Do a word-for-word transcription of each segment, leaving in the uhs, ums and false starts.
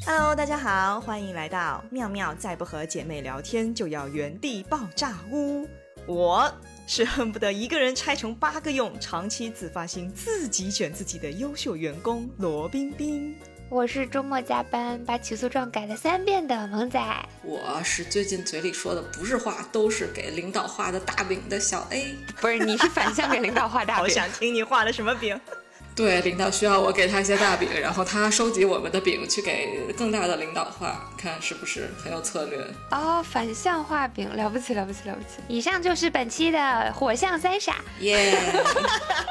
Hello， 大家好，欢迎来到妙妙再不和姐妹聊天就要原地爆炸屋。我是恨不得一个人拆成八个用，长期自发性自己卷自己的优秀员工罗冰冰。 我是周末加班把起诉状改了三遍的萌仔。 我是最近嘴里说的不是话都是给领导画的大饼的小 A。 不是，你是反向给领导画大饼。 好想听你画的什么饼。 对，领导需要我给他一些大饼，然后他收集我们的饼去给更大的领导画，看是不是很有策略。 哦，反向画饼，了不起了不起了不起。以上就是本期的火象三傻。 耶、yeah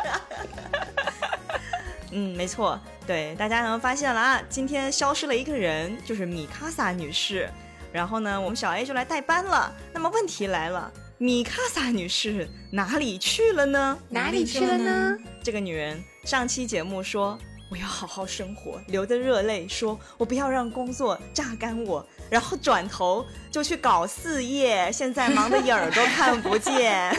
嗯，没错，对，大家能发现了啊，今天消失了一个人，就是米卡萨女士。然后呢，我们小 A 就来代班了。那么问题来了，米卡萨女士哪里去了呢？ 哪里去了呢？ 这个女人上期节目说我要好好生活，流着热泪说我不要让工作榨干我，然后转头就去搞事业，现在忙得眼儿都看不见。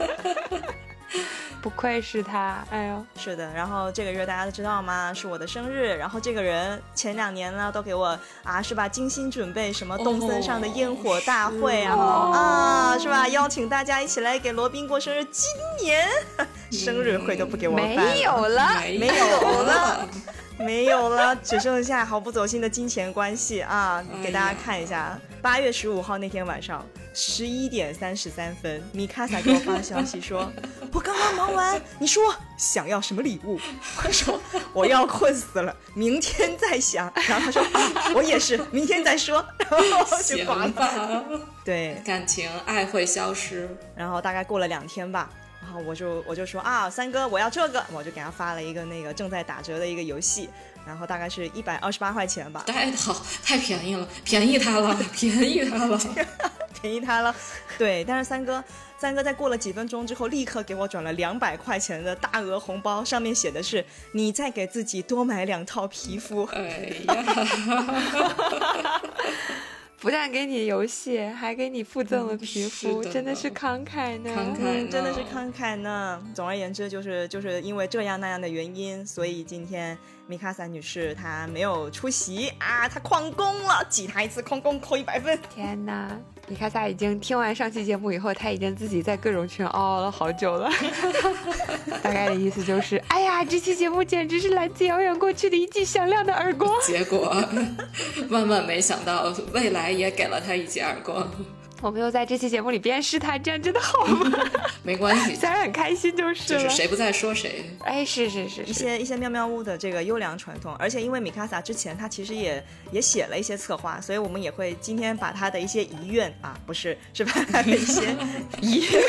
不愧是他，哎呦， 是的。然后这个月大家都知道吗？是我的生日。然后这个人前两年呢，都给我啊，是吧？精心准备什么东森上的烟火大会啊，哦、啊，是吧？邀请大家一起来给罗宾过生日。今年生日会都不给我办了， 没有了， 没有了。没有了，只剩下毫不走心的金钱关系啊！给大家看一下，八月十五号那天晚上十一点三十三分，米卡萨给我发消息说：“我刚刚忙完，你说想要什么礼物？”我说：“我要困死了，明天再想。”然后他说：“啊，我也是，明天再说。”然后就挂了。对， 感情爱会消失。 然后大概过了两天吧。然后我就我就说啊，三哥我要这个，我就给他发了一个那个正在打折的一个游戏，然后大概是一百二十八块钱吧。 太好，太便宜了，便宜他了，便宜他了， 便宜他了。对，但是三哥三哥在过了几分钟之后，立刻给我转了两百块钱的大额红包，上面写的是你再给自己多买两套皮肤。 哎呀。 不但给你游戏，还给你附赠了皮肤， 嗯、 真的是慷慨呢， 慷慨呢、 嗯，真的是慷慨呢。总而言之，就是就是因为这样那样的原因，所以今天米卡萨女士她没有出席啊，她旷工了，记她一次旷工扣一百分。 天哪！米卡萨已经听完上期节目以后，他已经自己在各种群嗷嗷了好久了。大概的意思就是，哎呀，这期节目简直是来自遥远过去的一记响亮的耳光。 结果万万没想到，未来也给了他一记耳光。 我没有在这期节目里鞭尸他，这样真的好吗？ 没关系， 虽然很开心就是了。 就是谁不在说谁。 哎，是是 是, 是一些一些妙妙屋的这个优良传统，而且因为米卡萨之前他其实也也写了一些策划，所以我们也会今天把他的一些遗愿啊，不是是把他的一些遗愿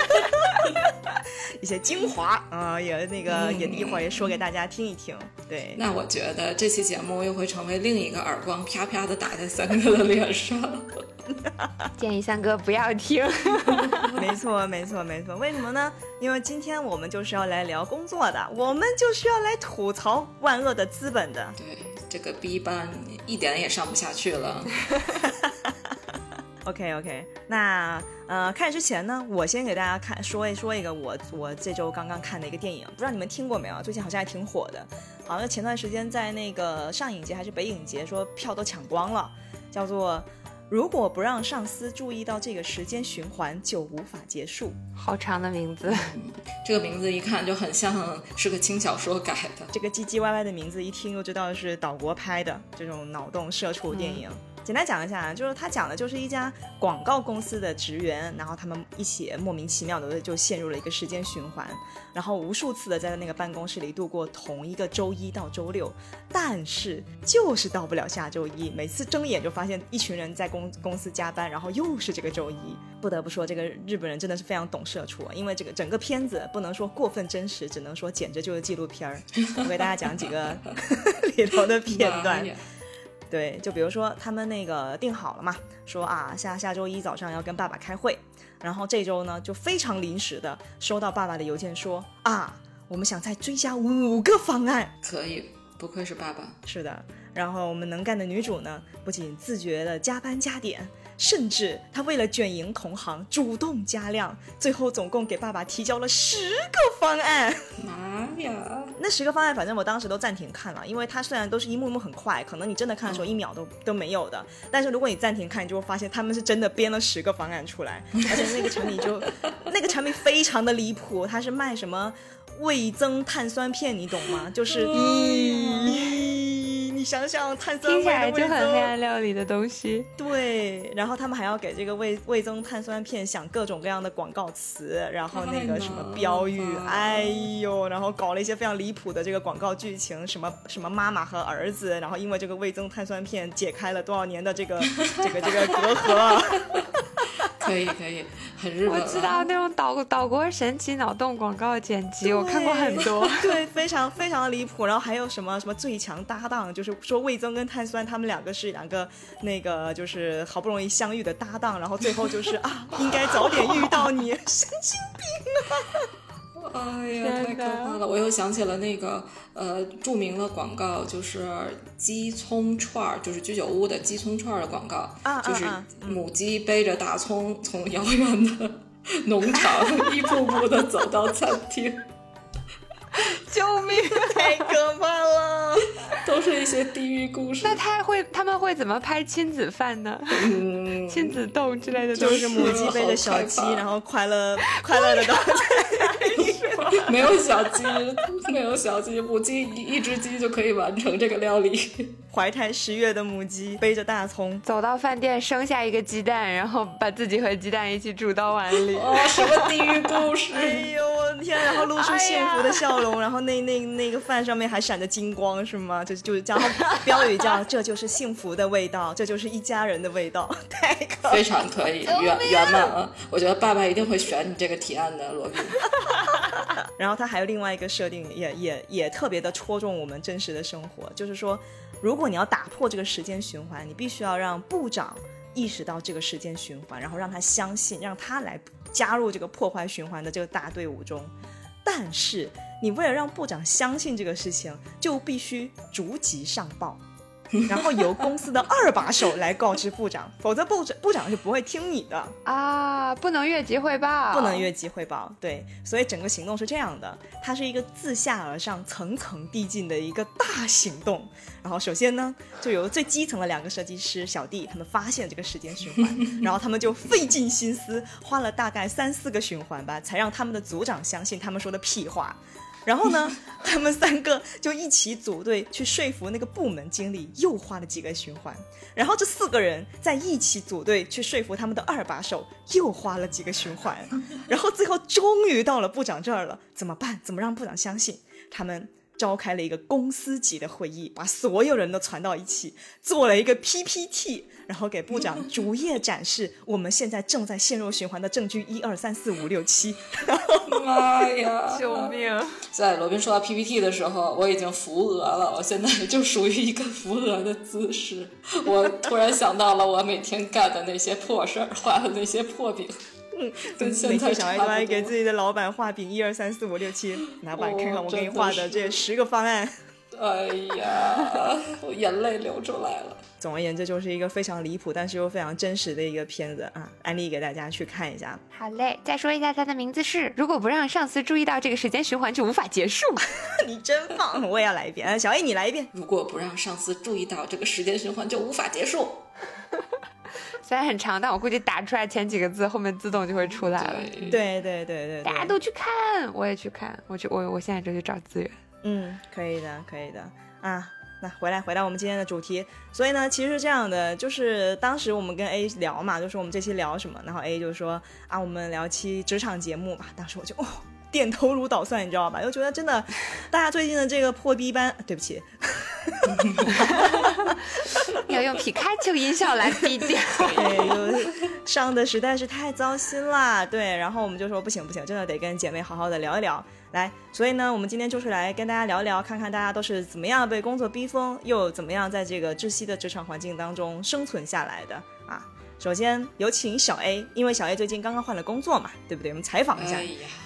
一些精华啊，也那个、嗯、也一会儿也说给大家听一听。对， 那我觉得这期节目又会成为另一个耳光，啪啪的打在三哥的脸上。 建议三哥不要听。 没错没错没错，为什么呢？因为今天我们就是要来聊工作的，我们就是要来吐槽万恶的资本的。 对，这个 B 班一点也上不下去了。 OK OK， 那呃，看之前呢，我先给大家看说一说一个我我这周刚刚看的一个电影，不知道你们听过没有？最近好像还挺火的，好像前段时间在那个上影节还是北影节说票都抢光了，叫做如果不让上司注意到这个时间循环，就无法结束。 好长的名字。 这个名字一看就很像是个轻小说改的。 这个唧唧歪歪的名字一听就知道是岛国拍的这种脑洞社畜电影。嗯，简单讲一下，就是他讲的就是一家广告公司的职员，然后他们一起莫名其妙的就陷入了一个时间循环，然后无数次的在那个办公室里度过同一个周一到周六，但是就是到不了下周一，每次睁眼就发现一群人在公公司加班，然后又是这个周一。不得不说这个日本人真的是非常懂社畜，因为这个整个片子不能说过分真实，只能说简直就是纪录片。我给大家讲几个里头的片段。对，就比如说他们那个定好了嘛，说啊下下周一早上要跟爸爸开会，然后这周呢就非常临时的收到爸爸的邮件说啊我们想再追加五个方案。 可以，不愧是爸爸。 是的，然后我们能干的女主呢不仅自觉的加班加点， 甚至他为了卷赢同行主动加量，最后总共给爸爸提交了十个方案。 妈呀， 那十个方案反正我当时都暂停看了，因为它虽然都是一幕一幕很快，可能你真的看的时候一秒都、嗯、都没有的，但是如果你暂停看，你就会发现他们是真的编了十个方案出来，而且那个产品就那个产品非常的离谱，它是卖什么味增碳酸片，你懂吗？就是咦，你想想碳酸味的味增，听起来就很黑暗料理的东西。 对，然后他们还要给这个味味增碳酸片想各种各样的广告词，然后那个什么标语，哎呦，然后搞了一些非常离谱的这个广告剧情，什么什么妈妈和儿子，然后因为这个味增碳酸片解开了多少年的这个这个这个隔阂。 可以可以，很日本。 我知道那种岛岛国神奇脑洞广告剪辑，我看过很多。 对，非常非常的离谱。然后还有什么什么最强搭档，就是说味增跟碳酸他们两个是两个那个就是好不容易相遇的搭档，然后最后就是啊，应该早点遇到你，神经病啊！ 哎呀，太可怕了！我又想起了那个呃著名的广告，就是鸡葱串，就是居酒屋的鸡葱串的广告， 啊、 就是母鸡背着大葱从遥远的农场一步步的走到餐厅。 救命！太可怕了， 都是一些地狱故事。 那他会他们会怎么拍亲子饭呢？嗯、亲子冻之类的， 就是母鸡背着小鸡，然后快乐快乐的到没有小鸡，没有小鸡，母鸡一只鸡就可以完成这个料理。 怀胎十月的母鸡背着大葱走到饭店，生下一个鸡蛋，然后把自己和鸡蛋一起煮到碗里。 哦，什么地狱故事！ 哎呦我的天！然后露出幸福的笑容，哎、然后那那那个饭上面还闪着金光，是吗？就就是这样，标语叫“这就是幸福的味道，这就是一家人的味道”，太可非常可以，圆圆满啊！我觉得爸爸一定会选你这个提案的，罗宾。 然后他还有另外一个设定也，也也也特别的戳中我们真实的生活，就是说，如果你要打破这个时间循环，你必须要让部长意识到这个时间循环，然后让他相信，让他来加入这个破坏循环的这个大队伍中。但是你为了让部长相信这个事情，就必须逐级上报，然后由公司的二把手来告知部长，否则部长部长是不会听你的啊！不能越级汇报， 不能越级汇报。对，所以整个行动是这样的，它是一个自下而上、层层递进的一个大行动。然后首先呢，就由最基层的两个设计师小弟，他们发现这个时间循环，然后他们就费尽心思，花了大概三四个循环吧，才让他们的组长相信他们说的屁话。然后呢，他们三个就一起组队去说服那个部门经理，又花了几个循环。然后这四个人再一起组队去说服他们的二把手，又花了几个循环。然后最后终于到了部长这儿了，怎么办？怎么让部长相信？他们召开了一个公司级的会议，把所有人都传到一起，做了一个 P P T， 然后给部长逐页展示我们现在正在陷入循环的证据一二三四五六七。 妈呀！ 救命！ 在罗宾说到 P P T 的时候，我已经扶额了，我现在就属于一个扶额的姿势。我突然想到了我每天干的那些破事儿，画的那些破饼。 嗯，跟现在小孩都爱给自己的老板画饼，一二三四五六七，拿过来看看我给你画的这十个方案。 哎呀，我眼泪流出来了。 总而言之，就是一个非常离谱但是又非常真实的一个片子啊，安利给大家去看一下。 好嘞，再说一下它的名字是如果不让上司注意到这个时间循环就无法结束。 你真棒，我也要来一遍。小 A 你来一遍。 如果不让上司注意到这个时间循环就无法结束。 虽然很长，但我估计打出来前几个字后面自动就会出来了。 对对对对对， 大家都去看，我也去看，我去我我现在就去找资源。 嗯，可以的可以的啊。那回来回到我们今天的主题，所以呢其实是这样的，就是当时我们跟 A 聊嘛，就说我们这期聊什么，然后 A 就说啊我们聊期职场节目吧，当时我就哦点头如捣蒜，你知道吧，就觉得真的大家最近的这个破逼班，对不起要用皮卡丘音效来逼掉对，上的实在是太糟心啦。对，然后我们就说不行不行，真的得跟姐妹好好的聊一聊来，所以呢我们今天就是来跟大家聊一聊，看看大家都是怎么样被工作逼疯，又怎么样在这个窒息的职场环境当中生存下来的啊。首先有请小 A， 因为小 A 最近刚刚换了工作嘛，对不对？我们采访一下。 哎呀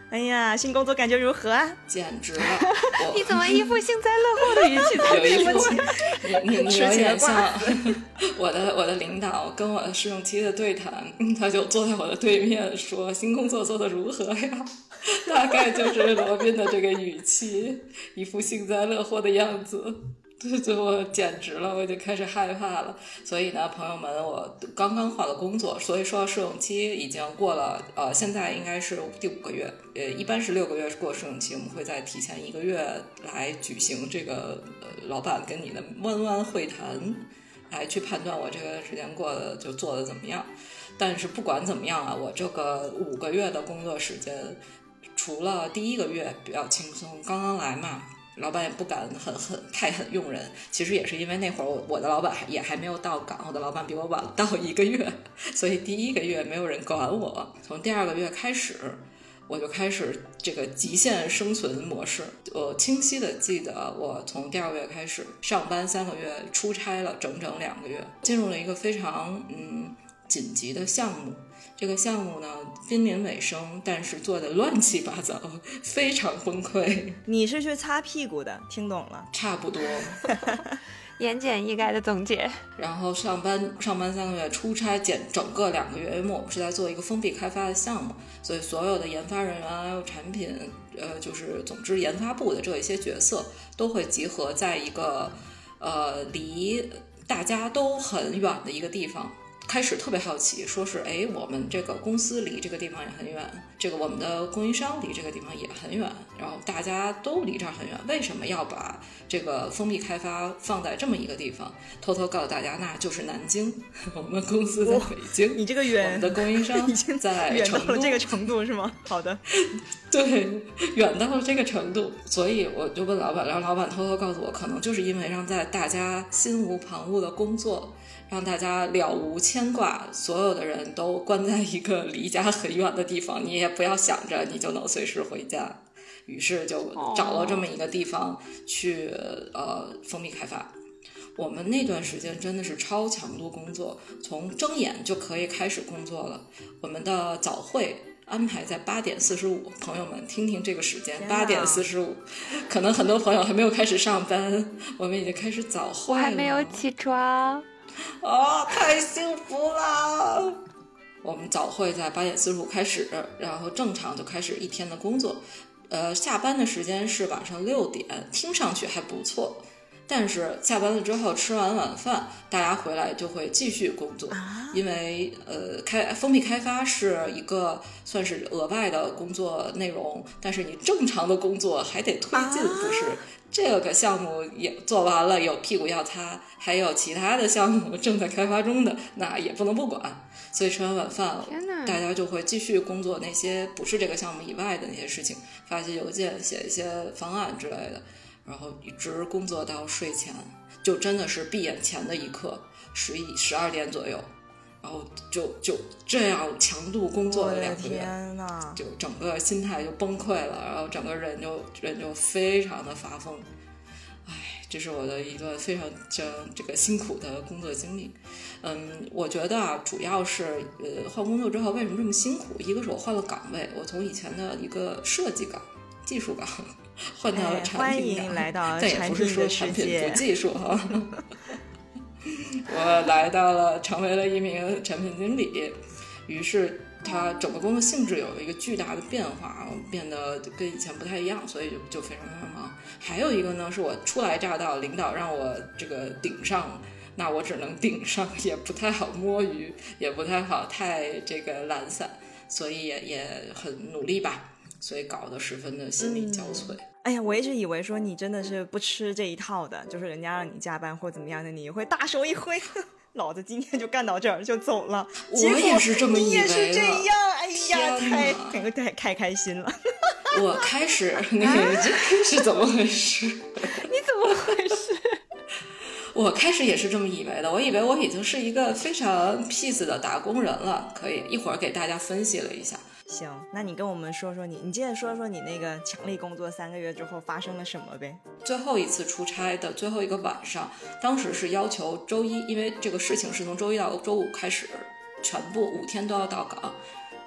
哎呀，新工作感觉如何啊？ 简直了！ 你怎么一副幸灾乐祸的语气在有一副你你你有点像我的我的领导跟我的试用期的对谈，他就坐在我的对面说新工作做得如何呀？大概就是罗宾的这个语气，一副幸灾乐祸的样子。对，对，我简直了，我已经开始害怕了。所以呢，朋友们，我刚刚换了工作，所以说试用期已经过了，呃，现在应该是第五个月，呃，一般是六个月过试用期，我们会再提前一个月来举行这个呃老板跟你的弯弯会谈，来去判断我这个时间过得就做得怎么样。但是不管怎么样啊，我这个五个月的工作时间，除了第一个月比较轻松，刚刚来嘛。老板也不敢很很太狠用人，其实也是因为那会儿我我的老板也还没有到岗，我的老板比我晚到一个月，所以第一个月没有人管我。从第二个月开始，我就开始这个极限生存模式。我清晰的记得，我从第二个月开始上班三个月，出差了整整两个月，进入了一个非常嗯紧急的项目。这个项目呢濒临尾声，但是做的乱七八糟，非常崩溃。 你是去擦屁股的，听懂了？ 差不多。 言简意赅的总结。 然后上班上班三个月，出差减整个两个月，因为我们是在做一个封闭开发的项目，所以所有的研发人员还有产品，呃，就是总之研发部的这一些角色都会集合在一个呃离大家都很远的一个地方。开始特别好奇，说是哎，我们这个公司离这个地方也很远，这个我们的供应商离这个地方也很远，然后大家都离这儿很远，为什么要把这个封闭开发放在这么一个地方？偷偷告诉大家，那就是南京，我们公司在北京。 你这个远， 我们的供应商在远成都， 到了这个程度是吗？好的， 对，远到了这个程度，所以我就问老板，然后老板偷偷告诉我，可能就是因为让在大家心无旁骛的工作。让大家了无牵挂，所有的人都关在一个离家很远的地方，你也不要想着你就能随时回家。于是就找了这么一个地方去、哦、呃封闭开发。我们那段时间真的是超强度工作，从睁眼就可以开始工作了。我们的早会安排在八点四十五，朋友们听听这个时间，八点四十五，可能很多朋友还没有开始上班，我们已经开始早会了， 我还没有起床。 哦，太幸福了！我们早会在八点四十五开始，然后正常就开始一天的工作。呃，下班的时间是晚上六点，听上去还不错。但是下班了之后吃完晚饭，大家回来就会继续工作，啊、因为呃开封闭开发是一个算是额外的工作内容，但是你正常的工作还得推进，啊、不是？这个项目也做完了，有屁股要擦，还有其他的项目正在开发中的，那也不能不管。所以吃完晚饭，大家就会继续工作那些不是这个项目以外的那些事情，发些邮件、写一些方案之类的，然后一直工作到睡前，就真的是闭眼前的一刻，十一、十二点左右。然后就就这样强度工作了两个月， 天哪， 就整个心态就崩溃了，然后整个人就人就非常的发疯。哎，这是我的一个非常这这个辛苦的工作经历。嗯，我觉得啊，主要是呃换工作之后为什么这么辛苦？一个是我换了岗位，我从以前的一个设计岗、技术岗换到了产品岗， 哎、欢迎来到但也不是说产品不技术哈。我来到了，成为了一名产品经理，于是他整个工作性质有一个巨大的变化，变得跟以前不太一样，所以就就非常非常忙。还有一个呢，是我初来乍到，领导让我这个顶上，那我只能顶上，也不太好摸鱼，也不太好太这个懒散，所以也也很努力吧，所以搞得十分的心力交瘁。嗯哎呀，我一直以为说你真的是不吃这一套的，就是人家让你加班或怎么样的，你会大手一挥，老子今天就干到这儿就走了。 我也是这么以为的， 你也是这样，哎呀，太太太开心了。 我开始，那个这是怎么回事？你怎么回事？ 我开始也是这么以为的，我以为我已经是一个非常 peace 的打工人了。可以一会儿给大家分析了一下。 行，那你跟我们说说你，你接着说说你那个强力工作三个月之后发生了什么呗？ 最后一次出差的最后一个晚上，当时是要求周一，因为这个事情是从周一到周五开始，全部五天都要到岗。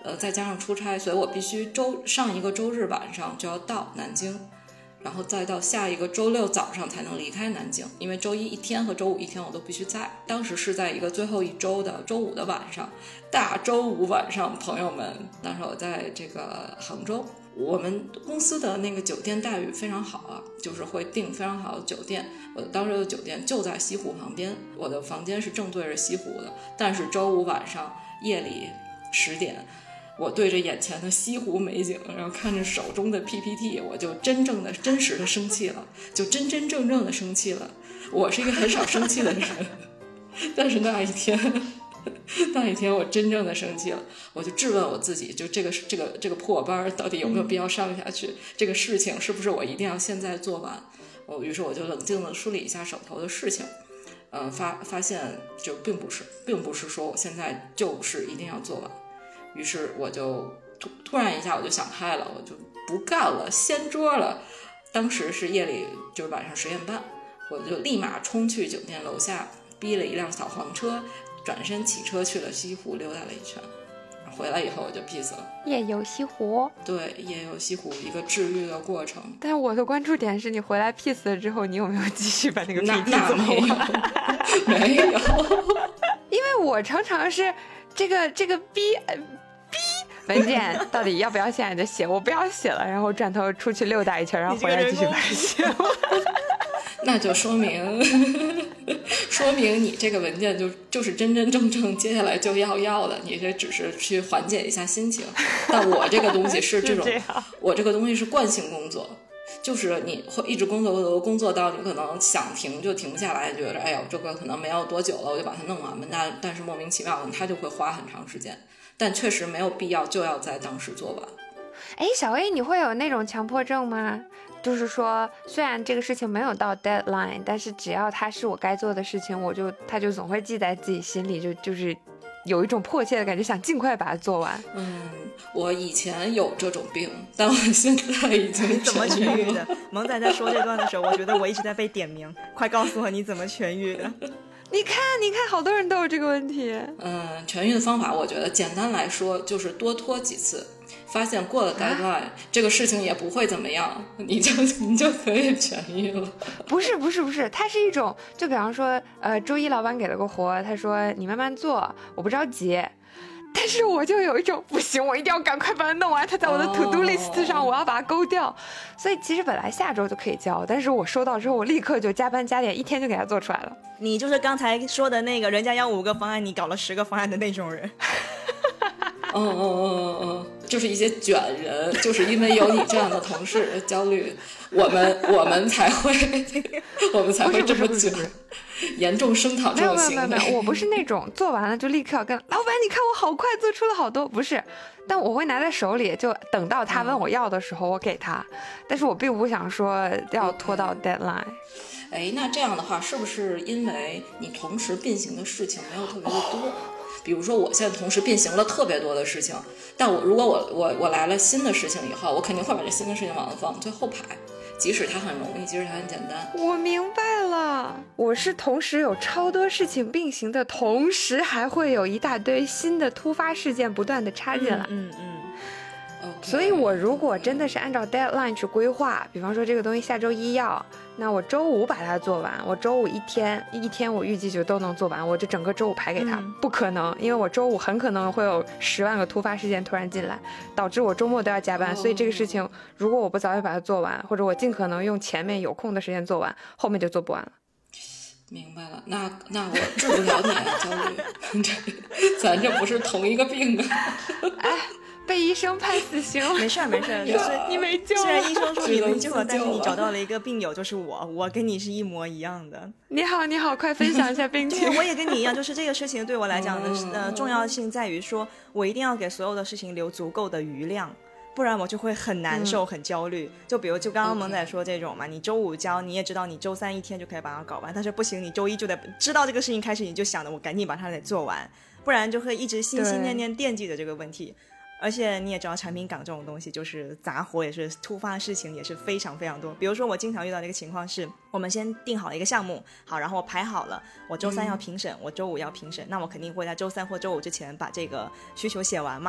呃，再加上出差，所以我必须周上一个周日晚上就要到南京，然后再到下一个周六早上才能离开南京，因为周一一天和周五一天我都必须在。当时是在一个最后一周的周五的晚上，大周五晚上，朋友们，当时我在这个杭州，我们公司的那个酒店待遇非常好啊，就是会订非常好的酒店。我当时的酒店就在西湖旁边，我的房间是正对着西湖的，但是周五晚上夜里十点，我对着眼前的西湖美景，然后看着手中的 P P T， 我就真正的真实的生气了，就真真正正的生气了。我是一个很少生气的人，但是那一天那一天我真正的生气了，我就质问我自己，就这个这个这个破班到底有没有必要上下去、嗯、这个事情是不是我一定要现在做完。我于是我就冷静的梳理一下手头的事情，呃，发发现就并不是并不是说我现在就是一定要做完。于是我就突突然一下我就想开了，我就不干了，掀桌了。当时是夜里，就是晚上十点半，我就立马冲去酒店楼下，逼了一辆小黄车，转身骑车去了西湖，溜达了一圈。回来以后我就 peace 了。夜游西湖， 对，夜游西湖一个治愈的过程。 但是我的关注点是你回来 peace 了之后，你有没有继续把那个 P P T 做完？没有， 因为我常常是这个这个 B B 文件到底要不要现在就写，我不要写了，然后转头出去溜达一圈，然后回来继续把它写完。 那就说明说明你这个文件就就是真真正正接下来就要要的，你这只是去缓解一下心情。但我这个东西是这种这我这个东西是惯性工作，就是你会一直工作工作到你可能想停就停不下来，觉得哎呦这个可能没有多久了，我就把它弄完吧。那但是莫名其妙的它就会花很长时间，但确实没有必要就要在当时做完。 哎，小 A 你会有那种强迫症吗？就是说虽然这个事情没有到 deadline， 但是只要它是我该做的事情，我就它就总会记在自己心里，就就是有一种迫切的感觉，想尽快把它做完。 嗯，我以前有这种病，但我现在已经你怎么痊愈的？萌仔在说这段的时候，我觉得我一直在被点名，快告诉我你怎么痊愈的。 你看你看，好多人都有这个问题。 嗯，痊愈的方法我觉得简单来说就是多拖几次，发现过了 deadline、啊、这个事情也不会怎么样，你就你就可以痊愈了。 不是不是不是，它是一种，就比方说呃周一老板给了个活，他说你慢慢做，我不着急，但是我就有一种不行，我一定要赶快把它弄完，它在我的 to do list 上、oh. 我要把它勾掉。所以其实本来下周就可以交，但是我收到之后我立刻就加班加点，一天就给它做出来了。 你就是刚才说的那个人家要五个方案你搞了十个方案的那种人。 嗯嗯嗯嗯，就是一些卷人，就是因为有你这样的同事焦虑，我们我们才会我们才会这么卷，严重声讨这种行为。 没有没有没有，我不是那种做完了就立刻要跟老板，你看我好快做出了好多，不是，但我会拿在手里，就等到他问我要的时候我给他，嗯、但是我并不想说要拖到 deadline。 哎，那这样的话，是不是因为你同时并行的事情没有特别的多？哦，比如说我现在同时并行了特别多的事情，但我如果我我我来了新的事情以后，我肯定会把这新的事情往后放最后排，即使它很容易，即使它很简单。 我明白了，我是同时有超多事情并行的同时，还会有一大堆新的突发事件不断的插进来。 嗯嗯。嗯所以我如果真的是按照 deadline 去规划，比方说这个东西下周一要，那我周五把它做完，我周五一天一天我预计就都能做完，我就整个周五排给他、嗯、不可能，因为我周五很可能会有十万个突发事件突然进来，导致我周末都要加班、哦、所以这个事情如果我不早点把它做完，或者我尽可能用前面有空的时间做完，后面就做不完了。 明白了，那那我治不了你啊，焦虑，咱这不是同一个病啊。 哎，被医生判死刑， 没事没事，就是你没救了。 虽然医生说你没救了，但是你找到了一个病友，就是我，我跟你是一模一样的。 你好，你好，快分享一下病情。 对，我也跟你一样，就是这个事情对我来讲的、呃、重要性在于说，我一定要给所有的事情留足够的余量。不然我就会很难受、嗯、很焦虑。就比如就刚刚萌仔说这种嘛， okay. 你周五交，你也知道你周三一天就可以把它搞完，但是不行，你周一就得知道这个事情开始，你就想着我赶紧把它得做完，不然就会一直心心念念惦记着这个问题。而且你也知道产品岗这种东西就是杂活，也是突发事情也是非常非常多。比如说我经常遇到的一个情况是，我们先定好了一个项目，好，然后我排好了，我周三要评审、嗯、我周五要评审，那我肯定会在周三或周五之前把这个需求写完嘛。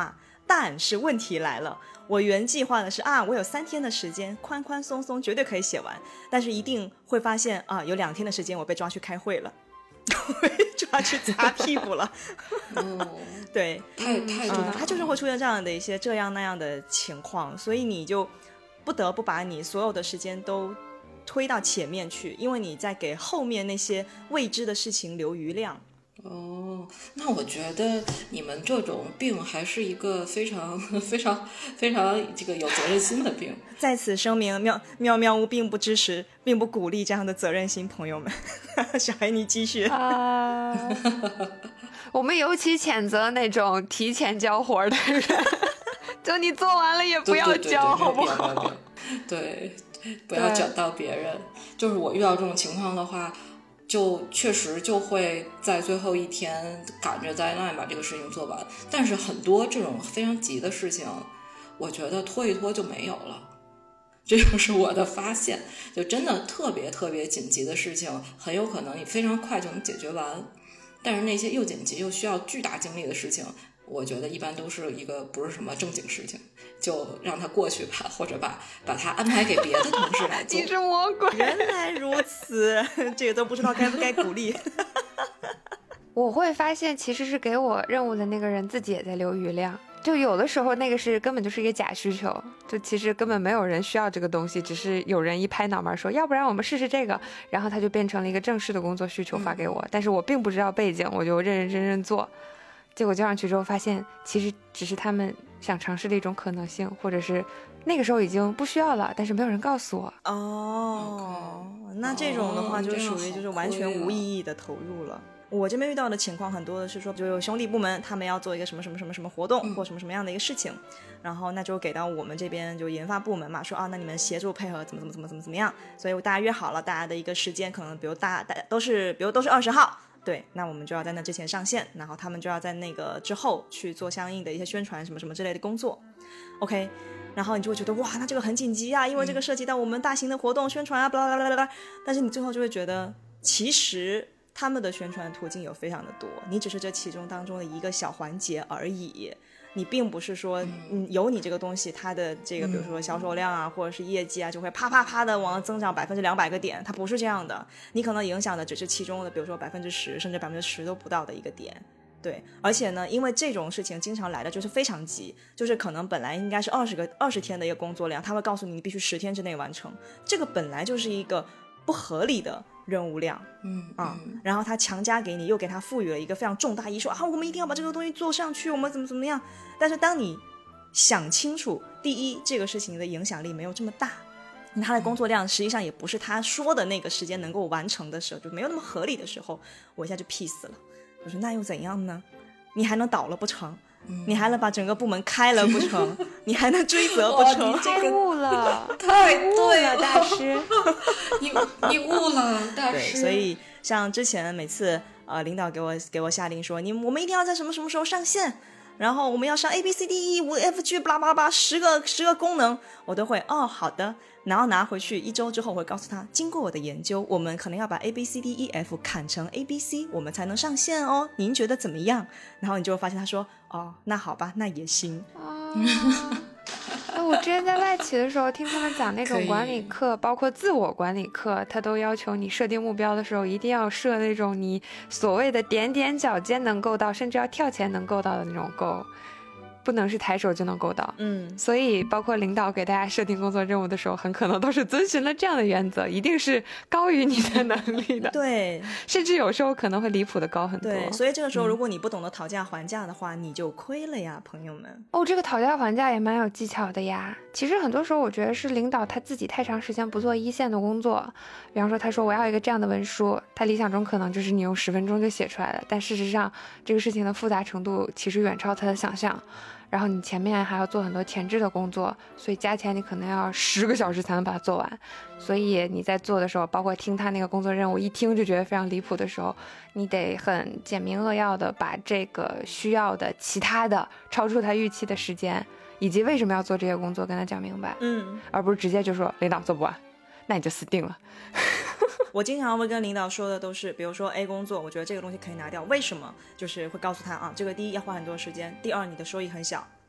但是问题来了，我原计划的是啊，我有三天的时间，宽宽松松绝对可以写完，但是一定会发现啊，有两天的时间我被抓去开会了，被抓去擦屁股了。 哦， 对， 太太多、 嗯，它就是会出现这样的一些这样那样的情况，所以你就不得不把你所有的时间都推到前面去，因为你在给后面那些未知的事情留余量。 哦，那我觉得你们这种病还是一个非常非常非常这个有责任心的病。 在此声明，妙妙妙屋并不支持，并不鼓励这样的责任心，朋友们。小黑，你继续。 啊，我们尤其谴责那种提前交活的人，就你做完了也不要交，好不好？ 对，不要卷到别人。就是我遇到这种情况的话，就确实就会在最后一天赶着 deadline 把这个事情做完，但是很多这种非常急的事情，我觉得拖一拖就没有了。这就是我的发现，就真的特别特别紧急的事情，很有可能你非常快就能解决完，但是那些又紧急又需要巨大精力的事情，我觉得一般都是一个不是什么正经事情，就让它过去吧，或者把把它安排给别的同事来做。 你是魔鬼。 原来如此，这个都不知道该不该鼓励。 我会发现其实是给我任务的那个人自己也在留余量，就有的时候那个是根本就是一个假需求，就其实根本没有人需要这个东西，只是有人一拍脑门说要不然我们试试这个，然后他就变成了一个正式的工作需求发给我、嗯、但是我并不知道背景，我就认认真真做，结果交上去之后发现其实只是他们想尝试的一种可能性，或者是那个时候已经不需要了，但是没有人告诉我。 哦，那这种的话就属于就是完全无意义的投入了。我这边遇到的情况很多的是说，就有兄弟部门他们要做一个什么什么什么什么活动、嗯、或什么什么样的一个事情，然后那就给到我们这边就研发部门嘛，说啊，那你们协助配合怎么怎么怎么怎么怎么样，所以大家约好了，大家的一个时间可能比如大大都是比如都是二十号，对，那我们就要在那之前上线，然后他们就要在那个之后去做相应的一些宣传什么什么之类的工作 OK， 然后你就会觉得哇，那这个很紧急啊，因为这个涉及到我们大型的活动宣传啊巴拉巴拉巴拉，但是你最后就会觉得其实他们的宣传途径有非常的多，你只是这其中当中的一个小环节而已，你并不是说嗯有你这个东西它的这个比如说销售量啊或者是业绩啊就会啪啪啪的往增长百分之两百个点，它不是这样的，你可能影响的只是其中的比如说百分之十甚至百分之十都不到的一个点。对，而且呢因为这种事情经常来的就是非常急，就是可能本来应该是二十个二十天的一个工作量，他会告诉你你必须十天之内完成，这个本来就是一个不合理的任务量， 嗯啊、嗯，然后他强加给你，又给他赋予了一个非常重大意义，说啊，我们一定要把这个东西做上去，我们怎么怎么样。但是当你想清楚，第一，这个事情的影响力没有这么大，他的工作量实际上也不是他说的那个时间能够完成的时候，就没有那么合理的时候，我一下就 peace 了。我说那又怎样呢？你还能倒了不成？你还能把整个部门开了不成？你还能追责不成？ 你太悟了， 太对了， 大师， 你你悟了，大师。 对，所以像之前每次呃领导给我给我下令说，你我们一定要在什么什么时候上线，然后我们要上 A B C D E 五 F G 巴拉巴拉巴十个十个功能，我都会哦好的，然后拿回去一周之后我会告诉他，经过我的研究，我们可能要把 A B C D E F 砍成 A B C 我们才能上线哦，您觉得怎么样？然后你就会发现他说哦那好吧，那也行。 哦，我之前在外企的时候听他们讲那种管理课，包括自我管理课，他都要求你设定目标的时候一定要设那种你所谓的点点脚尖能够到，甚至要跳前能够到的那种够，不能是抬手就能够到。 嗯， 所以包括领导给大家设定工作任务的时候，很可能都是遵循了这样的原则，一定是高于你的能力的。 对， 甚至有时候可能会离谱的高很多。 对，所以这个时候如果你不懂得讨价还价的话、嗯、你就亏了呀，朋友们。 哦，这个讨价还价也蛮有技巧的呀。其实很多时候我觉得是领导他自己太长时间不做一线的工作，比方说他说我要一个这样的文书，他理想中可能就是你用十分钟就写出来了，但事实上这个事情的复杂程度其实远超他的想象，然后你前面还要做很多前置的工作，所以加起来你可能要十个小时才能把它做完。所以你在做的时候，包括听他那个工作任务一听就觉得非常离谱的时候，你得很简明扼要的把这个需要的其他的超出他预期的时间以及为什么要做这些工作跟他讲明白， 嗯， 而不是直接就说领导做不完，那你就死定了。 我经常会跟领导说的都是，比如说 A 工作，我觉得这个东西可以拿掉，为什么？就是会告诉他啊，这个第一要花很多时间，第二你的收益很小，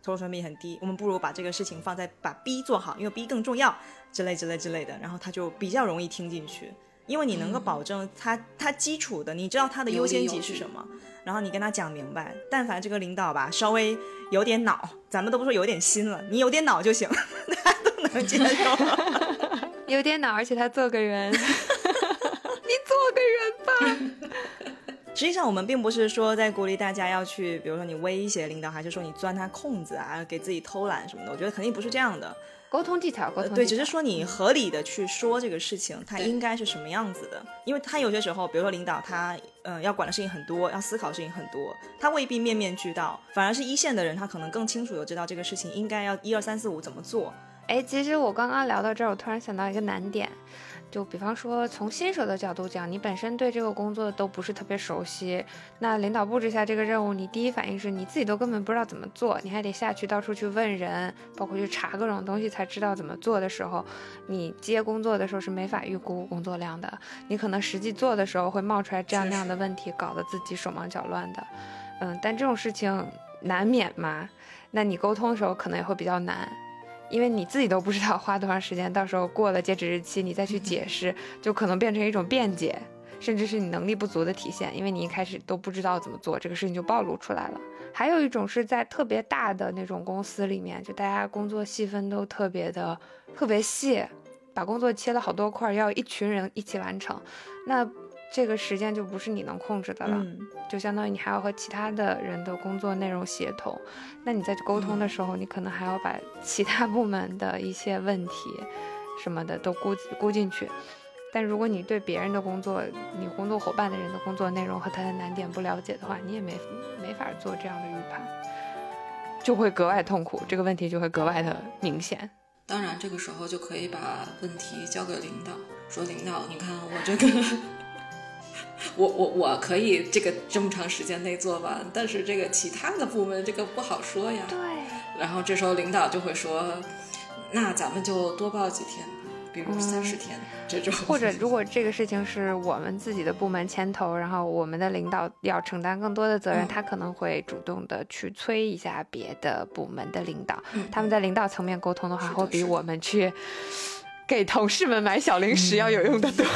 投入成本很低，我们不如把这个事情放在把 B 做好，因为 B 更重要之类之类之类的，然后他就比较容易听进去，因为你能够保证他、嗯、他基础的你知道他的优先级是什么，然后你跟他讲明白，但凡这个领导吧稍微有点脑，咱们都不说有点心了，你有点脑就行，大家都能接受有点脑而且他做个人你做个人吧实际上我们并不是说在鼓励大家要去比如说你威胁领导，还是说你钻他空子啊，给自己偷懒什么的，我觉得肯定不是这样的， 沟通技巧沟通技巧、呃、 对，只是说你合理的去说这个事情它应该是什么样子的，因为他有些时候比如说领导他呃要管的事情很多，要思考的事情很多，他未必面面俱到，反而是一线的人他可能更清楚的知道这个事情应该要一二三四五怎么做。 哎，其实我刚刚聊到这儿，我突然想到一个难点，就比方说从新手的角度讲，你本身对这个工作都不是特别熟悉，那领导布置下这个任务，你第一反应是你自己都根本不知道怎么做，你还得下去到处去问人，包括去查各种东西才知道怎么做的时候，你接工作的时候是没法预估工作量的，你可能实际做的时候会冒出来这样那样的问题，搞得自己手忙脚乱的。嗯，但这种事情难免嘛，那你沟通的时候可能也会比较难，因为你自己都不知道花多长时间，到时候过了截止日期你再去解释，就可能变成一种辩解，甚至是你能力不足的体现，因为你一开始都不知道怎么做，这个事情就暴露出来了。还有一种是在特别大的那种公司里面，就大家工作细分都特别的特别细，把工作切了好多块，要一群人一起完成，那这个时间就不是你能控制的了、嗯、就相当于你还要和其他的人的工作内容协同，那你在沟通的时候、嗯、你可能还要把其他部门的一些问题什么的都估估进去，但如果你对别人的工作，你工作伙伴的人的工作内容和他的难点不了解的话，你也没没法做这样的预判，就会格外痛苦，这个问题就会格外的明显。 当然这个时候就可以把问题交给领导，说领导你看我这个我我我可以这个这么长时间内做完，但是这个其他的部门这个不好说呀。 对。 然后这时候领导就会说，那咱们就多报几天，比如三十天、嗯、这种。 或者如果这个事情是我们自己的部门牵头，然后我们的领导要承担更多的责任、嗯、他可能会主动的去催一下别的部门的领导、嗯、他们在领导层面沟通的话，会比我们去给同事们买小零食要有用的多。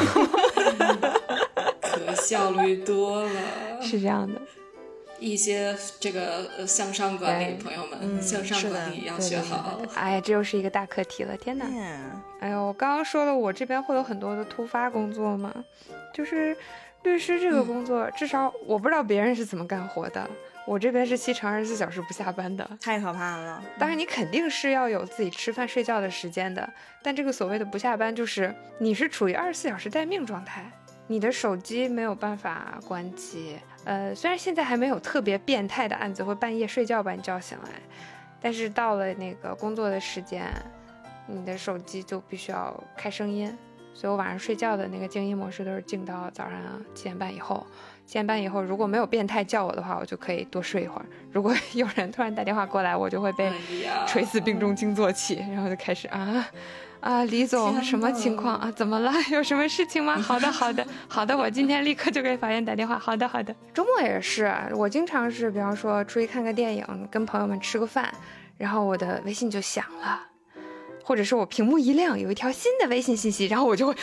可效率多了。 是这样的， 一些这个向上管理，朋友们、嗯、向上管理要学好。 对对对对，哎呀，这又是一个大课题了，天哪、嗯、哎呦，我刚刚说了我这边会有很多的突发工作嘛，就是律师这个工作、嗯、至少我不知道别人是怎么干活的，我这边是七乘二十四小时不下班的， 太可怕了。 当然你肯定是要有自己吃饭睡觉的时间的，但这个所谓的不下班就是你是处于二十四小时待命状态，你的手机没有办法关机，呃，虽然现在还没有特别变态的案子会半夜睡觉把你叫醒来，但是到了那个工作的时间，你的手机就必须要开声音，所以我晚上睡觉的那个静音模式都是静到早上七点半以后，七点半以后如果没有变态叫我的话，我就可以多睡一会儿，如果有人突然打电话过来，我就会被垂死病中惊坐起，然后就开始啊啊，李总什么情况啊？怎么了？有什么事情吗？好的，好的，好的，我今天立刻就给法院打电话。好的，好的。周末也是，我经常是，比方说出去看个电影，跟朋友们吃个饭，然后我的微信就响了，或者是我屏幕一亮，有一条新的微信信息，然后我就会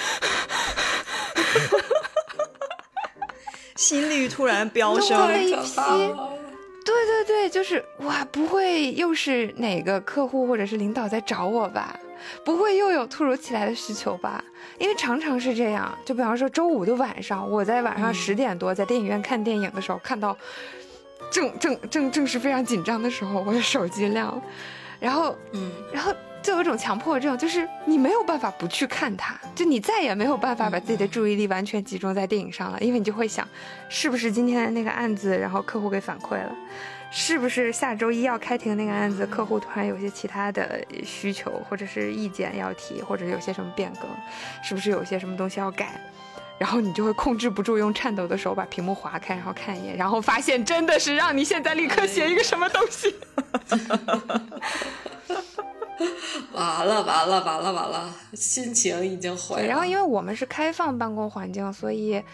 心率突然飙升了一批。对对对，就是哇，不会又是哪个客户或者是领导在找我吧？不会又有突如其来的需求吧？因为常常是这样，就比方说周五的晚上，我在晚上十点多在电影院看电影的时候，看到正正正正是非常紧张的时候，我的手机亮，然后嗯，然后就有一种强迫症，就是你没有办法不去看它，就你再也没有办法把自己的注意力完全集中在电影上了，因为你就会想，是不是今天的那个案子，然后客户给反馈了。是不是下周一要开庭那个案子，客户突然有些其他的需求或者是意见要提，或者有些什么变更，是不是有些什么东西要改，然后你就会控制不住用颤抖的手把屏幕划开，然后看一眼，然后发现真的是让你现在立刻写一个什么东西。 完了完了完了完了，心情已经坏了。 然后因为我们是开放办公环境，所以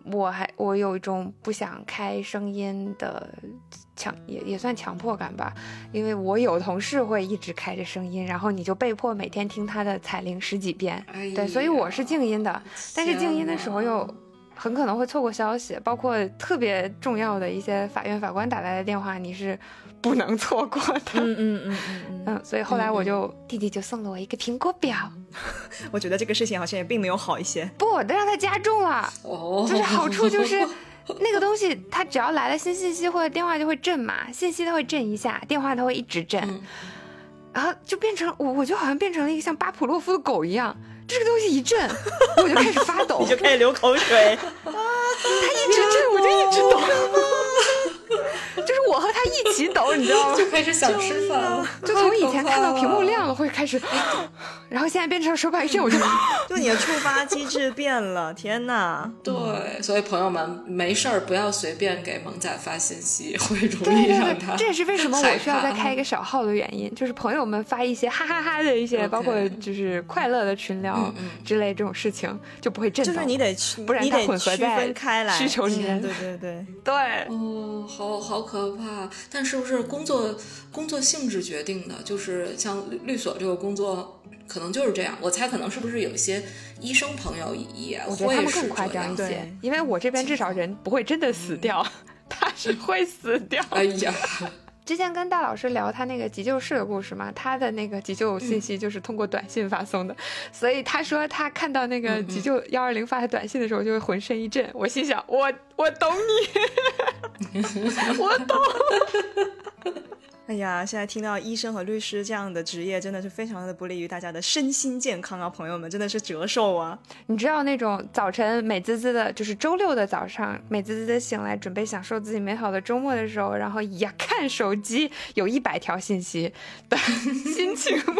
我还我有一种不想开声音的强也也算强迫感吧，因为我有同事会一直开着声音，然后你就被迫每天听他的彩铃十几遍， 哎、 对，所以我是静音的，但是静音的时候又很可能会错过消息，包括特别重要的一些法院法官打来的电话，你是不能错过的。 嗯嗯嗯嗯嗯，所以后来我就、嗯、弟弟就送了我一个苹果表。 我觉得这个事情好像也并没有好一些， 不，让他加重了。 哦， 就是好处就是那个东西，它只要来了新信息或者电话就会震嘛，信息它会震一下，电话它会一直震，嗯、然后就变成我我就好像变成了一个像巴甫洛夫的狗一样。这个东西一震，我就开始发抖， 你就开始流口水。 他一直震，我就一直抖。就是我和他一起抖，你知道吗？ 就开始想吃饭了。 就从以前看到屏幕亮了会开始，然后现在变成手把一震，我就就你的触发机制变了，天哪！ 对，所以朋友们没事儿不要随便给萌仔发信息，会容易让他。 这也是为什么我需要再开一个小号的原因，就是朋友们发一些哈哈哈的一些， okay. 包括就是快乐的群聊之类这种事情，嗯嗯就不会震到。 就是你得不然它混合在开来需求里面。 对对对对。 哦，好好可怕！但是不是工作工作性质决定的？就是像律所这个工作，可能就是这样。我猜可能是不是有一些医生朋友也会是这样？ 我觉得他们更夸张一些，因为我这边至少人不会真的死掉，嗯、他是会死掉。 哎呀！ 之前跟大老师聊他那个急救室的故事嘛，他的那个急救信息就是通过短信发送的，嗯、所以他说他看到那个急救一二零发的短信的时候就会浑身一震。我心想，我我懂你，我懂。 哎呀，现在听到医生和律师这样的职业真的是非常的不利于大家的身心健康啊，朋友们真的是折寿啊。 你知道那种早晨美滋滋的，就是周六的早上美滋滋的醒来准备享受自己美好的周末的时候，然后呀看手机有一百条信息的心情吗？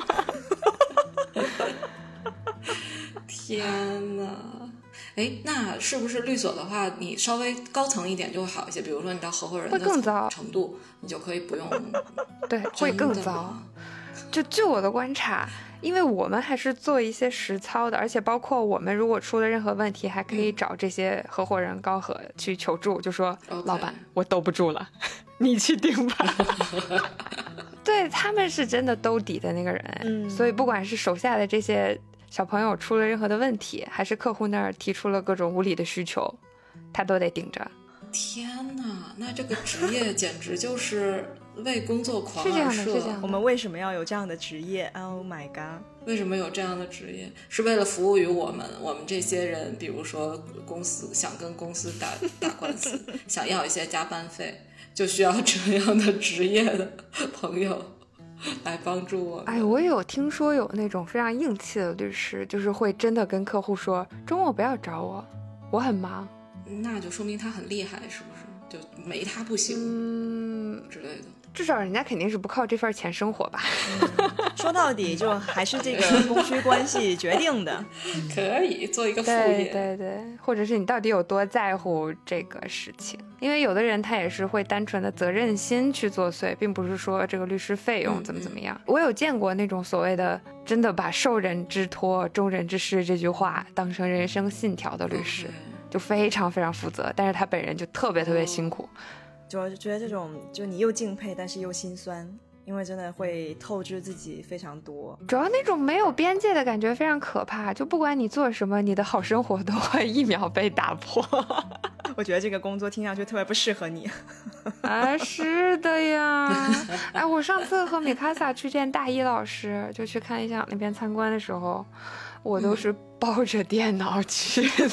天哪！哎，那是不是律所的话，你稍微高层一点就会好一些？比如说你到合伙人的程度，你就可以不用。 对，会更糟。就据我的观察，因为我们还是做一些实操的，而且包括我们如果出了任何问题，还可以找这些合伙人高合去求助，就说、 okay. 老板，我兜不住了，你去定吧。对，他们是真的兜底的那个人，嗯，所以不管是手下的这些小朋友出了任何的问题，还是客户那儿提出了各种无理的需求，他都得顶着。 天哪，那这个职业简直就是为工作狂而设。 是这样的，是这样的。 我们为什么要有这样的职业 ？Oh my god！ 为什么有这样的职业？是为了服务于我们，我们这些人，比如说公司想跟公司打打官司，想要一些加班费，就需要这样的职业的朋友来帮助我。 哎，我有听说有那种非常硬气的律师，就是会真的跟客户说，周末不要找我，我很忙。 那就说明他很厉害，是不是？就没他不行，嗯之类的。 至少人家肯定是不靠这份钱生活吧。 嗯、说到底就还是这个供需关系决定的。 可以做一个副业， 对对对，或者是你到底有多在乎这个事情？因为有的人他也是会单纯的责任心去作祟，并不是说这个律师费用怎么怎么样。嗯嗯我有见过那种所谓的真的把受人之托忠人之事这句话当成人生信条的律师。Okay.就非常非常负责，但是他本人就特别特别辛苦， 就觉得这种就你又敬佩，但是又心酸，因为真的会透支自己非常多。 主要那种没有边界的感觉非常可怕，就不管你做什么，你的好生活都会一秒被打破。 我觉得这个工作听上去特别不适合你。 啊，是的呀。哎，我上次和米卡萨去见大一老师，就去看一下那边参观的时候，我都是抱着电脑去的。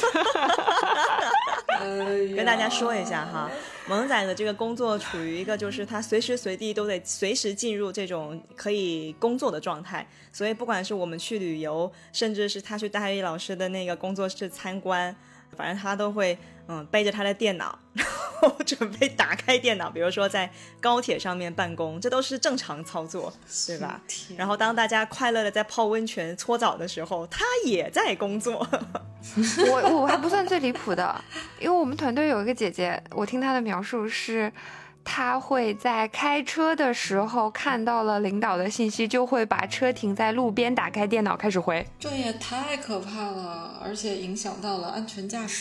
跟大家说一下哈，萌仔的这个工作处于一个就是他随时随地都得随时进入这种可以工作的状态，所以不管是我们去旅游，甚至是他去大一老师的那个工作室参观，反正他都会嗯背着他的电脑，然后准备打开电脑，比如说在高铁上面办公，这都是正常操作，对吧？然后当大家快乐的在泡温泉搓澡的时候，他也在工作。 我我还不算最离谱的，因为我们团队有一个姐姐，我听她的描述是她会在开车的时候看到了领导的信息，就会把车停在路边，打开电脑开始回。 这也太可怕了，而且影响到了安全驾驶。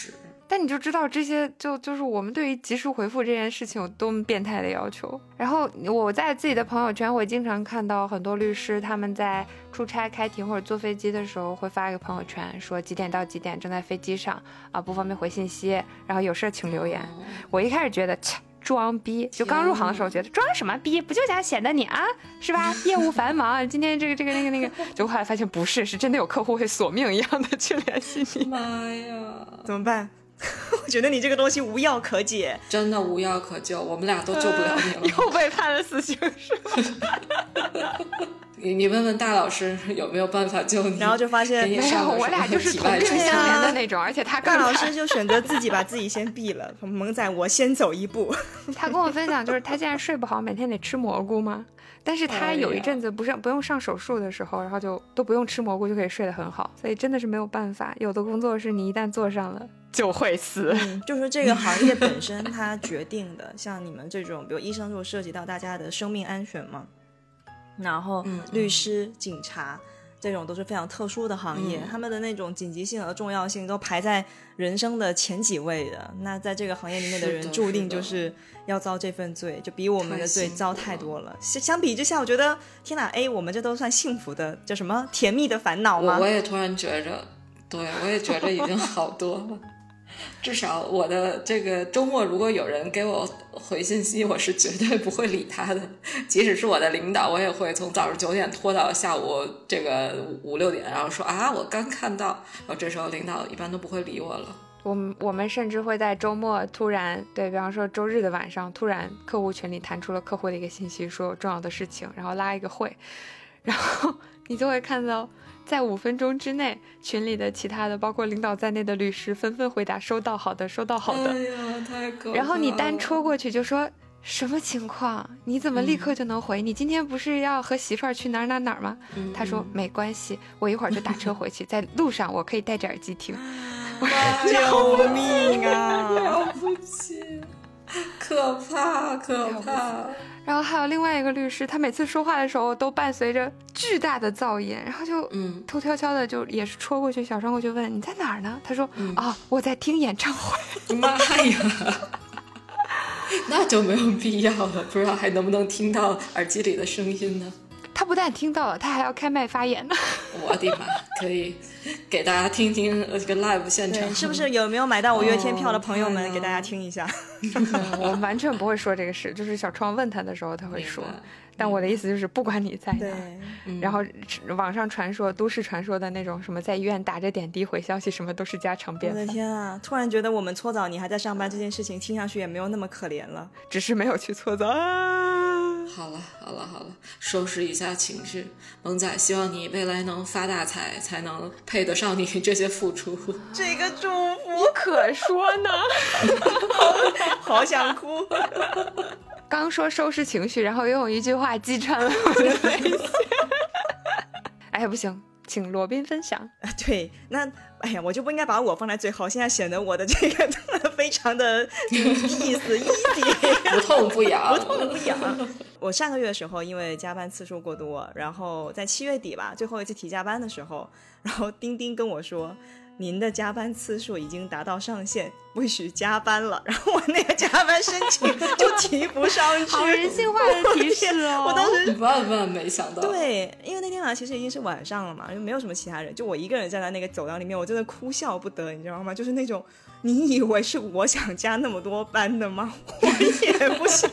但你就知道这些就就是我们对于及时回复这件事情有多么变态的要求。然后我在自己的朋友圈会经常看到很多律师他们在出差开庭或者坐飞机的时候会发一个朋友圈，说几点到几点正在飞机上啊，不方便回信息，然后有事请留言。我一开始觉得切装逼，就刚入行的时候觉得装什么逼，不就想显得你啊是吧业务繁忙，今天这个这个那个那个，结果后来发现不是，是真的有客户会索命一样的去联系你。 妈呀， 怎么办？我觉得你这个东西无药可解， 真的无药可救，我们俩都救不了你了。 又被判了死刑是吧？ 你你问问大老师有没有办法救你， 然后就发现没有，我俩就是同病相怜的那种，而且他大老师就选择自己把自己先毙了，萌仔我先走一步。 他跟我分享，就是他现在睡不好，每天得吃蘑菇吗？但是他有一阵子不上不用上手术的时候，然后就都不用吃蘑菇就可以睡得很好，所以真的是没有办法。有的工作是你一旦做上了就会死， 嗯，就是这个行业本身它决定的。像你们这种，比如医生，如果涉及到大家的生命安全嘛，然后律师、嗯、警察这种都是非常特殊的行业，嗯、他们的那种紧急性和重要性都排在人生的前几位的。那在这个行业里面的人，注定就是要遭这份罪，就比我们的罪遭太多了。相比之下，我觉得天哪，哎，我们这都算幸福的，叫什么甜蜜的烦恼吗？ 我, 我也突然觉着，对我也觉着已经好多了。至少我的这个周末，如果有人给我回信息，我是绝对不会理他的。即使是我的领导，我也会从早上九点拖到下午这个五六点，然后说啊，我刚看到。然后这时候领导一般都不会理我了。 我们我们甚至会在周末突然，对比方说周日的晚上，突然客户群里弹出了客户的一个信息，说有重要的事情，然后拉一个会，然后你就会看到在五分钟之内，群里的其他的包括领导在内的律师纷纷回答收到，好的，收到，好的。 哎呀，太可怕了。 然后你单戳过去就说什么情况？你怎么立刻就能回？嗯、你今天不是要和媳妇儿去哪儿哪儿哪儿吗？嗯、他说没关系，我一会儿就打车回去，在路上我可以戴着耳机听。 救命啊！ 了不起，可怕可怕。 然后还有另外一个律师，他每次说话的时候都伴随着巨大的噪音，然后就嗯偷悄悄的就也是戳过去，小窗过去问你在哪儿呢？他说啊、嗯哦，我在听演唱会。 妈呀！那就没有必要了，不知道还能不能听到耳机里的声音呢？ 他不但听到了，他还要开麦发言呢。 我的妈，可以给大家听听这个 live 现场。 是不是有没有买到五月天票的朋友们、哦、给大家听一下？ 我完全不会说这个事，就是小创问他的时候他会说。但我的意思就是不管你在哪，嗯、然后网上传说都市传说的那种什么在医院打着点滴回消息什么都是家常便饭。 我的天啊，突然觉得我们搓澡你还在上班这件事情听上去也没有那么可怜了， 只是没有去搓澡啊。 好了好了好了，收拾一下情绪，萌仔希望你未来能发大财，才能配得上你这些付出。 这个祝福你可说呢。 好想哭。 刚说收拾情绪，然后又用一句话击穿了我的内心。哎呀，不行，请罗宾分享。 对，那哎呀，我就不应该把我放在最后，现在显得我的这个非常的意思一点， 不痛不痒， 不痛不痒。我上个月的时候，因为加班次数过多，然后在七月底吧，最后一次提加班的时候，然后钉钉跟我说，您的加班次数已经达到上限，不许加班了。然后我那个加班申请就提不上去。 好人性化的提示哦！ 我当时万万没想到。 对，因为那天晚上其实已经是晚上了嘛，就没有什么其他人，就我一个人站在那个走廊里面，我真的哭笑不得，你知道吗？就是那种，你以为是我想加那么多班的吗？我也不想。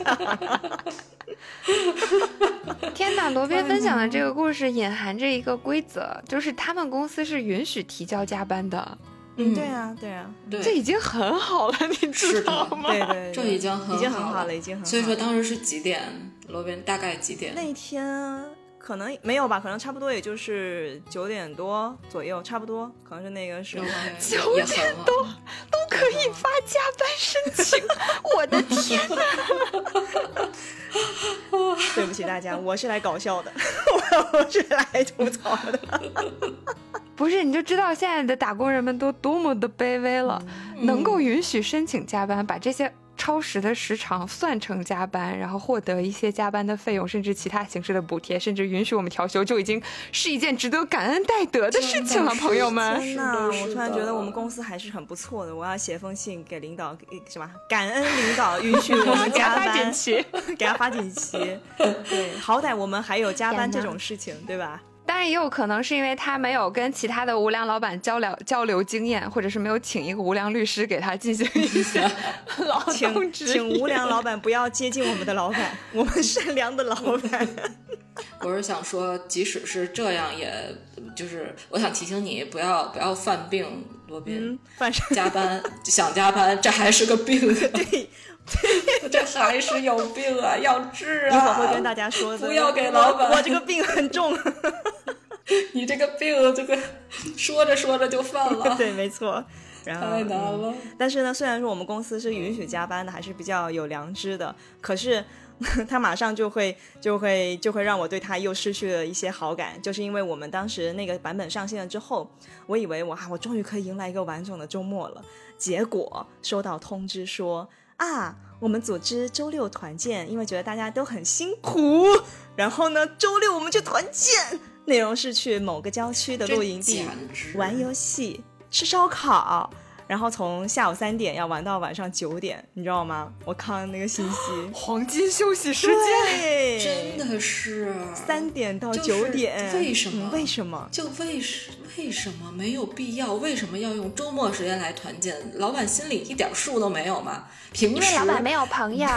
天哪，罗宾分享的这个故事隐含着一个规则，就是他们公司是允许提交加班的。 嗯，对啊，对啊， 对， 这已经很好了，你知道吗？ 对 对, 对， 这已经很好了， 已经很好了，已经很好了。 所以说当时是几点？罗宾大概几点？ 那一天可能没有吧，可能差不多也就是九点多左右，差不多，可能是那个时候。 九点多都可以发加班申请，我的天哪！ 对不起大家，我是来搞笑的，我是来吐槽的。 不是，你就知道现在的打工人们都多么的卑微了，嗯、能够允许申请加班，把这些超时的时长算成加班，然后获得一些加班的费用，甚至其他形式的补贴，甚至允许我们调休，就已经是一件值得感恩戴德的事情了，朋友们。 天哪，我突然觉得我们公司还是很不错的。我要写封信给领导，什么感恩领导允许我们加班， 给他发锦旗， 给他发锦旗。对，好歹我们还有加班这种事情，对吧？ 当然也有可能是因为他没有跟其他的无良老板交流交流经验，或者是没有请一个无良律师给他进行一些劳动指引。 请无良老板不要接近我们的老板，我们善良的老板。 我是想说，即使是这样，也就是我想提醒你，不要不要犯病，罗宾。 嗯，犯啥？ 加班想加班，这还是个病。 对。 这还是有病啊，要治啊！ 一会儿会跟大家说的。 不要给老板， 我这个病很重。 你这个病，这个说着说着就犯了。 对，没错。然后太难了、嗯。 但是呢，虽然说我们公司是允许加班的，还是比较有良知的，可是他马上就会就会就会让我对他又失去了一些好感，就是因为我们当时那个版本上线了之后，我以为我哈我终于可以迎来一个完整的周末了，结果收到通知说。啊，我们组织周六团建，因为觉得大家都很辛苦，然后呢，周六我们去团建，内容是去某个郊区的露营地玩游戏、吃烧烤，然后从下午三点要玩到晚上九点，你知道吗？我看那个信息， 黄金休息时间， 真的是三点到九点， 就是、为什么、 嗯？为什么？ 就为什为什么没有必要？为什么要用周末时间来团建？老板心里一点数都没有吗？平时因为老板没有朋友。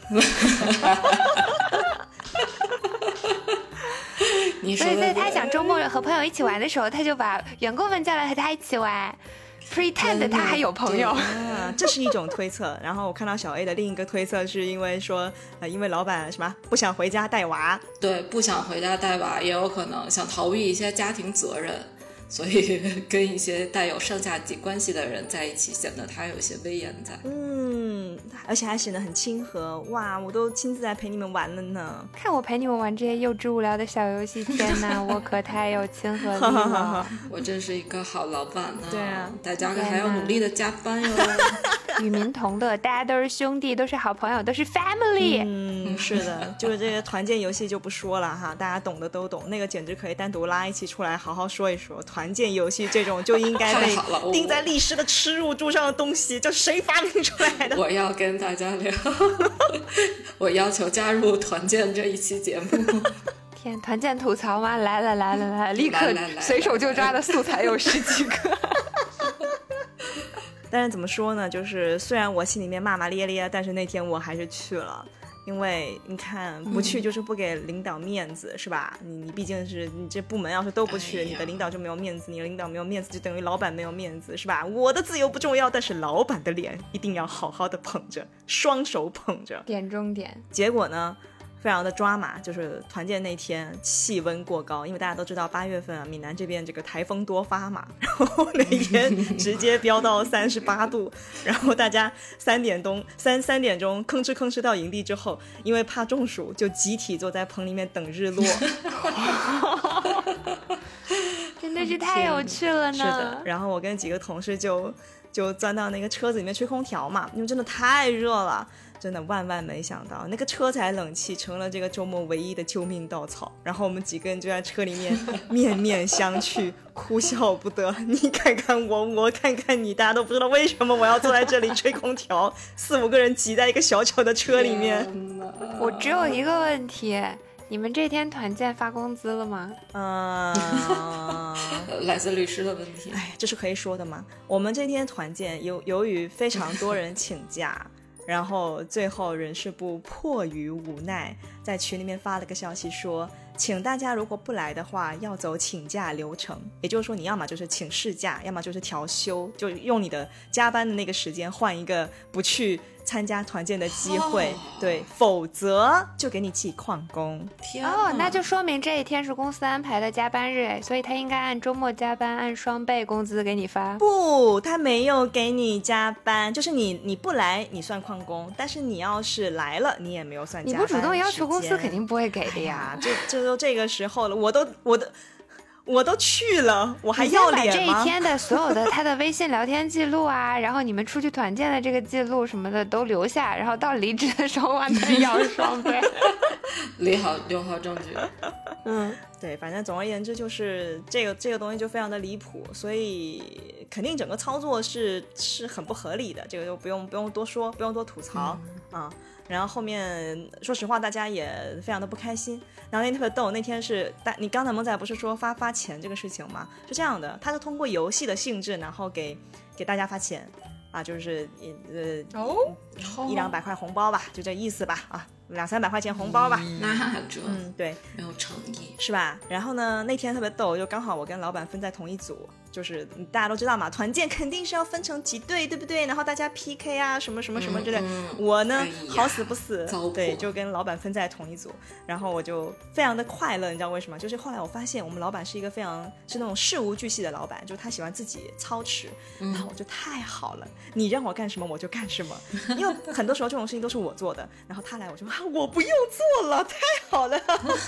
你说所以在他想周末和朋友一起玩的时候，他就把员工们叫来和他一起玩。pretend 他还有朋友、 啊，这是一种推测。然后我看到小 A 的另一个推测是因为说，呃，因为老板什么不想回家带娃， 对，不想回家带娃，也有可能想逃避一些家庭责任，所以跟一些带有上下级关系的人在一起，显得他有一些威严在。 嗯，而且还显得很亲和。哇，我都亲自来陪你们玩了呢。 看我陪你们玩这些幼稚无聊的小游戏，天哪，我可太有亲和力了。 我真是一个好老板呢。 对啊， 大家还要努力的加班哟。 与民同乐，大家都是兄弟，都是好朋友，都是 family。 嗯，是的，就是这个团建游戏就不说了哈，大家懂的都懂。那个简直可以单独拉一期出来好好说一说。团建游戏这种就应该被钉在历史的耻辱柱上的东西，这谁发明出来的？ 我要跟大家聊，我要求加入团建这一期节目。 天，团建吐槽吗？来了来了来了，立刻随手就抓的素材有十几个。 但是怎么说呢，就是虽然我心里面骂骂咧咧，但是那天我还是去了。因为你看不去就是不给领导面子、嗯、是吧？你你毕竟是你这部门要是都不去、哎、你的领导就没有面子，你的领导没有面子就等于老板没有面子，是吧？我的自由不重要，但是老板的脸一定要好好的捧着，双手捧着。 点中点。 结果呢非常的抓马，就是团建那天气温过高，因为大家都知道八月份啊，闽南这边这个台风多发嘛，然后那天直接飙到三十八度，然后大家三点钟三三点钟吭哧吭哧到营地之后，因为怕中暑，就集体坐在棚里面等日落。 真的是太有趣了呢。 是的，然后我跟几个同事就就钻到那个车子里面吹空调嘛，因为真的太热了。真的万万没想到，那个车载冷气成了这个周末唯一的救命稻草。然后我们几个人就在车里面面面相觑，哭笑不得。你看看我，我看看你，大家都不知道为什么我要坐在这里吹空调，四五个人挤在一个小小的车里面。 我只有一个问题，你们这天团建发工资了吗？ 嗯、呃， 来自律师的问题。 哎，这是可以说的吗？我们这天团建由由于非常多人请假。然后最后人事部迫于无奈在群里面发了个消息说，请大家如果不来的话要走请假流程，也就是说你要么就是请事假，要么就是调休，就用你的加班的那个时间换一个不去参加团建的机会、哦、对，否则就给你记旷工。 哦，那就说明这一天是公司安排的加班日，所以他应该按周末加班按双倍工资给你发。 不，他没有给你加班，就是你你不来你算旷工，但是你要是来了你也没有算加班。 你不主动要求公司肯定不会给的呀。 哎、呀这这都这个时候了，我都我的我都去了，我还要脸吗？ 你先把这一天的所有的他的微信聊天记录啊，然后你们出去团建的这个记录什么的都留下，然后到离职的时候完全要双倍。 留好留好证据。 嗯，对，反正总而言之就是这个这个东西就非常的离谱，所以肯定整个操作是是很不合理的，这个就不用不用多说，不用多吐槽啊、嗯嗯。然后后面说实话大家也非常的不开心，然后那天特别逗，那天是你刚才萌仔不是说发发钱这个事情吗？是这样的，他是通过游戏的性质然后给给大家发钱啊，就是呃、 哦、 一两百块红包吧，就这意思吧啊，两三百块钱红包吧， 嗯、那这嗯对， 没有诚意是吧？然后呢，那天特别逗，就刚好我跟老板分在同一组，就是大家都知道嘛，团建肯定是要分成几队，对不对？然后大家 P K 啊，什么什么什么之类。 嗯嗯、 我呢、 哎， 好死不死，对， 糟粕就跟老板分在同一组，然后我就非常的快乐，你知道为什么？就是后来我发现我们老板是一个非常是那种事无巨细的老板，就是他喜欢自己操持， 嗯、 然后我就太好了，你让我干什么我就干什么，因为很多时候这种事情都是我做的，然后他来我就啊我不用做了，太好了。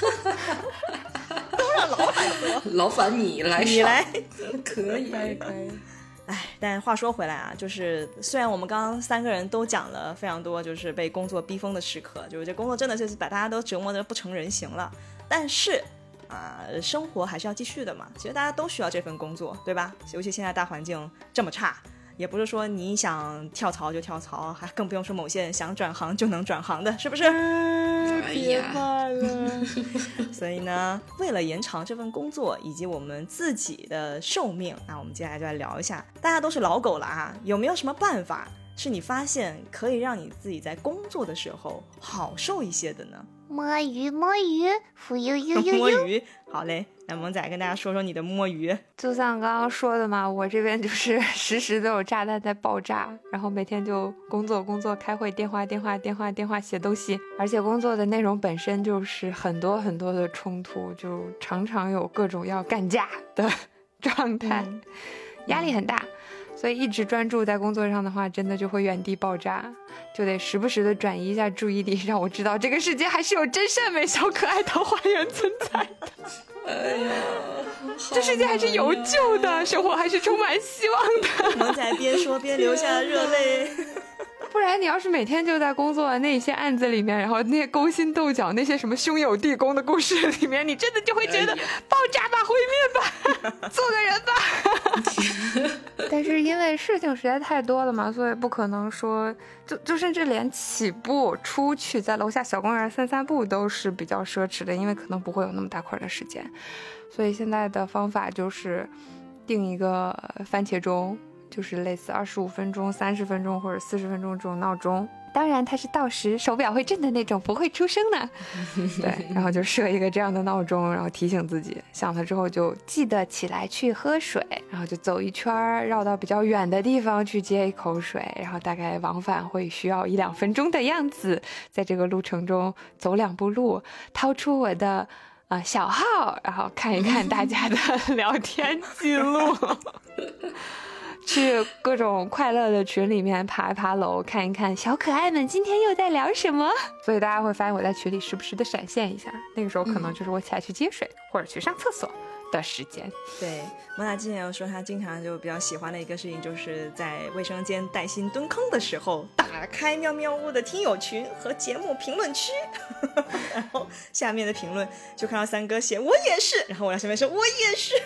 都让老板做， 老板你来上， 你来， 可以可以可以。 哎，但话说回来啊，就是虽然我们刚刚三个人都讲了非常多，就是被工作逼疯的时刻，就是这工作真的是把大家都折磨得不成人形了。但是啊、呃，生活还是要继续的嘛。其实大家都需要这份工作，对吧？尤其现在大环境这么差。也不是说你想跳槽就跳槽，还更不用说某些人想转行就能转行的，是不是？ 别骂了。 所以呢，为了延长这份工作以及我们自己的寿命，那我们接下来就来聊一下，大家都是老狗了啊，有没有什么办法是你发现可以让你自己在工作的时候好受一些的呢？ 摸鱼摸鱼，浮悠悠悠悠。 摸鱼，好嘞，那萌仔跟大家说说你的摸鱼。 就像刚刚说的嘛，我这边就是时时都有炸弹在爆炸，然后每天就工作工作开会，电话电话电话电话写东西，而且工作的内容本身就是很多很多的冲突，就常常有各种要干架的状态、嗯、压力很大，所以一直专注在工作上的话，真的就会原地爆炸，就得时不时的转移一下注意力，让我知道这个世界还是有真善美小可爱桃花源存在的。 哎呀， 这世界还是有救的，生活还是充满希望的。 萌仔边说边流下热泪。 不然你要是每天就在工作的那些案子里面，然后那些勾心斗角，那些什么兄友弟恭的故事里面，你真的就会觉得爆炸吧，毁灭吧，做个人吧。但是因为事情实在太多了嘛，所以不可能说就就甚至连起步出去在楼下小公园散散步都是比较奢侈的，因为可能不会有那么大块的时间。所以现在的方法就是定一个番茄钟，就是类似二十五分钟、三十分钟或者四十分钟这种闹钟，当然它是到时手表会震的那种，不会出声的。对，然后就设一个这样的闹钟，然后提醒自己，响了之后就记得起来去喝水，然后就走一圈，绕到比较远的地方去接一口水，然后大概往返会需要一两分钟的样子，在这个路程中走两步路，掏出我的呃小号，然后看一看大家的聊天记录。去各种快乐的群里面爬一爬楼，看一看小可爱们今天又在聊什么，所以大家会发现我在群里时不时的闪现一下，那个时候可能就是我起来去接水、嗯、或者去上厕所的时间。 对，萌仔之前有说他经常就比较喜欢的一个事情，就是在卫生间带薪蹲坑的时候打开喵喵屋的听友群和节目评论区，然后下面的评论就看到三哥写我也是，然后我在下面说我也是。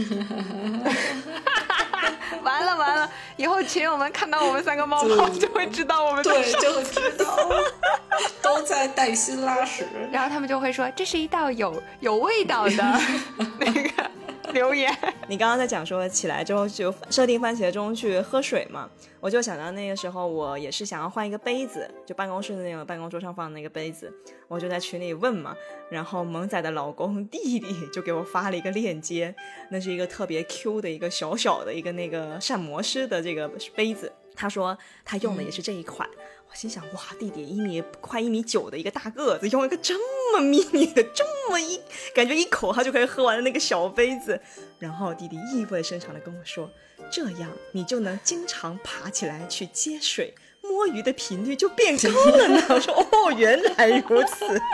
完了完了，以后群友们看到我们三个冒泡就会知道我们在对就会知道都在带薪拉屎， 然后他们就会说这是一道有有味道的那个留言。 你刚刚在讲说起来之后就设定番茄钟去喝水嘛，我就想到那个时候我也是想要换一个杯子，就办公室的那个办公桌上放的那个杯子，我就在群里问嘛，然后萌仔的老公弟弟就给我发了一个链接，那是一个特别 Q 的一个小小的一个那个膳魔师的这个杯子，他说他用的也是这一款、嗯、我心想哇，弟弟一米快一米九的一个大个子用一个这么迷你的这么一感觉一口他就可以喝完的那个小杯子，然后弟弟意味深长的跟我说，这样你就能经常爬起来去接水，摸鱼的频率就变高了呢。我说哦，原来如此。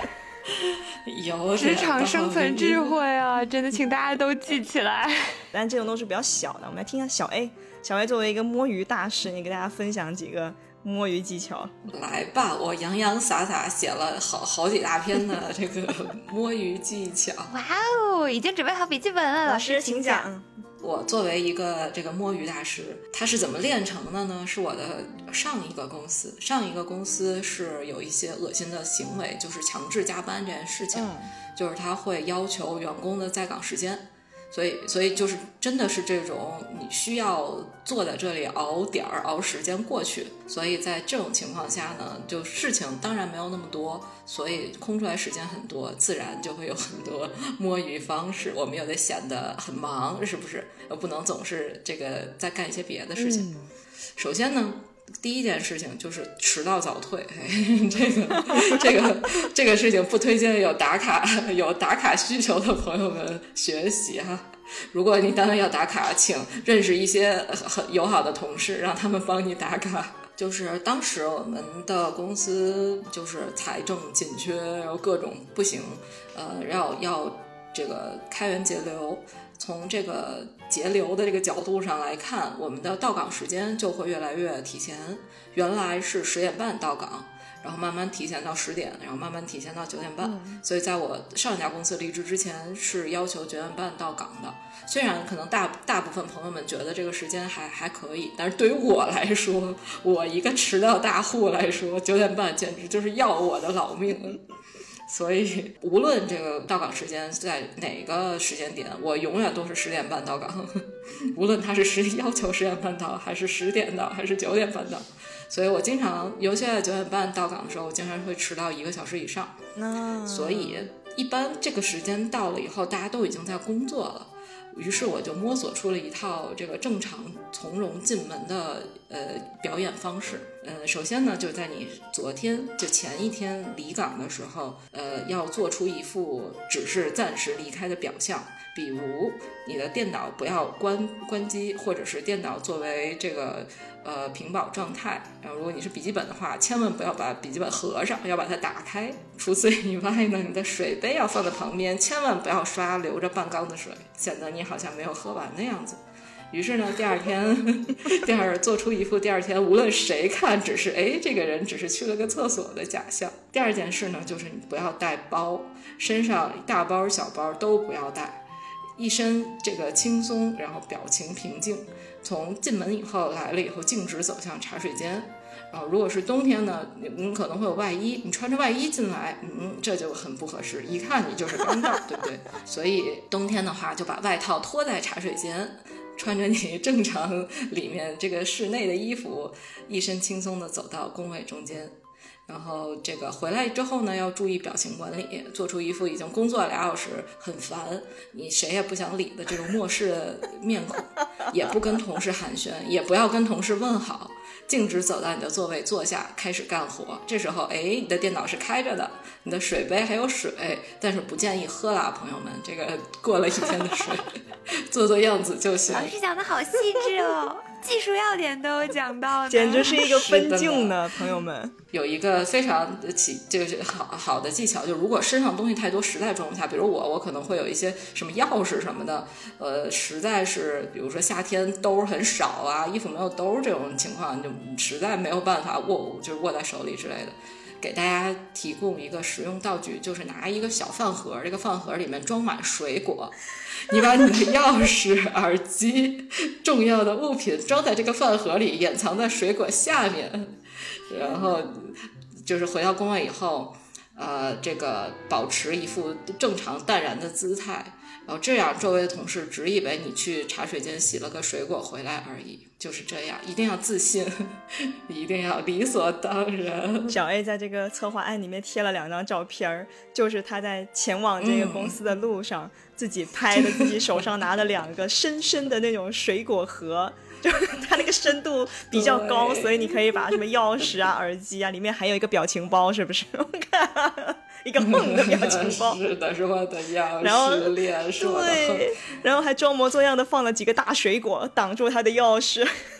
有职场生存智慧啊，真的请大家都记起来。 但这种都是比较小的，我们来听一下小 A。小 A 作为一个摸鱼大师，你给大家分享几个摸鱼技巧。 来吧，我洋洋洒洒写了好好几大篇的这个摸鱼技巧。 哇哦，已经准备好笔记本了， 老师请讲。 我作为一个这个摸鱼大师，他是怎么练成的呢？是我的上一个公司，上一个公司是有一些恶心的行为，就是强制加班这件事情，嗯、就是他会要求员工的在岗时间。所以，所以就是真的是这种你需要坐在这里熬点儿、熬时间过去。所以在这种情况下呢，就事情当然没有那么多，所以空出来时间很多，自然就会有很多摸鱼方式。我们又得显得很忙，是不是？又不能总是这个在干一些别的事情。嗯、首先呢。第一件事情就是迟到早退，这个这个这个事情不推荐有打卡有打卡需求的朋友们学习哈。如果你单位要打卡，请认识一些很友好的同事，让他们帮你打卡。就是当时我们的公司就是财政紧缺，然后各种不行，呃，要要这个开源节流。从这个节流的这个角度上来看，我们的到岗时间就会越来越提前。原来是十点半到岗，然后慢慢提前到十点，然后慢慢提前到九点半。嗯、所以在我上一家公司离职之前是要求九点半到岗的。虽然可能大大部分朋友们觉得这个时间还还可以，但是对于我来说，我一个迟到大户来说，九点半简直就是要我的老命。所以无论这个到岗时间在哪个时间点，我永远都是十点半到岗，无论他是十要求十点半到，还是十点到，还是九点半到。所以我经常，尤其在九点半到岗的时候，我经常会迟到一个小时以上。 啊、 所以一般这个时间到了以后，大家都已经在工作了。于是我就摸索出了一套这个正常从容进门的呃表演方式。呃，首先呢，就在你昨天就前一天离岗的时候，呃，要做出一副只是暂时离开的表象，比如你的电脑不要关关机，或者是电脑作为这个呃屏保状态。然后如果你是笔记本的话，千万不要把笔记本合上，要把它打开。除此以外呢，你的水杯要放在旁边，千万不要刷流着半缸的水，显得你好像没有喝完的样子。于是呢，第二天，第二做出一副第二天无论谁看只是哎这个人只是去了个厕所的假象。第二件事呢，就是你不要带包，身上大包小包都不要带，一身这个轻松，然后表情平静。从进门以后来了以后，径直走向茶水间。然后如果是冬天呢，你可能会有外衣，你穿着外衣进来，嗯，这就很不合适，一看你就是干道，对不对？所以冬天的话，就把外套脱在茶水间。穿着你正常里面这个室内的衣服，一身轻松的走到工位中间。然后这个回来之后呢，要注意表情管理，做出一副已经工作俩小时很烦，你谁也不想理的这种漠视的面孔，也不跟同事寒暄，也不要跟同事问好，径直走到你的座位坐下，开始干活。这时候哎，你的电脑是开着的，你的水杯还有水，但是不建议喝啦，朋友们，这个过了一天的水做做样子就行。 老师讲的好细致哦，技术要点都有讲到， 简直是一个分镜呢，朋友们。 有一个非常起这个好好的技巧，就如果身上东西太多实在装不下，比如我我可能会有一些什么钥匙什么的，呃，实在是比如说夏天兜很少啊，衣服没有兜这种情况，就实在没有办法握，就是握在手里之类的。给大家提供一个实用道具，就是拿一个小饭盒，这个饭盒里面装满水果，你把你的钥匙、耳机、重要的物品装在这个饭盒里，掩藏在水果下面，然后就是回到工位以后，呃，这个保持一副正常淡然的姿态，然后这样周围的同事只以为你去茶水间洗了个水果回来而已。就是这样，一定要自信，一定要理所当然。 小 A 在这个策划案里面贴了两张照片，就是他在前往这个公司的路上、嗯、自己拍的，自己手上拿的两个深深的那种水果盒，就是它那个深度比较高，所以你可以把什么钥匙啊、耳机啊，里面还有一个表情包，是不是？我看一个横的表情包， 是的，是我的钥然后匙链，是我的横， 对，然后还装模作样的放了几个大水果挡住他的钥匙。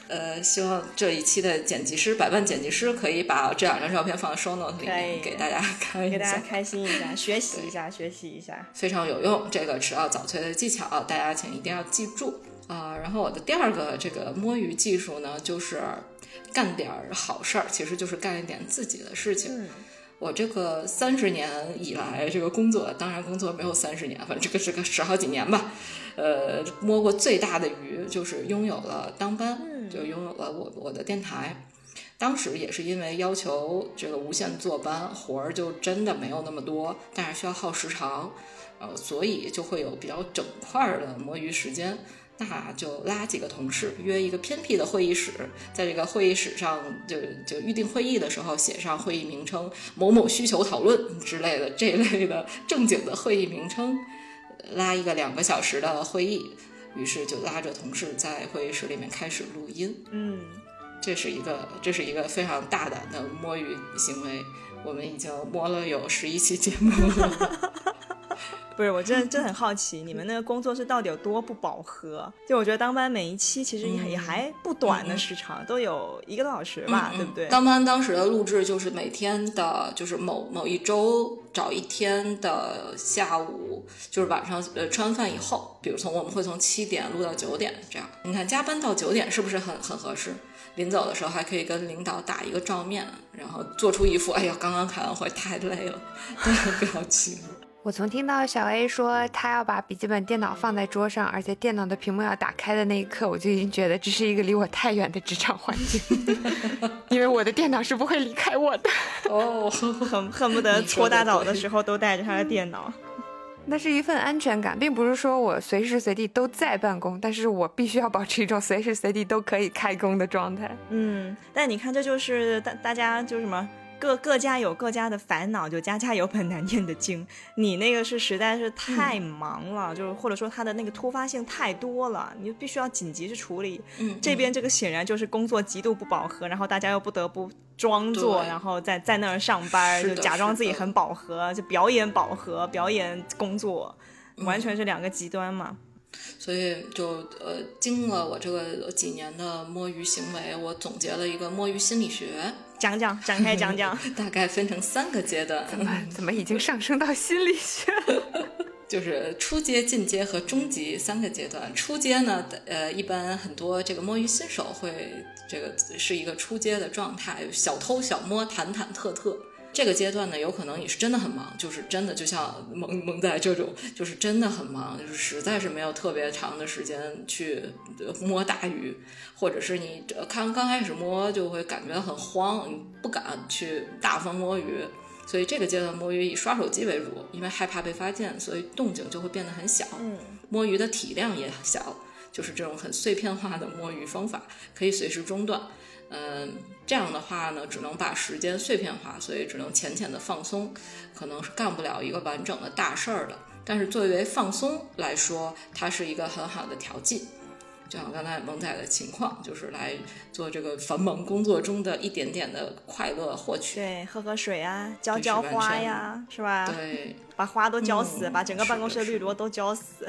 呃，希望这一期的剪辑师百万剪辑师可以把这两张照片放在 show note 里面给大家看一下， 给大家开心一下，学习一下，学习一下， 非常有用。这个迟到早催的技巧，大家请一定要记住啊、呃。然后我的第二个这个摸鱼技术呢，就是干点好事儿，其实就是干一点自己的事情。嗯，我这个三十年以来，这个工作当然工作没有三十年，反正这个是个十好几年吧。呃，摸过最大的鱼就是拥有了当班，就拥有了我我的电台。当时也是因为要求这个无限坐班，活儿就真的没有那么多，但是需要耗时长，呃，所以就会有比较整块的摸鱼时间。那就拉几个同事约一个偏僻的会议室，在这个会议室上就就预定会议的时候写上会议名称某某需求讨论之类的这类的正经的会议名称，拉一个两个小时的会议，于是就拉着同事在会议室里面开始录音。 嗯， 这是一个这是一个非常大胆的摸鱼行为，我们已经摸了有十一期节目了。 不是，我真的真的很好奇，你们那个工作室到底有多不饱和？就我觉得当班每一期其实也还不短的时长，嗯、都有一个多小时吧， 嗯、 对不对？ 当班当时的录制就是每天的，就是某某一周找一天的下午，就是晚上呃吃完饭以后，比如从我们会从七点录到九点这样。你看加班到九点是不是很很合适？临走的时候还可以跟领导打一个照面，然后做出一副哎呀刚刚开完会太累了的表情。 我从听到小 A 说他要把笔记本电脑放在桌上，而且电脑的屏幕要打开的那一刻，我就已经觉得这是一个离我太远的职场环境。因为我的电脑是不会离开我的。 哦， 恨恨不得搓大澡的时候都带着他的电脑。 那是一份安全感，并不是说我随时随地都在办公，但是我必须要保持一种随时随地都可以开工的状态。 嗯，但你看这就是大大家就什么各各家有各家的烦恼，就家家有本难念的经。你那个是实在是太忙了，嗯、就是或者说它的那个突发性太多了，你就必须要紧急去处理。 嗯， 这边这个显然就是工作极度不饱和，然后大家又不得不装作，然后在在那儿上班，就假装自己很饱和，就表演饱和，表演工作，完全是两个极端嘛。 嗯、所以就呃，经了我这个几年的摸鱼行为，我总结了一个摸鱼心理学。 讲讲，展开讲讲。 大概分成三个阶段。 怎么怎么已经上升到心理学了？ 就是初阶、进阶和中级三个阶段。初阶呢，呃，一般很多这个摸鱼新手会这个是一个初阶的状态，小偷小摸，忐忐忑忑。这个阶段呢，有可能你是真的很忙，就是真的就像萌萌仔这种，就是真的很忙，就是实在是没有特别长的时间去摸大鱼，或者是你刚刚开始摸就会感觉很慌，你不敢去大风摸鱼。所以这个阶段摸鱼以刷手机为主，因为害怕被发现，所以动静就会变得很小， 嗯， 摸鱼的体量也小，就是这种很碎片化的摸鱼方法，可以随时中断。嗯，这样的话呢，只能把时间碎片化，所以只能浅浅的放松，可能是干不了一个完整的大事儿的。但是作为放松来说，它是一个很好的调剂。就像刚才萌仔的情况，就是来做这个繁忙工作中的一点点的快乐获取。 对，喝喝水啊，浇浇花呀，是吧？ 对， 把花都浇死， 嗯、 把整个办公室的绿萝都浇死。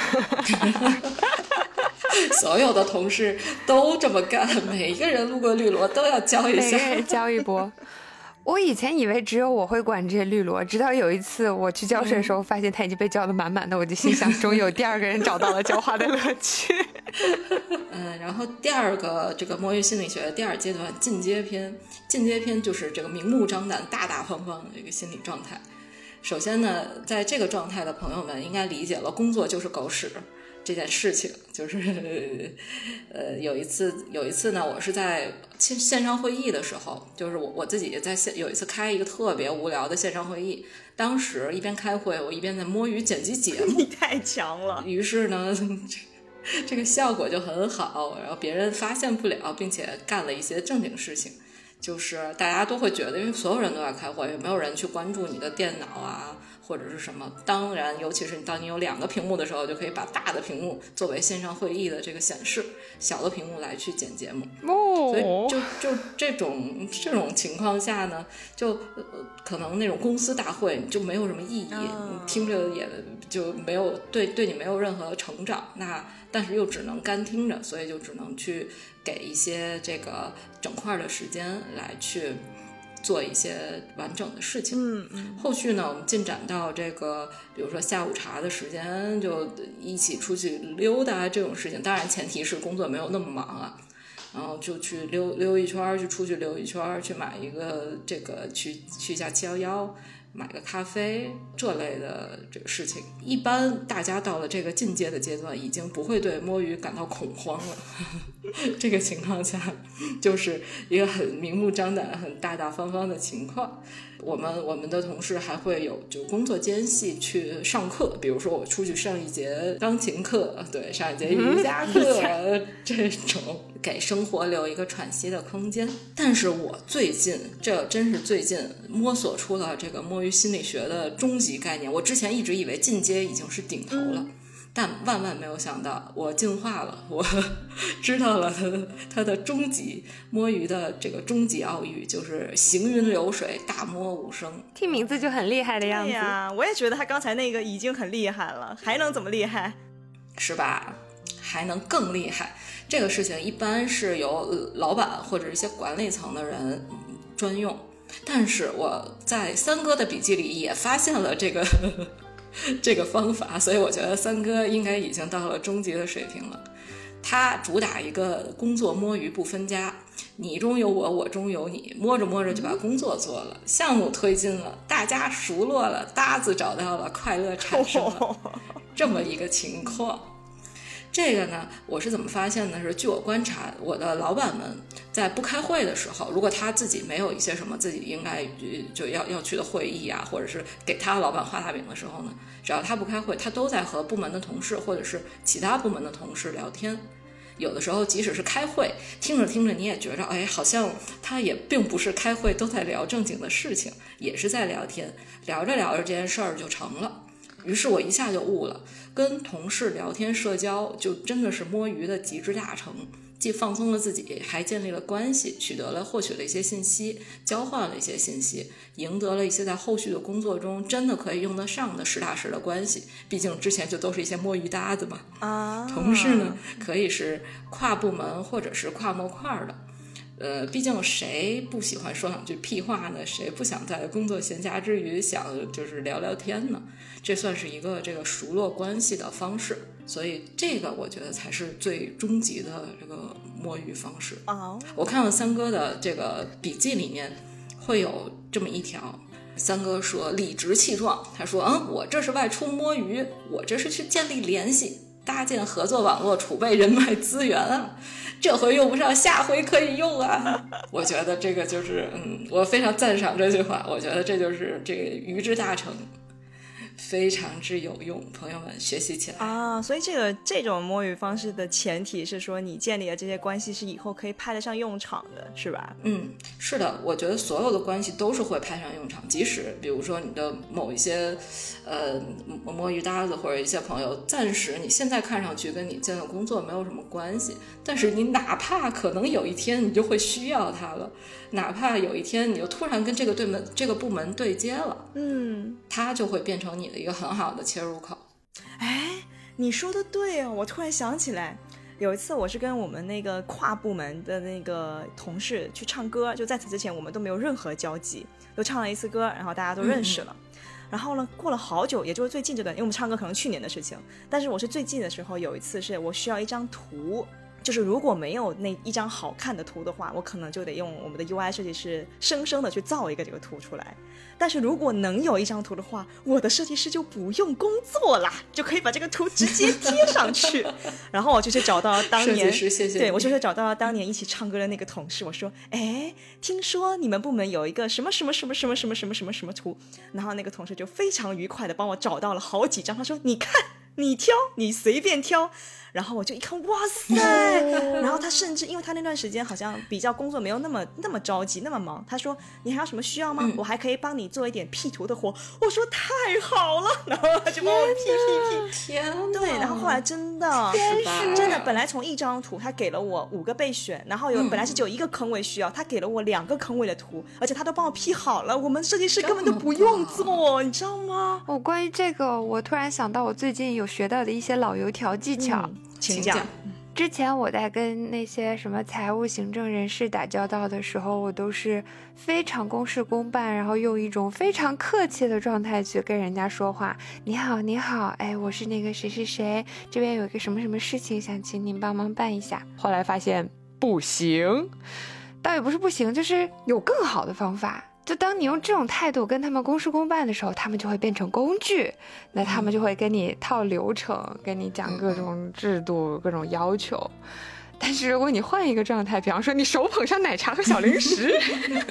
所有的同事都这么干，每一个人路过绿萝都要浇一下， 每个人浇一波。我以前以为只有我会管这些绿萝，直到有一次我去浇水的时候，发现它已经被浇得满满的，我就心想，终于有第二个人找到了浇花的乐趣。 嗯，然后第二个这个摸鱼心理学的第二阶段进阶篇，进阶篇就是这个明目张胆、大大方方的这个心理状态。首先呢，在这个状态的朋友们应该理解了，工作就是狗屎这件事情。就是呃，有一次有一次呢，我是在线线上会议的时候，就是我我自己在线有一次开一个特别无聊的线上会议，当时一边开会，我一边在摸鱼剪辑节目。 你太强了。 于是呢，这个效果就很好，然后别人发现不了，并且干了一些正经事情。就是大家都会觉得，因为所有人都在开会，没有人去关注你的电脑啊或者是什么。当然尤其是当你有两个屏幕的时候，就可以把大的屏幕作为线上会议的这个显示，小的屏幕来去剪节目。 哦， 所以就就这种这种情况下呢，就、呃、可能那种公司大会就没有什么意义， 哦、 你听着也就没有对对你没有任何成长。那但是又只能干听着，所以就只能去给一些这个整块的时间来去做一些完整的事情。 嗯嗯。 后续呢，我们进展到这个，比如说下午茶的时间，就一起出去溜达这种事情。当然，前提是工作没有那么忙啊。然后就去溜溜一圈，去出去溜一圈，去买一个这个去去一下七幺幺，买个咖啡这类的这个事情。一般大家到了这个进阶的阶段，已经不会对摸鱼感到恐慌了。这个情况下，就是一个很明目张胆、很大大方方的情况。我们我们的同事还会有就工作间隙去上课，比如说我出去上一节钢琴课，对，上一节瑜伽课，嗯、这种给生活留一个喘息的空间。但是我最近，这真是最近摸索出了这个摸鱼心理学的终极概念。我之前一直以为进阶已经是顶头了。嗯，但万万没有想到，我进化了，我知道了它的它的终极摸鱼的这个终极奥义，就是行云流水，大摸无声。 听名字就很厉害的样子。 对呀，我也觉得他刚才那个已经很厉害了，还能怎么厉害？ 是吧？还能更厉害。这个事情一般是由老板或者一些管理层的人专用，但是我在三哥的笔记里也发现了这个这个方法，所以我觉得三哥应该已经到了终极的水平了。他主打一个工作摸鱼不分家，你中有我，我中有你，摸着摸着就把工作做了，项目推进了，大家熟络了，搭子找到了，快乐产生了，这么一个情况。这个呢，我是怎么发现呢？是据我观察，我的老板们在不开会的时候，如果他自己没有一些什么自己应该就要要去的会议啊，或者是给他老板画大饼的时候呢，只要他不开会，他都在和部门的同事或者是其他部门的同事聊天。有的时候即使是开会，听着听着你也觉着，哎，好像他也并不是开会，都在聊正经的事情，也是在聊天，聊着聊着这件事儿就成了。于是我一下就悟了，跟同事聊天社交就真的是摸鱼的极致大成，既放松了自己，还建立了关系，取得了获取了一些信息，交换了一些信息，赢得了一些在后续的工作中真的可以用得上的实打实的关系。毕竟之前就都是一些摸鱼搭子嘛。 啊， 同事呢可以是跨部门或者是跨模块的。呃，毕竟谁不喜欢说两句屁话呢？谁不想在工作闲暇之余想就是聊聊天呢？这算是一个这个熟络关系的方式，所以这个我觉得才是最终极的这个摸鱼方式。 哦， 我看了三哥的这个笔记里面会有这么一条，三哥说理直气壮，他说嗯，我这是外出摸鱼，我这是去建立联系，搭建合作网络，储备人脉资源啊，这回用不上，下回可以用啊。我觉得这个就是嗯，我非常赞赏这句话，我觉得这就是这个鱼之大成，非常之有用，朋友们学习起来啊！所以这个这种摸鱼方式的前提是说，你建立的这些关系是以后可以派得上用场的，是吧？ 嗯，是的，我觉得所有的关系都是会派上用场，即使比如说你的某一些呃摸鱼搭子或者一些朋友，暂时你现在看上去跟你现在工作没有什么关系，但是你哪怕可能有一天你就会需要他了，哪怕有一天你就突然跟这个对门这个部门对接了， 嗯， 它就会变成你的一个很好的切入口。 哎，你说的对哦，我突然想起来，有一次我是跟我们那个跨部门的那个同事去唱歌，就在此之前我们都没有任何交集，都唱了一次歌，然后大家都认识了。嗯嗯，然后呢，过了好久，也就是最近这段，因为我们唱歌可能去年的事情，但是我是最近的时候，有一次是我需要一张图，就是如果没有那一张好看的图的话，我可能就得用我们的 U I 设计师生生的去造一个这个图出来。但是如果能有一张图的话，我的设计师就不用工作啦，就可以把这个图直接贴上去。然后我就去找到当年， 设计师谢谢你， 对，我就去找到了当年一起唱歌的那个同事，我说，哎，听说你们部门有一个什么什么什么什么什么什么什么什么图，然后那个同事就非常愉快的帮我找到了好几张，他说，你看，你挑，你随便挑。然后我就一看，哇塞！然后他甚至因为他那段时间好像比较工作没有那么那么着急那么忙，他说你还有什么需要吗？嗯、我还可以帮你做一点 P 图的活。我说太好了，然后他就帮我 P P P。 天哪！ 对，然后后来真的真的本来从一张图他给了我五个备选，然后有、嗯、本来是只有一个坑位需要，他给了我两个坑位的图，而且他都帮我 P 好了，我们设计师根本就不用做，你知道吗？ 哦，关于这个我突然想到，我最近有学到的一些老油条技巧， 嗯、请讲。 之前我在跟那些什么财务行政人士打交道的时候，我都是非常公事公办，然后用一种非常客气的状态去跟人家说话。你好，你好，哎，我是那个谁谁谁，这边有一个什么什么事情想请您帮忙办一下。后来发现不行，倒也不是不行，就是有更好的方法。就当你用这种态度跟他们公事公办的时候，他们就会变成工具，那他们就会跟你套流程，跟你讲各种制度、各种要求。但是如果你换一个状态，比方说你手捧上奶茶和小零食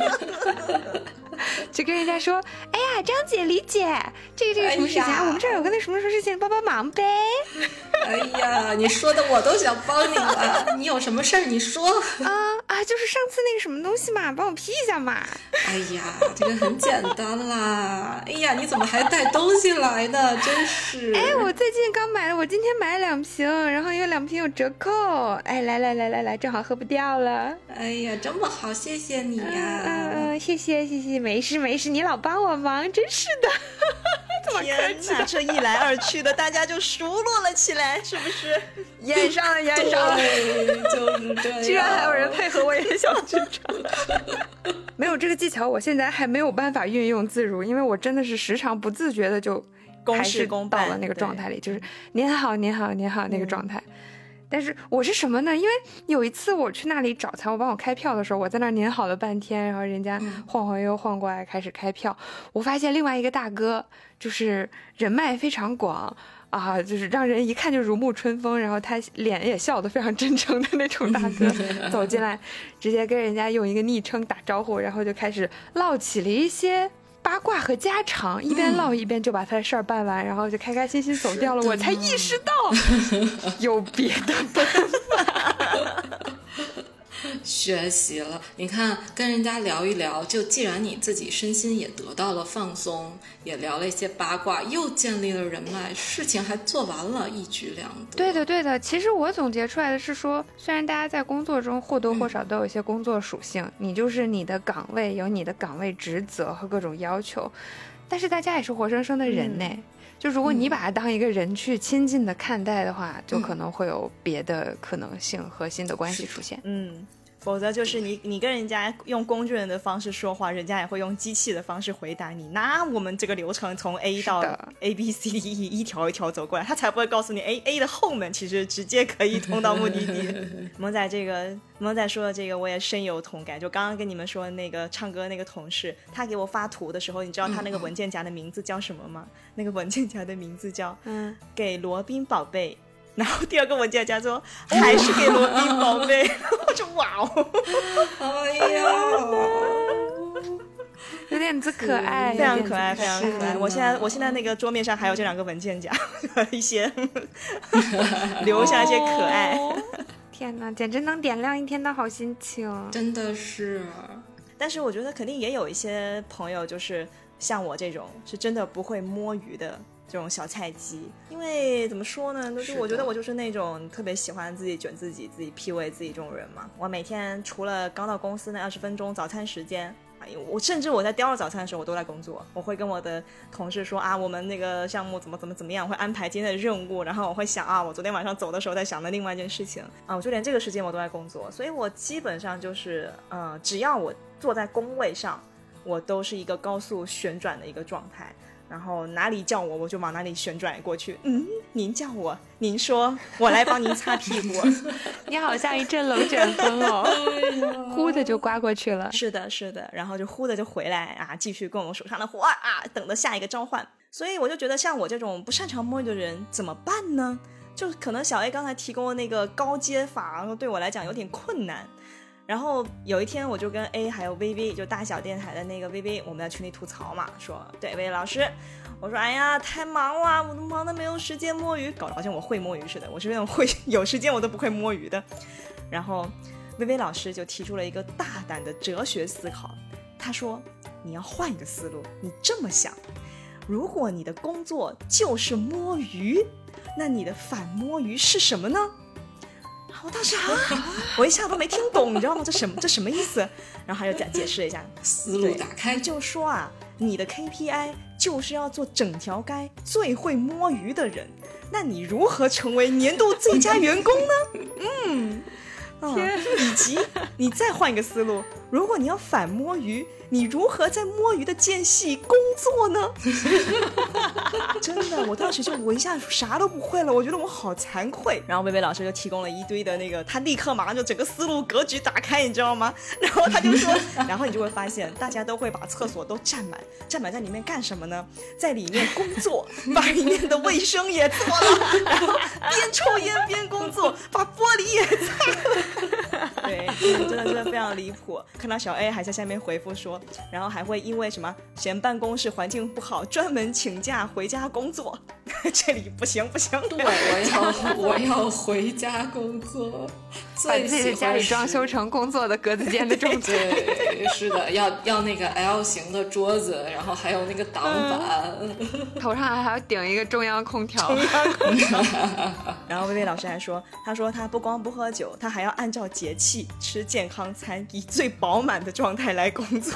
就跟人家说，哎呀，张姐李姐，这个这个什么事情啊、哎、我们这儿有个那什么什么事情，帮帮忙呗。 哎呀，你说的我都想帮你了，你有什么事儿你说啊啊，就是上次那个什么东西嘛，帮我批一下嘛。 哎呀，这个很简单啦。哎呀，你怎么还带东西来的，真是。 哎，我最近刚买了，我今天买了两瓶，然后因为两瓶有折扣，哎，来来来来来，正好喝不掉了。 哎呀，这么好，谢谢你呀、啊。 嗯嗯，谢谢谢谢，没事没事，你老帮我忙，真是的。这么客气的， 这一来二去的，大家就熟络了起来，是不是？ 演上了，演上了， 就是这样。 居然还有人配合，我也想去尝。没有这个技巧，我现在还没有办法运用自如，因为我真的是时常不自觉的就公事公办到了那个状态里，就是您好您好您好那个状态。嗯，但是我是什么呢？因为有一次我去那里找财务帮我开票的时候，我在那儿您好了半天，然后人家晃晃悠悠晃过来开始开票，我发现另外一个大哥就是人脉非常广啊，就是让人一看就如沐春风，然后他脸也笑得非常真诚的那种大哥走进来，直接跟人家用一个昵称打招呼，然后就开始唠起了一些八卦和家常，一边唠一边就把他的事儿办完、嗯、然后就开开心心走掉了。我才意识到有别的办法学习了，你看跟人家聊一聊，就既然你自己身心也得到了放松，也聊了一些八卦，又建立了人脉，事情还做完了，一举两得。 对的对的，其实我总结出来的是说，虽然大家在工作中或多或少都有一些工作属性、嗯、你就是你的岗位有你的岗位职责和各种要求，但是大家也是活生生的人呢、嗯、就如果你把它当一个人去亲近的看待的话、嗯、就可能会有别的可能性和新的关系出现。 嗯，否则就是你你跟人家用工具人的方式说话，人家也会用机器的方式回答你。那我们这个流程从 A 到 A B C D E 一条一条走过来，他才不会告诉你 A A 的后门其实直接可以通到目的地。萌仔这个萌仔说的这个我也深有同感，就刚刚跟你们说那个唱歌那个同事，他给我发图的时候，你知道他那个文件夹的名字叫什么吗？嗯、那个文件夹的名字叫嗯，给罗宾宝贝。然后第二个文件夹说还是给罗宾宝贝，我就哇哦， 哎呀， 有点子可爱， 非常可爱，非常可爱。我现在我现在那个桌面上还有这两个文件夹，一些留下一些可爱。 哦、天哪，简直能点亮一天的好心情， 真的是。 但是我觉得肯定也有一些朋友，就是像我这种是真的不会摸鱼的。这种小菜鸡，因为怎么说呢，就是我觉得我就是那种特别喜欢自己卷自己自己 P U A 自己这种人嘛。我每天除了刚到公司那二十分钟早餐时间，我甚至我在叼着早餐的时候我都在工作，我会跟我的同事说啊，我们那个项目怎么怎么怎么样，我会安排今天的任务，然后我会想啊，我昨天晚上走的时候在想的另外一件事情啊，我就连这个时间我都在工作，所以我基本上就是呃，只要我坐在工位上，我都是一个高速旋转的一个状态。然后哪里叫我我就往哪里旋转过去。嗯，您叫我，您说，我来帮您擦屁股。 你好像一阵冷卷风哦，呼的就刮过去了。 是的是的，然后就呼的就回来啊，继续跟我手上的活啊，等着下一个召唤。所以我就觉得像我这种不擅长摸鱼的人怎么办呢？就可能小 A 刚才提供的那个高阶法对我来讲有点困难。然后有一天我就跟 A 还有 V V 就大小电台的那个 V V 我们在群里吐槽嘛，说对 V V 老师，我说哎呀太忙了，我都忙得没有时间摸鱼，搞得好像我会摸鱼似的，我是那种会有时间我都不会摸鱼的。然后 V V 老师就提出了一个大胆的哲学思考，他说你要换一个思路，你这么想，如果你的工作就是摸鱼，那你的反摸鱼是什么呢？我当时啊，我一下都没听懂，你知道吗？这什么这什么意思？然后他就解解释了一下， 思路打开， 就说啊，你的 K P I 就就是要做整条街最会摸鱼的人，那你如何成为年度最佳员工呢？嗯，啊，以及你再换一个思路，如果你要反摸鱼，你如何在摸鱼的间隙工作呢？真的，我当时就我一下啥都不会了，我觉得我好惭愧。然后薇薇老师就提供了一堆的那个，他立刻马上就整个思路格局打开，你知道吗？然后他就说，然后你就会发现大家都会把厕所都占满，占满在里面干什么呢？在里面工作，把里面的卫生也做了，然后边抽烟边工作，把玻璃也擦了。对，真的真的非常离谱。看到小 A 还在下面回复说，然后还会因为什么嫌办公室环境不好，专门请假回家工作。这里不行不行， 对，我要我要回家工作， 把自己的家里装修成工作的格子间的种子。 对，是的，要要那个 L 型的桌子，然后还有那个挡板， 嗯、头上还要顶一个中央空调。 中央空调。然后薇薇老师还说，他说他不光不喝酒，他还要按照节气吃健康餐，以最饱满的状态来工作。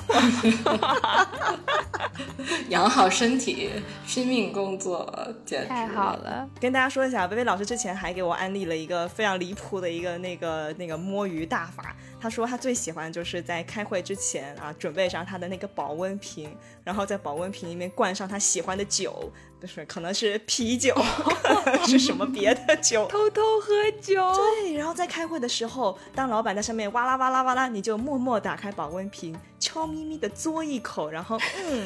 养好身体，拼命工作，简直太好了！ 跟大家说一下，薇薇老师之前还给我安利了一个非常离谱的一个那个那个摸鱼大法。他说他最喜欢就是在开会之前啊，准备上他的那个保温瓶，然后在保温瓶里面灌上他喜欢的酒，就是可能是啤酒，可能是什么别的酒， 偷偷喝酒。 对，然后在开会的时候，当老板在上面哇啦哇啦哇啦，你就默默打开保温瓶，悄咪咪的嘬一口，然后嗯。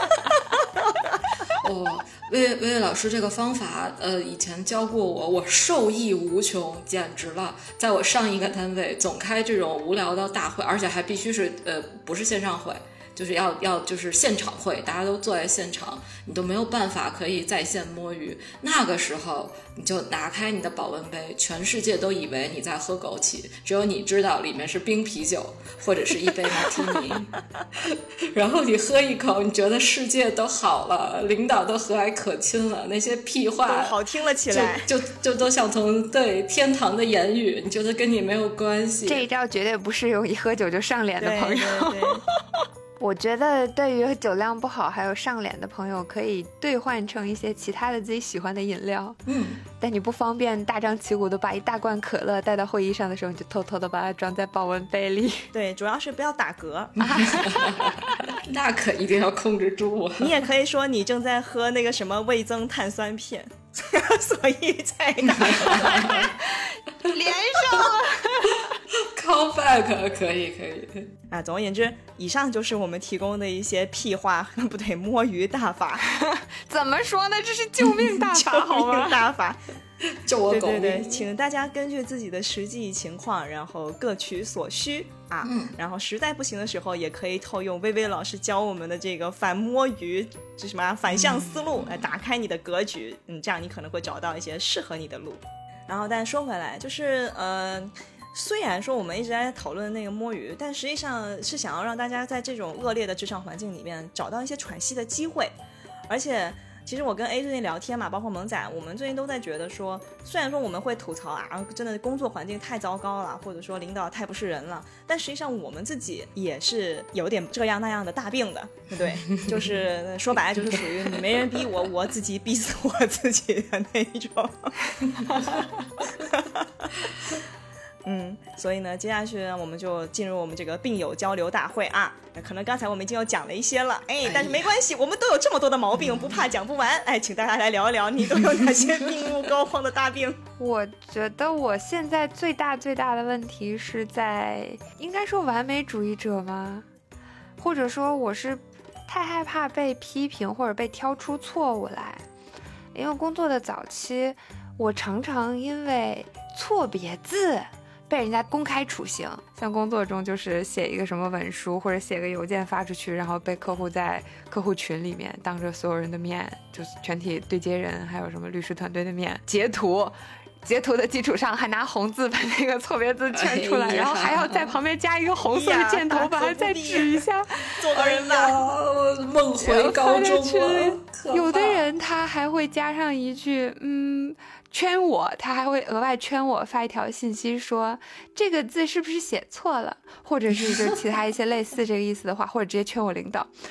哦，薇薇薇老师这个方法，呃，以前教过我，我受益无穷，简直了！在我上一个单位，总开这种无聊的大会，而且还必须是呃，不是线上会。就是要要就是现场会，大家都坐在现场，你都没有办法可以在线摸鱼。那个时候你就拿开你的保温杯，全世界都以为你在喝枸杞，只有你知道里面是冰啤酒或者是一杯马提尼。然后你喝一口，你觉得世界都好了，领导都和蔼可亲了，那些屁话好听了起来， 就就就都像从对天堂的言语，你觉得跟你没有关系。 这一招绝对不适用一喝酒就上脸的朋友。 对对对我觉得对于酒量不好还有上脸的朋友，可以兑换成一些其他的自己喜欢的饮料。 嗯， 但你不方便大张旗鼓的把一大罐可乐带到会议上的时候，你就偷偷的把它装在保温杯里。 对，主要是不要打嗝。 那可一定要控制住啊！ 你也可以说你正在喝那个什么味增碳酸片，所以才打嗝。 连上了。 Call back 可以可以啊！总而言之，以上就是我们提供的一些屁话，不对，摸鱼大法。 怎么说呢？这是救命大法，好吗？ 救命大法， 救我狗命！ 对对对，请大家根据自己的实际情况，然后各取所需啊。 嗯， 然后实在不行的时候，也可以套用薇薇老师教我们的这个反摸鱼，这什么反向思路，来、嗯、打开你的格局。嗯，这样你可能会找到一些适合你的路。然后，但说回来，就是呃。虽然说我们一直在讨论那个摸鱼，但实际上是想要让大家在这种恶劣的职场环境里面找到一些喘息的机会。而且其实我跟 A 最近聊天嘛，包括萌仔，我们最近都在觉得说，虽然说我们会吐槽啊，真的工作环境太糟糕了，或者说领导太不是人了，但实际上我们自己也是有点这样那样的大病的，对不对？就是说白了就是属于你没人逼我，我自己逼死我自己的那一种。嗯，所以呢，接下去呢，我们就进入我们这个病友交流大会啊。可能刚才我们已经有讲了一些了，哎，但是没关系，我们都有这么多的毛病，不怕讲不完。哎，请大家来聊一聊，你都有哪些病入膏肓的大病？ 我觉得我现在最大最大的问题是在，应该说完美主义者吗？或者说我是太害怕被批评或者被挑出错误来，因为工作的早期，我常常因为错别字被人家公开处刑，像工作中就是写一个什么文书或者写个邮件发出去，然后被客户在客户群里面当着所有人的面，就是全体对接人还有什么律师团队的面截图，截图的基础上还拿红字把那个错别字圈出来，哎、然后还要在旁边加一个红色的箭头，把它再指一下， 做个人吧， 梦回高中了。 有的人他还会加上一句，嗯。圈我，他还会额外圈我发一条信息说这个字是不是写错了，或者是就其他一些类似这个意思的话，或者直接圈我领导。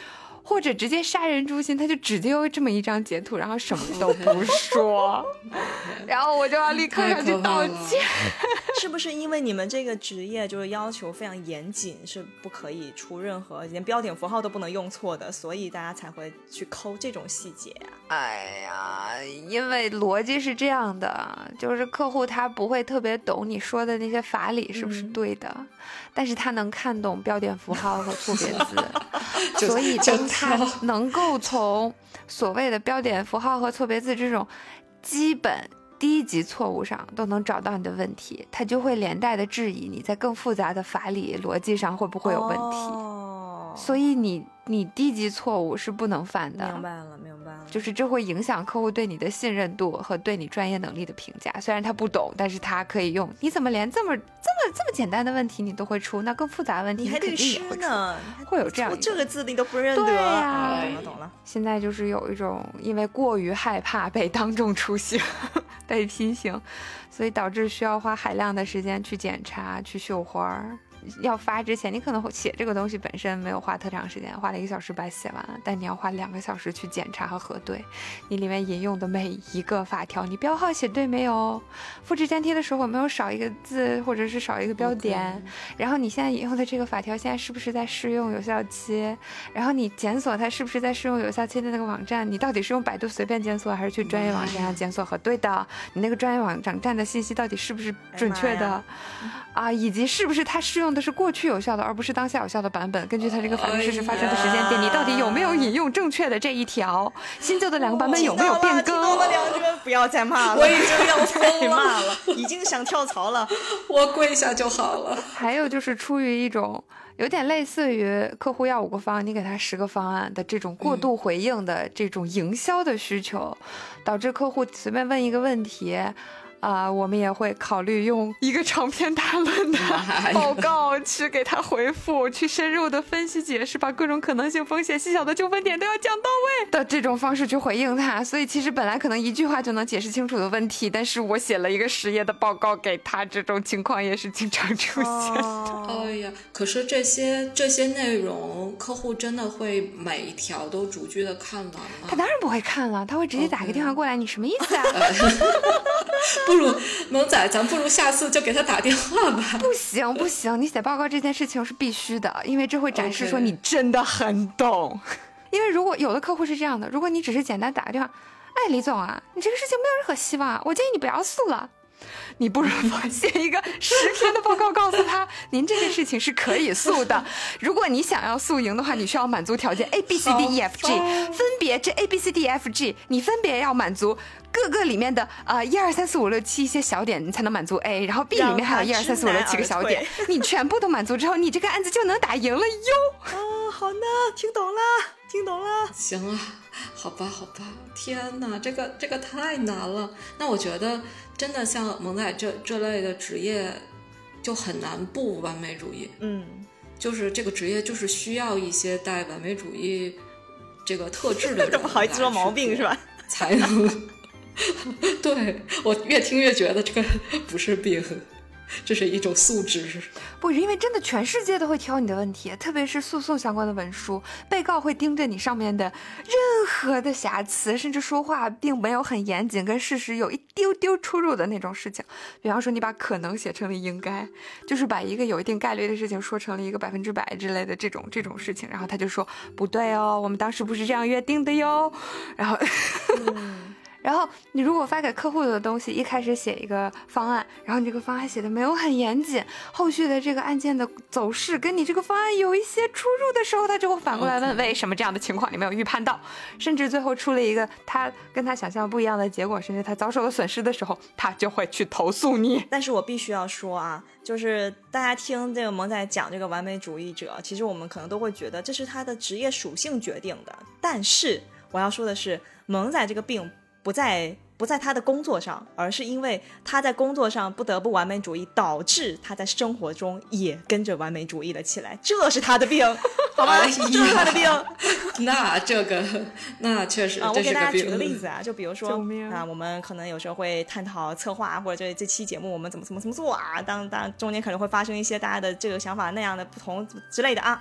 或者直接杀人诛心，他就只丢这么一张截图，然后什么都不说，然后我就要立刻上去道歉。 是不是因为你们这个职业就是要求非常严谨，是不可以出任何连标点符号都不能用错的，所以大家才会去抠这种细节啊？ 哎呀，因为逻辑是这样的，就是客户他不会特别懂你说的那些法理是不是对的，嗯、但是他能看懂标点符号和错别字，所以当他能够从所谓的标点符号和错别字这种基本低级错误上都能找到你的问题，他就会连带的质疑你在更复杂的法理逻辑上会不会有问题。 哦、 所以你你低级错误是不能犯的。 明白了明白了， 就是这会影响客户对你的信任度和对你专业能力的评价。虽然他不懂，但是他可以用你怎么连这么这么这么简单的问题你都会出，那更复杂的问题你还得吃呢， 会有这样这个字你都不认得。 对呀、啊， 懂了懂了。 现在就是有一种因为过于害怕被当众出刑被批评，所以导致需要花海量的时间去检查去绣花。要发之前你可能写这个东西本身没有花特长时间，花了一个小时把它写完了，但你要花两个小时去检查和核对你里面引用的每一个法条，你标号写对没有，复制粘贴的时候有没有少一个字或者是少一个标点、okay. 然后你现在引用的这个法条现在是不是在适用有效期，然后你检索它是不是在适用有效期的那个网站，你到底是用百度随便检索还是去专业网站上检索核对的，你那个专业网站的信息到底是不是准确的、哎、啊，以及是不是它适用的是过去有效的而不是当下有效的版本，根据它这个法律事实发生的时间点、哎、你到底有没有引用正确的这一条，新旧的两个版本有没有变更。 听到两个不要再骂了， 我已经要疯骂了已经想跳槽了， 我跪下就好了。 还有就是出于一种有点类似于客户要五个方案你给他十个方案的这种过度回应的这种营销的需求、嗯、导致客户随便问一个问题啊、呃，我们也会考虑用一个长篇大论的报告去给他回复，去深入的分析解释，把各种可能性风险细小的纠纷点都要讲到位的这种方式去回应他。所以其实本来可能一句话就能解释清楚的问题，但是我写了一个十页的报告给他，这种情况也是经常出现的。 哦、哎呀，可是这些这些内容客户真的会每一条都逐句的看完吗？ 他当然不会看了，他会直接打个电话过来、okay. 你什么意思啊？ 不如萌仔咱不如下次就给他打电话吧。 不行不行，你写报告这件事情是必须的，因为这会展示说你真的很懂、okay. 因为如果有的客户是这样的，如果你只是简单打个电话，哎李总啊，你这个事情没有任何希望啊，我建议你不要诉了，你不如写一个十篇的报告告诉他您这件事情是可以诉的，如果你想要诉赢的话，你需要满足条件 A B C D E F G， 分别这 A B C D E F G 你分别要满足各个里面的呃一二三四五六七一些小点，你才能满足 A， 然后 B 里面还有一二三四五六七个小点，你全部都满足之后，你这个案子就能打赢了哟。 哦，好呢，听懂了听懂了。 行啊，好吧好吧，天哪，这个这个太难了。那我觉得真的像萌仔这这类的职业就很难不完美主义。 嗯， 就是这个职业就是需要一些带完美主义这个特质的人， 这不好意思说毛病是吧？ 才能对，我越听越觉得这个不是病，这是一种素质。 不是，因为真的全世界都会挑你的问题，特别是诉讼相关的文书，被告会盯着你上面的任何的瑕疵，甚至说话并没有很严谨，跟事实有一丢丢出入的那种事情。比方说你把可能写成了应该，就是把一个有一定概率的事情说成了一个百分之百之类的这种这种事情，然后他就说不对哦，我们当时不是这样约定的哟，然后嗯然后你如果发给客户的东西一开始写一个方案，然后你这个方案写的没有很严谨，后续的这个案件的走势跟你这个方案有一些出入的时候，他就会反过来问、okay. 为什么这样的情况你没有预判到，甚至最后出了一个他跟他想象不一样的结果，甚至他遭受了损失的时候，他就会去投诉你。 但是我必须要说啊，就是大家听这个萌仔讲这个完美主义者，其实我们可能都会觉得这是他的职业属性决定的，但是我要说的是，萌仔这个病不在不在他的工作上，而是因为他在工作上不得不完美主义，导致他在生活中也跟着完美主义了起来，这是他的病，好吗？这是他的病。 那这个那确实、啊、 我给大家举个例子啊，就比如说啊，我们可能有时候会探讨策划，或者这这期节目我们怎么怎么怎么做啊，当当中间可能会发生一些大家的这个想法那样的不同之类的啊。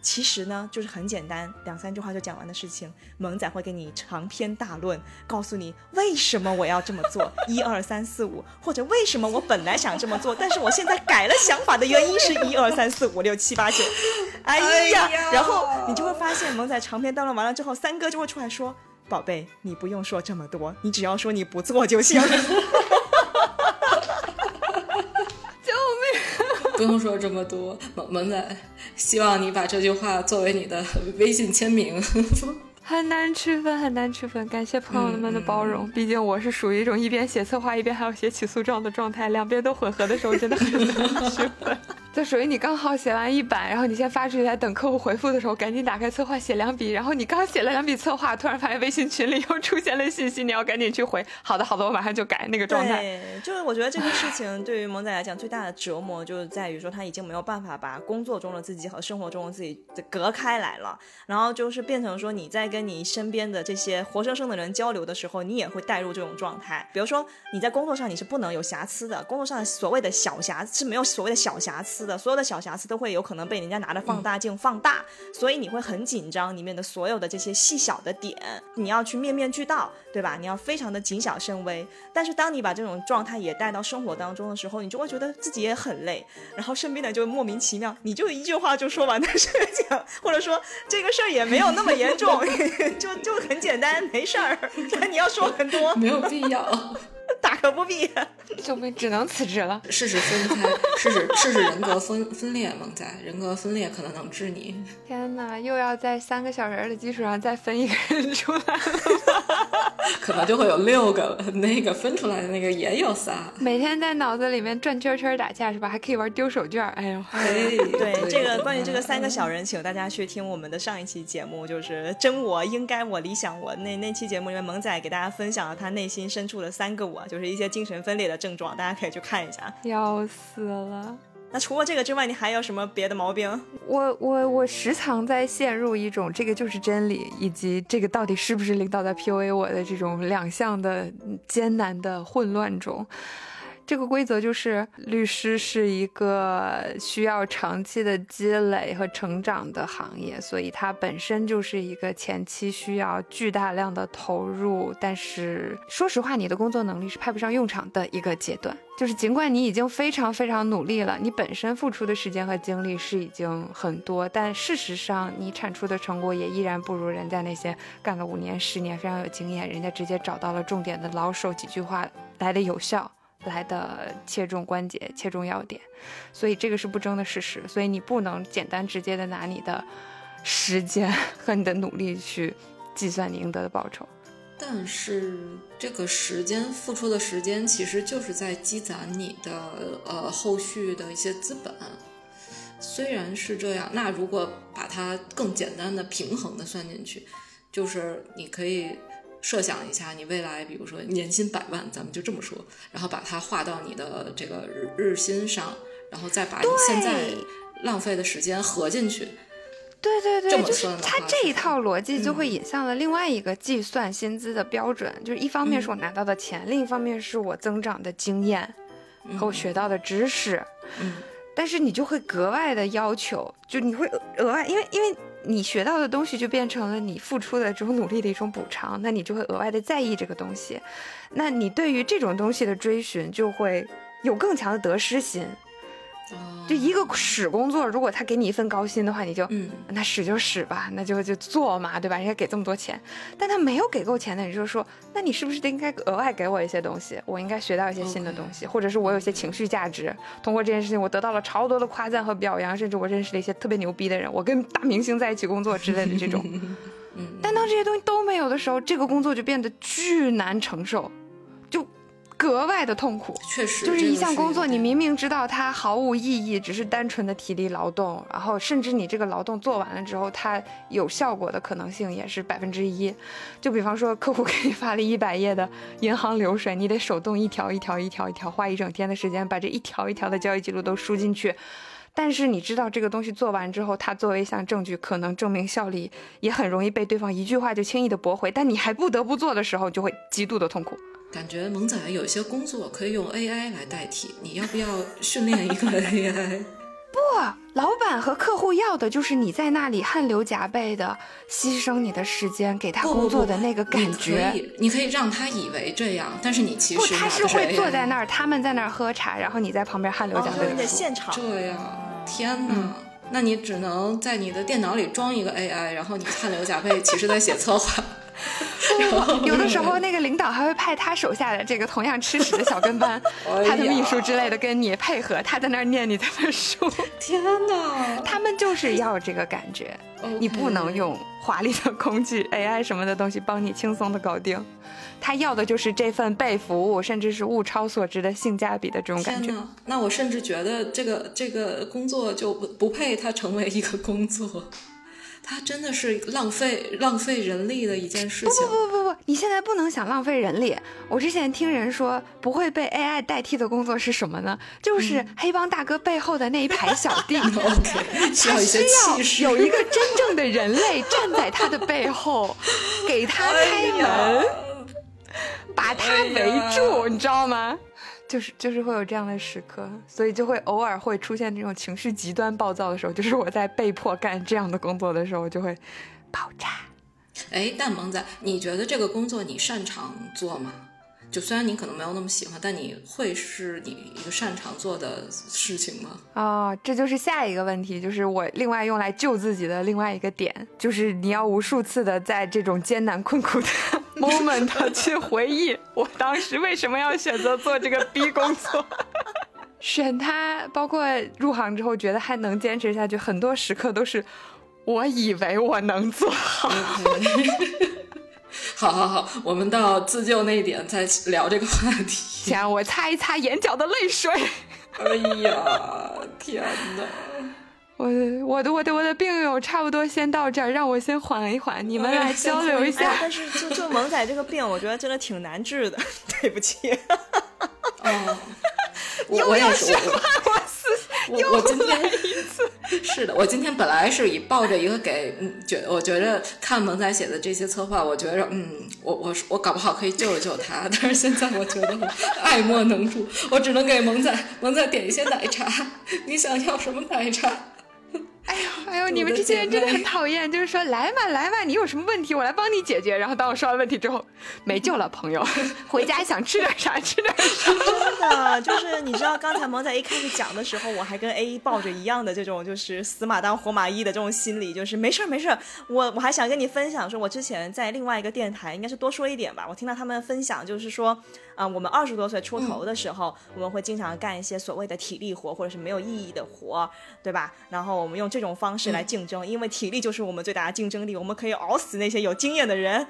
其实呢就是很简单，两三句话就讲完的事情，萌仔会给你长篇大论，告诉你为什么我要这么做，一二三四五，或者为什么我本来想这么做，但是我现在改了想法的原因是一二三四五六七八九。哎呀，哎呀，然后你就会发现萌仔长篇大论完了之后，三哥就会出来说，宝贝，你不用说这么多，你只要说你不做就行。 不用说这么多，萌萌仔，希望你把这句话作为你的微信签名。 很难区分，很难区分，感谢朋友们的包容、嗯、毕竟我是属于一种一边写策划一边还要写起诉状的状态，两边都混合的时候真的很难区分。就属于你刚好写完一版，然后你先发出去，在等客户回复的时候赶紧打开策划写两笔，然后你刚写了两笔策划，突然发现微信群里又出现了信息，你要赶紧去回，好的好的我马上就改那个状态。 对，就是我觉得这个事情对于萌仔来讲最大的折磨就是在于说他已经没有办法把工作中的自己和生活中的自己隔开来了，然后就是变成说你在跟你身边的这些活生生的人交流的时候，你也会带入这种状态。比如说你在工作上你是不能有瑕疵的，工作上所谓的小瑕是没有所谓的小瑕疵的，所有的小瑕疵都会有可能被人家拿着放大镜放大、嗯、所以你会很紧张里面的所有的这些细小的点，你要去面面俱到，对吧？你要非常的谨小慎微。但是当你把这种状态也带到生活当中的时候，你就会觉得自己也很累，然后身边的就莫名其妙，你就一句话就说完的事情，或者说这个事儿也没有那么严重就就很简单没事儿，但你要说很多没有必要， 大可不必， 救命，只能辞职了。 试试分开，试试试试人格分分裂，萌仔，人格分裂可能能治你。 天哪，又要在三个小人的基础上再分一个人出来了吗？ 可能就会有六个了，那个分出来的那个也有仨。 每天在脑子里面转圈圈打架是吧？还可以玩丢手绢。哎呦， 哎， 对，对这个关于这个三个小人，请大家去听我们的上一期节目，就是真我、应该我、理想我。那那期节目里面，萌仔给大家分享了他内心深处的三个我，就是一些精神分裂的症状，大家可以去看一下。 要死了。 那除了这个之外，你还有什么别的毛病？ 我我我时常在陷入一种这个就是真理，以及这个到底是不是领导在 P U A 我的这种两项的艰难的混乱中。这个规则就是律师是一个需要长期的积累和成长的行业，所以它本身就是一个前期需要巨大量的投入，但是说实话你的工作能力是派不上用场的一个阶段。就是尽管你已经非常非常努力了，你本身付出的时间和精力是已经很多，但事实上你产出的成果也依然不如人家那些干了五年十年非常有经验，人家直接找到了重点的老手，几句话来的有效，来的切中关节，切中要点。所以这个是不争的事实，所以你不能简单直接的拿你的时间和你的努力去计算你应得的报酬。 但是这个时间付出的时间其实就是在积攒你的呃后续的一些资本。虽然是这样，那如果把它更简单的平衡的算进去，就是你可以设想一下你未来比如说年薪百万，咱们就这么说，然后把它划到你的这个日日薪上，然后再把你现在浪费的时间合进去。 对对对，就是它这一套逻辑就会引向了另外一个计算薪资的标准、嗯、就是一方面是我拿到的钱、嗯、另一方面是我增长的经验和我学到的知识。 嗯， 但是你就会格外的要求，就你会额外，因为因为你学到的东西就变成了你付出的这种努力的一种补偿，那你就会额外的在意这个东西，那你对于这种东西的追寻就会有更强的得失心。就一个使工作，如果他给你一份高薪的话，你就嗯，那使就使吧，那就就做嘛，对吧？人家给这么多钱，但他没有给够钱的，你就说，那你是不是应该额外给我一些东西？我应该学到一些新的东西， okay. 或者是我有些情绪价值，通过这件事情我得到了超多的夸赞和表扬，甚至我认识了一些特别牛逼的人，我跟大明星在一起工作之类的这种。但当这些东西都没有的时候，这个工作就变得巨难承受，就格外的痛苦。 确实， 就是一项工作你明明知道它毫无意义，只是单纯的体力劳动，然后甚至你这个劳动做完了之后它有效果的可能性也是百分之一。就比方说客户给你发了一百页的银行流水，你得手动一条一条一条一条花一整天的时间把这一条一条的交易记录都输进去，但是你知道这个东西做完之后，它作为一项证据可能证明效力，也很容易被对方一句话就轻易的驳回，但你还不得不做的时候就会极度的痛苦。 感觉萌仔有一些工作可以用 A I 来代替，你要不要训练一个 A I？ 不，老板和客户要的就是你在那里汗流浃背的牺牲你的时间给他工作的那个感觉。 不不不，你可以你可以让他以为这样，但是你其实不，他是会坐在那儿， 儿，他们在那儿喝茶，然后你在旁边汗流浃背哦，你得的说。 现场这样，天哪！嗯，那你只能在你的电脑里装一个 A I， 然后你汗流浃背，其实在写策划。 有的时候那个领导还会派他手下的这个同样吃屎的小跟班， 哎、 他的秘书之类的跟你配合，他在那儿念，你在那儿说。 天哪！ 他们就是要这个感觉， okay. 你不能用华丽的工具 A I 什么的东西帮你轻松的搞定，他要的就是这份被服务甚至是物超所值的性价比的这种感觉。 那我甚至觉得这个这个工作就不配它成为一个工作，它真的是浪费浪费人力的一件事情。 不不不不不，你现在不能想浪费人力。我之前听人说不会被 A I 代替的工作是什么呢？就是黑帮大哥背后的那一排小弟。 嗯、OK， 需要一些气势， 有一个真正的人类站在他的背后，给他开门，哎、把他围住，哎、你知道吗？就是就是会有这样的时刻，所以就会偶尔会出现这种情绪极端暴躁的时候，就是我在被迫干这样的工作的时候就会爆炸。 哎，但萌仔，你觉得这个工作你擅长做吗？就虽然你可能没有那么喜欢，但你会是你一个擅长做的事情吗？ 哦，这就是下一个问题，就是我另外用来救自己的另外一个点，就是你要无数次的在这种艰难困苦的 moment 去回忆我当时为什么要选择做这个逼工作。选它，包括入行之后觉得还能坚持下去，很多时刻都是我以为我能做好。 好好好，我们到自救那一点再聊这个话题。 先让我擦一擦眼角的泪水。 哎呀，天哪！ 我我的我的我的病友差不多先到这儿，让我先缓一缓，你们来交流一下。 哎、但是就就萌仔这个病，我觉得真的挺难治的。对不起。 哦， 又要宣判我思， 我我今天一次是的，我今天本来是以抱着一个给，嗯，觉我觉得看萌仔写的这些策划，我觉得嗯，我我我搞不好可以救一救他，但是现在我觉得我爱莫能助，我只能给萌仔萌仔点一些奶茶，你想要什么奶茶？ 哎呦哎呦，你们这些人真的很讨厌，就是说来嘛来嘛，你有什么问题我来帮你解决，然后当我说完问题之后没救了，朋友回家想吃点啥吃点啥。 真的就是你知道刚才萌仔一开始讲的时候，我还跟 A 抱着一样的这种就是死马当活马医的这种心理，就是没事没事，我我还想跟你分享说，我之前在另外一个电台应该是多说一点吧，我听到他们分享就是说啊、呃，我们二十多岁出头的时候、嗯、我们会经常干一些所谓的体力活或者是没有意义的活，对吧？然后我们用这种方式来竞争、嗯、因为体力就是我们最大的竞争力，我们可以熬死那些有经验的人。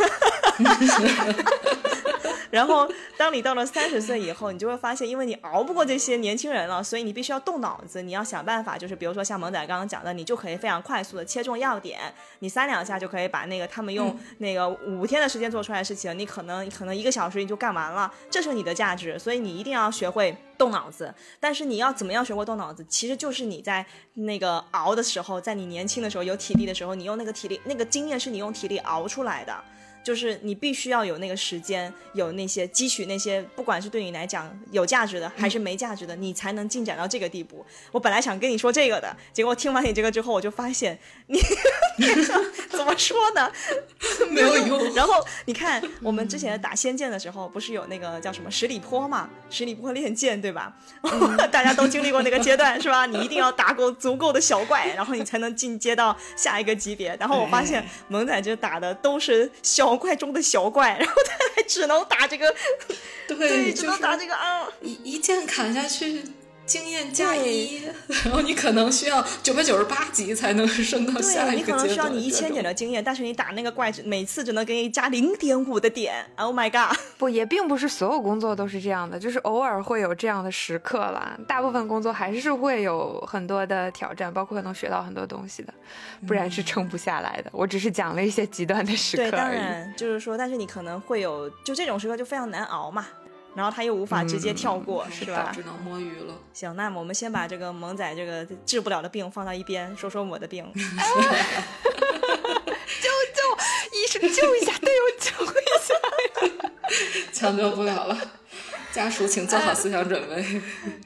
然后当你到了三十岁以后，你就会发现因为你熬不过这些年轻人了，所以你必须要动脑子，你要想办法，就是比如说像萌仔刚刚讲的，你就可以非常快速的切中要点，你三两下就可以把那个他们用那个五天的时间做出来的事情、嗯、你可能可能一个小时你就干完了，这是你的价值，所以你一定要学会动脑子。但是你要怎么样学会动脑子，其实就是你在那个熬的时候，在你年轻的时候有体力的时候，你用那个体力那个经验是你用体力熬出来的，就是你必须要有那个时间，有那些汲取那些不管是对你来讲有价值的还是没价值的、嗯、你才能进展到这个地步。我本来想跟你说这个的，结果听完你这个之后我就发现你怎么说呢， 没有用。 然后你看我们之前打仙剑的时候不是有那个叫什么十里坡嘛，十里坡练剑对吧、嗯、大家都经历过那个阶段是吧，你一定要打过足够的小怪，然后你才能进阶到下一个级别。然后我发现萌仔就打的都是小怪中的小怪，然后他还只能打这个对, 对只能打这个啊， 一一剑砍下去经验加一，然后你可能需要九百九十八级才能升到下一个阶段， 对，你可能需要你一千点的经验，但是你打那个怪每次只能给你加零点五的点。 Oh my god， 不，也并不是所有工作都是这样的，就是偶尔会有这样的时刻啦，大部分工作还是会有很多的挑战，包括能学到很多东西的，不然是撑不下来的、嗯、我只是讲了一些极端的时刻而已。 对，当然就是说，但是你可能会有就这种时刻就非常难熬嘛，然后他又无法直接跳过、嗯、是吧， 只能摸鱼了。 行，那么我们先把这个萌仔这个治不了的病放到一边，说说我的病。救救医生救一下，队友救一下。 抢救不了了，家属请做好思想准备。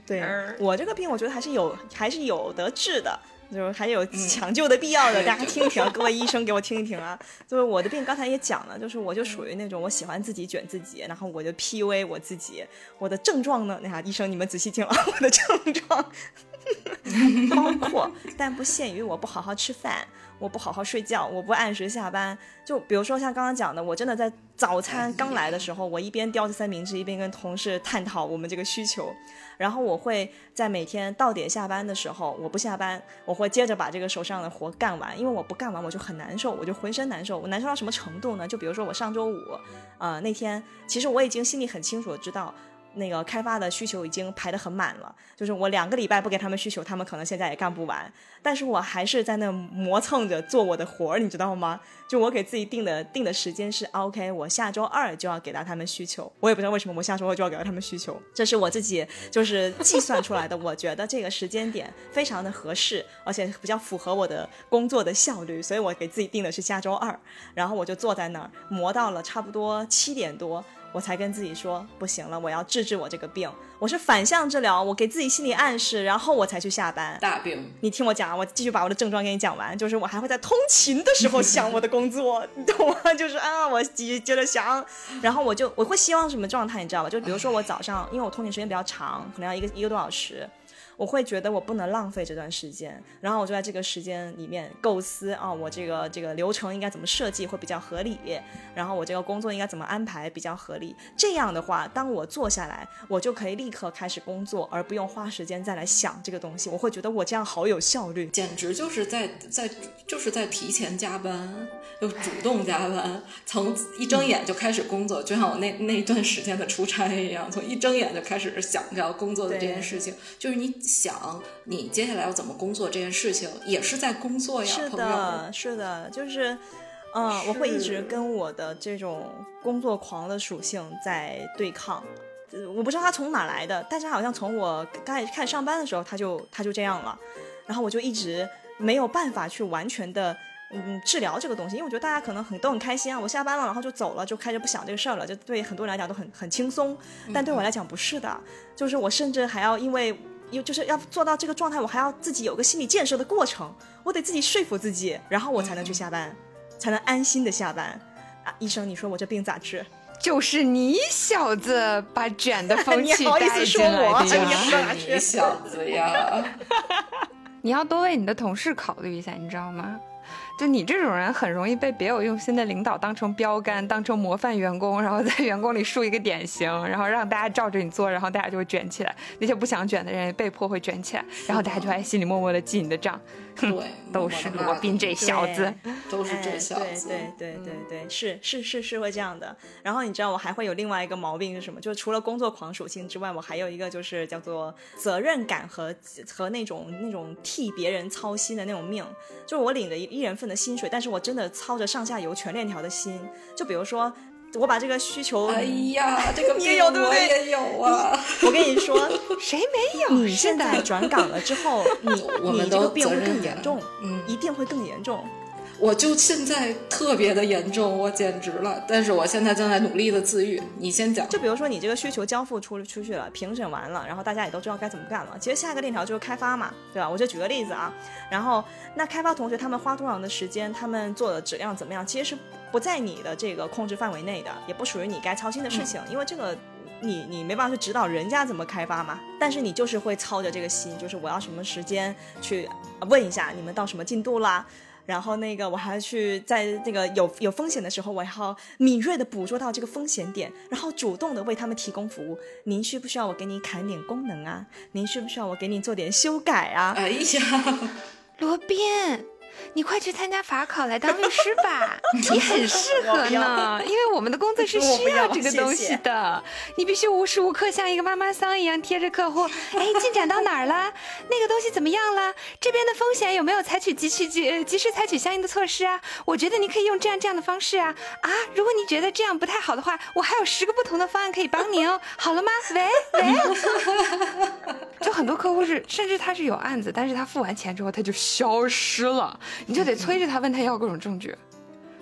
对，我这个病我觉得还是有还是有得治的，就是还有抢救的必要的、嗯、大家听一听，各位医生给我听一听啊。就是我的病刚才也讲了，就是我就属于那种我喜欢自己卷自己，然后我就 P U A 我自己。我的症状呢，那啥医生你们仔细听啊，我的症状包括但不限于我不好好吃饭，我不好好睡觉，我不按时下班。就比如说像刚刚讲的，我真的在早餐刚来的时候，我一边叼着三明治一边跟同事探讨我们这个需求，然后我会在每天到点下班的时候，我不下班，我会接着把这个手上的活干完，因为我不干完我就很难受，我就浑身难受。我难受到什么程度呢？就比如说我上周五呃，那天其实我已经心里很清楚的知道那个开发的需求已经排得很满了，就是我两个礼拜不给他们需求，他们可能现在也干不完，但是我还是在那磨蹭着做我的活儿，你知道吗？就我给自己定的定的时间是 OK， 我下周二就要给到他们需求，我也不知道为什么我下周二就要给到他们需求，这是我自己就是计算出来的我觉得这个时间点非常的合适，而且比较符合我的工作的效率，所以我给自己定的是下周二，然后我就坐在那儿磨到了差不多七点多，我才跟自己说不行了，我要治治我这个病。我是反向治疗，我给自己心理暗示，然后我才去下班。 大病， 你听我讲，我继续把我的症状给你讲完。就是我还会在通勤的时候想我的工作，你懂吗？就是啊，我继续接着想，然后我就我会希望什么状态，你知道吧？就比如说我早上，因为我通勤时间比较长，可能要一个一个多小时。我会觉得我不能浪费这段时间，然后我就在这个时间里面构思啊，我这个这个流程应该怎么设计会比较合理，然后我这个工作应该怎么安排比较合理。这样的话，当我坐下来，我就可以立刻开始工作，而不用花时间再来想这个东西。我会觉得我这样好有效率， 简直就是在在就是在提前加班，就主动加班，从一睁眼就开始工作，就像我那那段时间的出差一样，从一睁眼就开始想着要工作的这件事情，就是你想你接下来要怎么工作这件事情也是在工作呀。 是的是的，就是嗯，我会一直跟我的这种工作狂的属性在对抗。我不知道他从哪来的，但是好像从我刚开始上班的时候他就他就这样了，然后我就一直没有办法去完全的嗯，治疗这个东西，因为我觉得大家可能很都很开心啊，我下班了然后就走了，就开始不想这个事儿了，就对很多人来讲都很很轻松，但对我来讲不是的，就是我甚至还要因为就是要做到这个状态，我还要自己有个心理建设的过程，我得自己说服自己，然后我才能去下班，嗯、才能安心的下班啊！医生，你说我这病咋治？ 就是你小子把卷的风气带进来的呀！ 就是你小子呀！ 你要多为你的同事考虑一下，你知道吗？就你这种人很容易被别有用心的领导当成标杆，当成模范员工，然后在员工里树一个典型，然后让大家照着你做，然后大家就会卷起来，那些不想卷的人也被迫会卷起来，然后大家就在心里默默的记你的账。 对， 都是罗宾这小子， 都是这小子， 对对对对对、嗯、是是是是会这样的。然后你知道我还会有另外一个毛病是什么？就是除了工作狂属性之外，我还有一个就是叫做责任感和和那种那种替别人操心的那种命。就是我领着一人份的薪水，但是我真的操着上下游全链条的心。就比如说我把这个需求， 哎呀，这个你也有对不对？ 我也有啊。 我跟你说， 谁没有？ 你现在转岗了之后，你我们你这个病会更严重， 嗯， 一定会更严重。 我就现在特别的严重，我简直了。但是我现在正在努力的自愈。你先讲。 就比如说你这个需求交付出出去了，评审完了，然后大家也都知道该怎么干了。其实下一个链条就是开发嘛，对吧？我就举个例子啊，然后那开发同学他们花多少的时间，他们做的质量怎么样，其实是不在你的这个控制范围内的，也不属于你该操心的事情，嗯、因为这个。你你没办法去指导人家怎么开发嘛，但是你就是会操着这个心，就是我要什么时间去问一下你们到什么进度啦，然后那个我还去在那个有有风险的时候，我还要敏锐的捕捉到这个风险点，然后主动的为他们提供服务。您需不需要我给你砍点功能啊？您需不需要我给你做点修改啊？ 哎呀， 罗宾，你快去参加法考来当律师吧，你很适合呢，因为我们的工作是需要这个东西的。谢谢，你必须无时无刻像一个妈妈桑一样贴着客户，哎，进展到哪儿了？那个东西怎么样了？这边的风险有没有采取及时及及时采取相应的措施啊？我觉得你可以用这样这样的方式啊啊！如果你觉得这样不太好的话，我还有十个不同的方案可以帮你哦。好了吗？喂喂，就很多客户是，甚至他是有案子，但是他付完钱之后他就消失了。你就得催着他，问他要各种证据，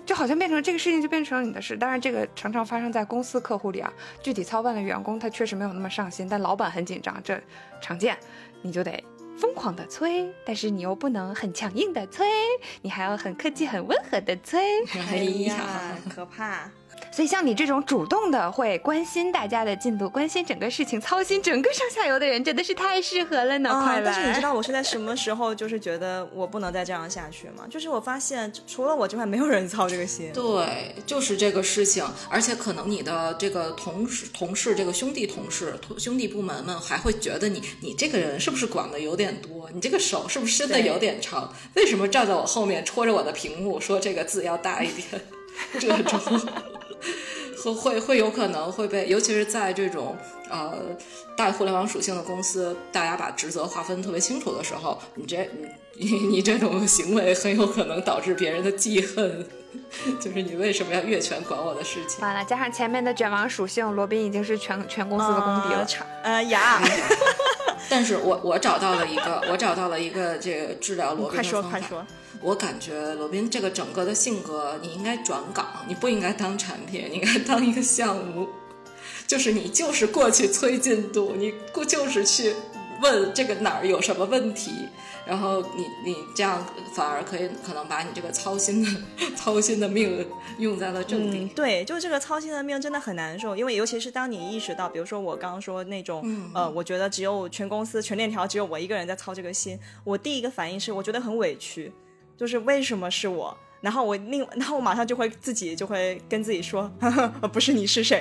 就好像变成这个事情就变成你的事。当然这个常常发生在公司客户里啊，具体操办的员工他确实没有那么上心，但老板很紧张，这常见，你就得疯狂的催，但是你又不能很强硬的催，你还要很客气很温和的催。 哎呀，可怕。 所以像你这种主动的会关心大家的进度，关心整个事情，操心整个上下游的人，真的是太适合了呢。快来！ 但是你知道我是在什么时候就是觉得我不能再这样下去吗？就是我发现除了我之外没有人操这个心。 对，就是这个事情。而且可能你的这个同事同事这个兄弟同事兄弟部门们还会觉得你你这个人是不是管的有点多，你这个手是不是伸的有点长，为什么站在我后面戳着我的屏幕说这个字要大一点，这种会会有可能会被，尤其是在这种呃带互联网属性的公司，大家把职责划分特别清楚的时候，你这你你这种行为很有可能导致别人的记恨，就是你为什么要越权管我的事情？ 完了，加上前面的卷王属性，罗宾已经是全全公司的公敌了。 呃, 呃呀。 但是我我找到了一个，我找到了一个这个治疗罗宾的方法。 快说快说！ 我感觉罗宾这个整个的性格，你应该转岗，你不应该当产品，你应该当一个项目。就是你就是过去催进度，你就是去问这个哪儿有什么问题，然后你你这样反而可以可能把你这个操心的操心的命用在了正地。 嗯，对，就这个操心的命真的很难受，因为尤其是当你意识到，比如说我刚刚说那种、嗯、呃，我觉得只有全公司全链条只有我一个人在操这个心，我第一个反应是我觉得很委屈，就是为什么是我，然后我另然后我马上就会自己就会跟自己说呵呵不是你是谁。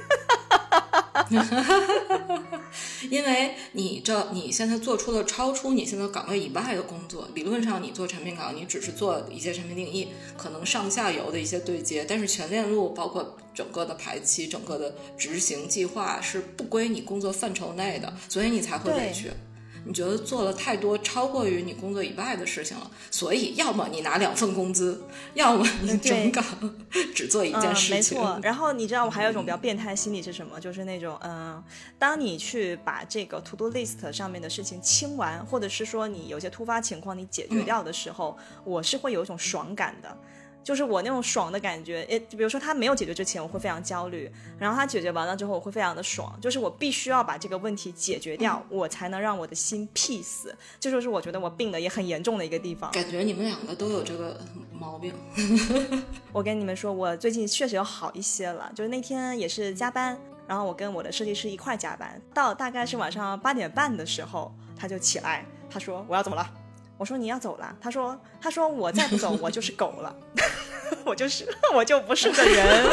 因为你这你现在做出了超出你现在岗位以外的工作，理论上你做产品岗你只是做一些产品定义，可能上下游的一些对接，但是全链路包括整个的排期整个的执行计划是不归你工作范畴内的，所以你才会委屈，你觉得做了太多超过于你工作以外的事情了，所以要么你拿两份工资，要么你整岗只做一件事情、 嗯、没错。然后你知道我还有一种比较变态心理是什么、嗯、就是那种嗯，当你去把这个 to do list 上面的事情清完，或者是说你有些突发情况你解决掉的时候、嗯、我是会有一种爽感的，就是我那种爽的感觉，诶，比如说他没有解决之前我会非常焦虑，然后他解决完了之后我会非常的爽，就是我必须要把这个问题解决掉、嗯、我才能让我的心 peace， 这就是我觉得我病的也很严重的一个地方。 感觉你们两个都有这个毛病。 我跟你们说我最近确实有好一些了，就是那天也是加班，然后我跟我的设计师一块加班，到大概是晚上八点半的时候他就起来，他说我要怎么了，我说你要走了，他说他说我再不走我就是狗了。我就是我就不是个人。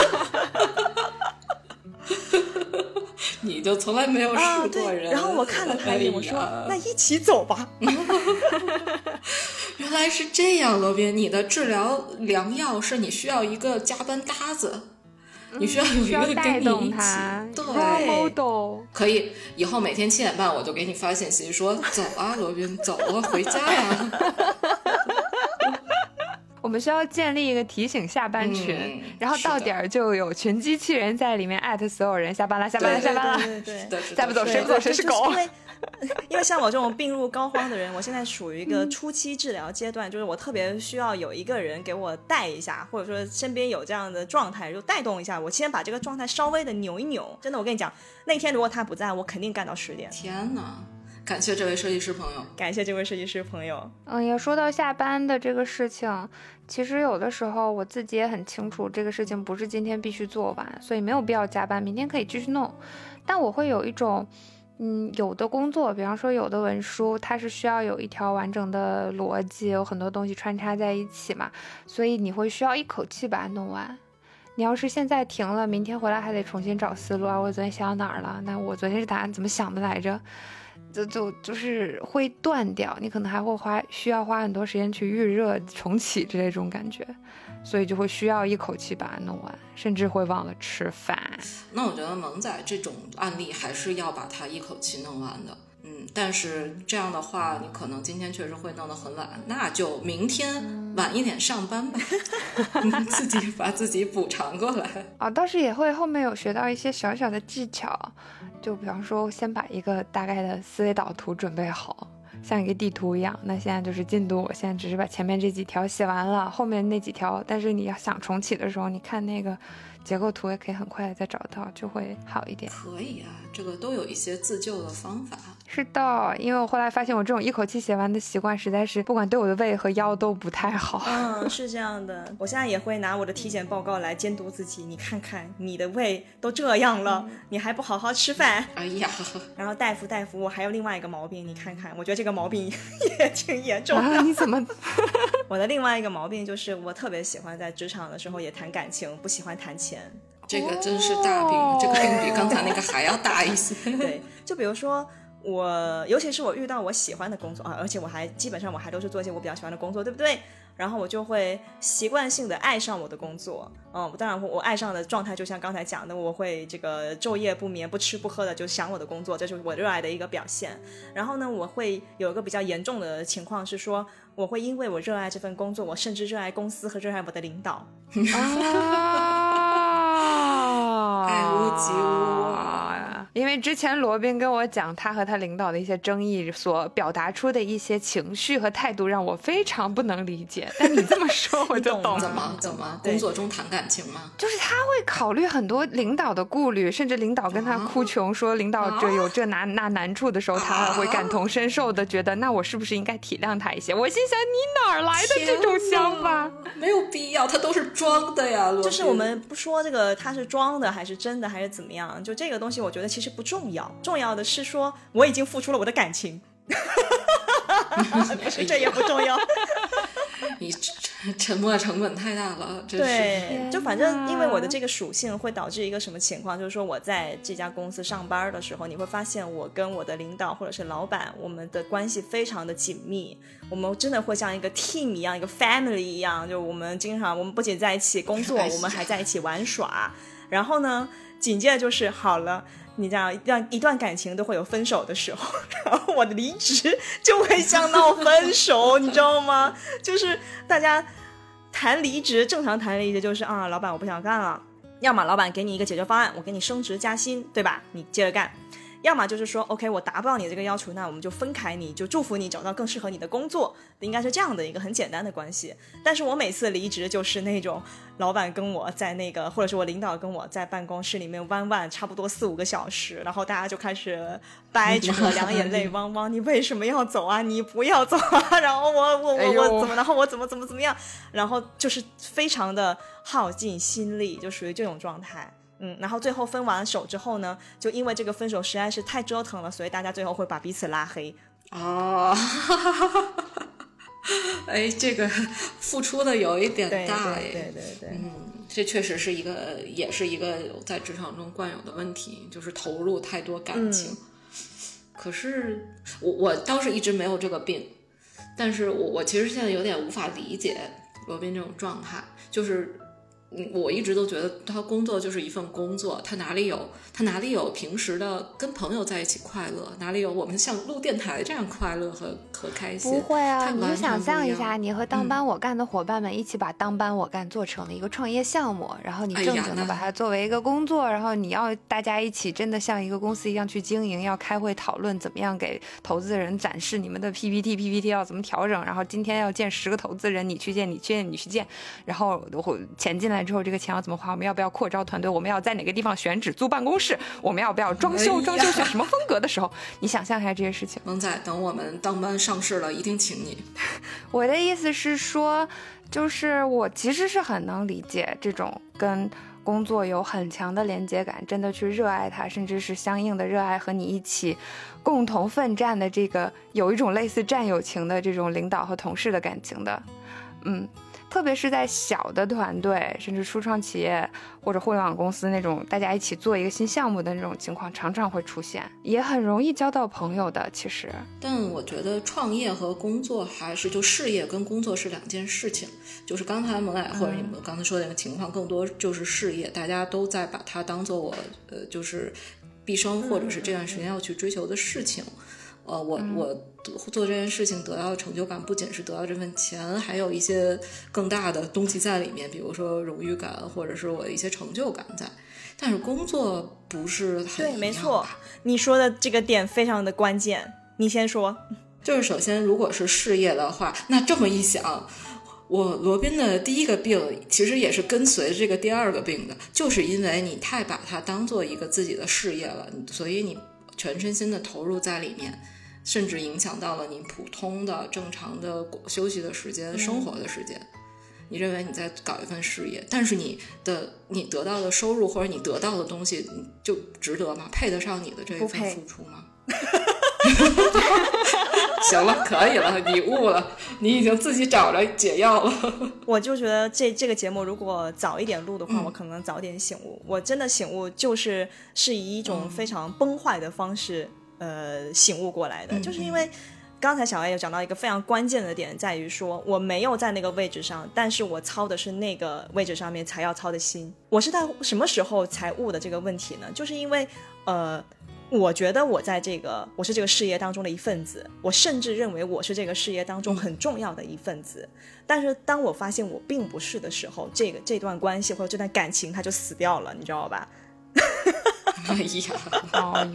你就从来没有试过人、 啊、然后我看了他一眼、哎、我说那一起走吧。 原来是这样，罗宾，你的治疗良药是你需要一个加班搭子，你需要有一个跟你一起，对，可以以后每天七点半我就给你发信息说走啊罗宾，走啊，回家呀。 我们需要建立一个提醒下班群、嗯、然后到点就有群机器人在里面艾特所有人下班了下班了下班了， 对对对， 再不走谁不走谁是狗。 因为因为像我这种病入膏肓的人，我现在属于一个初期治疗阶段、嗯、就是我特别需要有一个人给我带一下，或者说身边有这样的状态就带动一下我，先把这个状态稍微的扭一扭。真的我跟你讲，那天如果他不在我肯定干到十点。 天哪，感谢这位设计师朋友， 感谢这位设计师朋友。 嗯，也说到下班的这个事情，其实有的时候我自己也很清楚这个事情不是今天必须做完，所以没有必要加班，明天可以继续弄。但我会有一种嗯，有的工作，比方说有的文书它是需要有一条完整的逻辑，有很多东西穿插在一起嘛，所以你会需要一口气把它弄完。你要是现在停了，明天回来还得重新找思路啊，我昨天想到哪儿了，那我昨天是答案怎么想的来着，就就就是会断掉，你可能还会花需要花很多时间去预热重启之类这种感觉，所以就会需要一口气把它弄完，甚至会忘了吃饭。 那我觉得萌仔这种案例还是要把它一口气弄完的，嗯，但是这样的话你可能今天确实会弄得很晚，那就明天晚一点上班吧。你自己把自己补偿过来啊、哦，倒是也会后面有学到一些小小的技巧，就比方说先把一个大概的思维导图准备好， 像一个地图一样。那现在就是进度，我现在只是把前面这几条写完了，后面那几条，但是你要想重启的时候，你看那个结构图也可以很快再找到，就会好一点。 可以啊，这个都有一些自救的方法。 是的，因为我后来发现我这种一口气写完的习惯实在是不管对我的胃和腰都不太好。 嗯，是这样的，我现在也会拿我的体检报告来监督自己，你看看你的胃都这样了、嗯、你还不好好吃饭。 哎呀， 然后大夫大夫我还有另外一个毛病，你看看，我觉得这个毛病也挺严重的、 啊、你怎么我的另外一个毛病就是我特别喜欢在职场的时候也谈感情，不喜欢谈钱。 这个真是大病、哦、这个病比刚才那个还要大一些。 对，就比如说我尤其是我遇到我喜欢的工作啊，而且我还基本上我还都是做一些我比较喜欢的工作，对不对？然后我就会习惯性的爱上我的工作。嗯，当然我爱上的状态就像刚才讲的，我会这个昼夜不眠不吃不喝的就想我的工作，这就是我热爱的一个表现。然后呢，我会有一个比较严重的情况是说，我会因为我热爱这份工作，我甚至热爱公司和热爱我的领导。 爱屋及乌啊！ 因为之前罗宾跟我讲他和他领导的一些争议所表达出的一些情绪和态度，让我非常不能理解。但你这么说我就懂了。 怎么怎么工作中谈感情吗？ 就是他会考虑很多领导的顾虑，甚至领导跟他哭穷、啊、说领导这有这那那难处的时候、啊、他还会感同身受的觉得那我是不是应该体谅他一些。我心想你哪儿来的这种想法？ 没有必要，他都是装的呀。 就是我们不说这个他是装的还是真的还是怎么样，就这个东西我觉得其实不重要，重要的是说我已经付出了我的感情。不是，这也不重要。 你沉默成本太大了，真是。 对，就反正因为我的这个属性会导致一个什么情况，就是说我在这家公司上班的时候，你会发现我跟我的领导或者是老板，我们的关系非常的紧密，我们真的会像一个 team 一样，一个 family 一样，就我们经常我们不仅在一起工作，我们还在一起玩耍。然后呢，紧接着就是好了。你这样一段一段感情都会有分手的时候，然后我的离职就会像闹分手，你知道吗？就是大家谈离职，正常谈离职就是啊，老板我不想干了，要么老板给你一个解决方案，我给你升职加薪，对吧？你接着干。要么就是说 OK 我达不到你这个要求，那我们就分开，你就祝福你找到更适合你的工作，应该是这样的一个很简单的关系。但是我每次离职就是那种老板跟我在那个或者是我领导跟我在办公室里面弯弯差不多四五个小时，然后大家就开始掰扯，两眼泪汪汪，你为什么要走啊，你不要走啊，然后我我我我怎么然后我怎么怎么怎么样，然后就是非常的耗尽心力，就属于这种状态。嗯，然后最后分完手之后呢，就因为这个分手实在是太折腾了，所以大家最后会把彼此拉黑。 哦，哎，这个付出的有一点大哎， 对对对对， 嗯，这确实是一个，也是一个在职场中惯有的问题，就是投入太多感情。嗯、可是我我倒是一直没有这个病，但是我我其实现在有点无法理解罗宾这种状态，就是。我一直都觉得他工作就是一份工作，他哪里有他哪里有平时的跟朋友在一起快乐，哪里有我们像录电台这样快乐和和开心。 不会啊，你就想象一下， 你和当班我干的伙伴们一起把当班我干做成了一个创业项目，然后你正经的把它作为一个工作，然后你要大家一起真的像一个公司一样去经营，要开会讨论怎么样给投资人展示你们的 P P T P P T 要怎么调整，然后今天要见十个投资人，你去见你去见你去见，然后钱进来之后这个钱要怎么花，我们要不要扩招团队，我们要在哪个地方选址租办公室，我们要不要装修、哎、装修选什么风格的时候，你想象一下这些事情。 萌仔，等我们当班上市了一定请你。 我的意思是说，就是我其实是很能理解这种跟工作有很强的连接感，真的去热爱它，甚至是相应的热爱和你一起共同奋战的这个有一种类似战友情的这种领导和同事的感情的。嗯，特别是在小的团队甚至初创企业或者互联网公司那种大家一起做一个新项目的那种情况常常会出现，也很容易交到朋友的其实。 但我觉得创业和工作还是就事业跟工作是两件事情，就是刚才萌奶或者你们刚才说的那个情况更多就是事业，大家都在把它当做我呃就是毕生或者是这段时间要去追求的事情。呃，我我做这件事情得到的成就感不仅是得到这份钱，还有一些更大的东西在里面，比如说荣誉感或者是我一些成就感在。但是工作不是很一样。 对，没错，你说的这个点非常的关键，你先说。 就是首先如果是事业的话，那这么一想，我罗宾的第一个病其实也是跟随这个第二个病的，就是因为你太把它当做一个自己的事业了，所以你全身心的投入在里面，甚至影响到了你普通的正常的休息的时间、嗯、生活的时间。你认为你在搞一份事业，但是你的你得到的收入或者你得到的东西就值得吗？配得上你的这一份付出吗？行了，可以了，你悟了，你已经自己找着解药了。 我就觉得这这个节目如果早一点录的话、嗯、我可能早点醒悟。我真的醒悟就是是以一种非常崩坏的方式、嗯、呃醒悟过来的、嗯、就是因为刚才小艾有讲到一个非常关键的点，在于说我没有在那个位置上，但是我操的是那个位置上面才要操的心。我是在什么时候才悟的这个问题呢？就是因为呃我觉得我在这个我是这个事业当中的一份子，我甚至认为我是这个事业当中很重要的一份子，但是当我发现我并不是的时候，这个这段关系或者这段感情它就死掉了，你知道吧？ 哎呀， 哎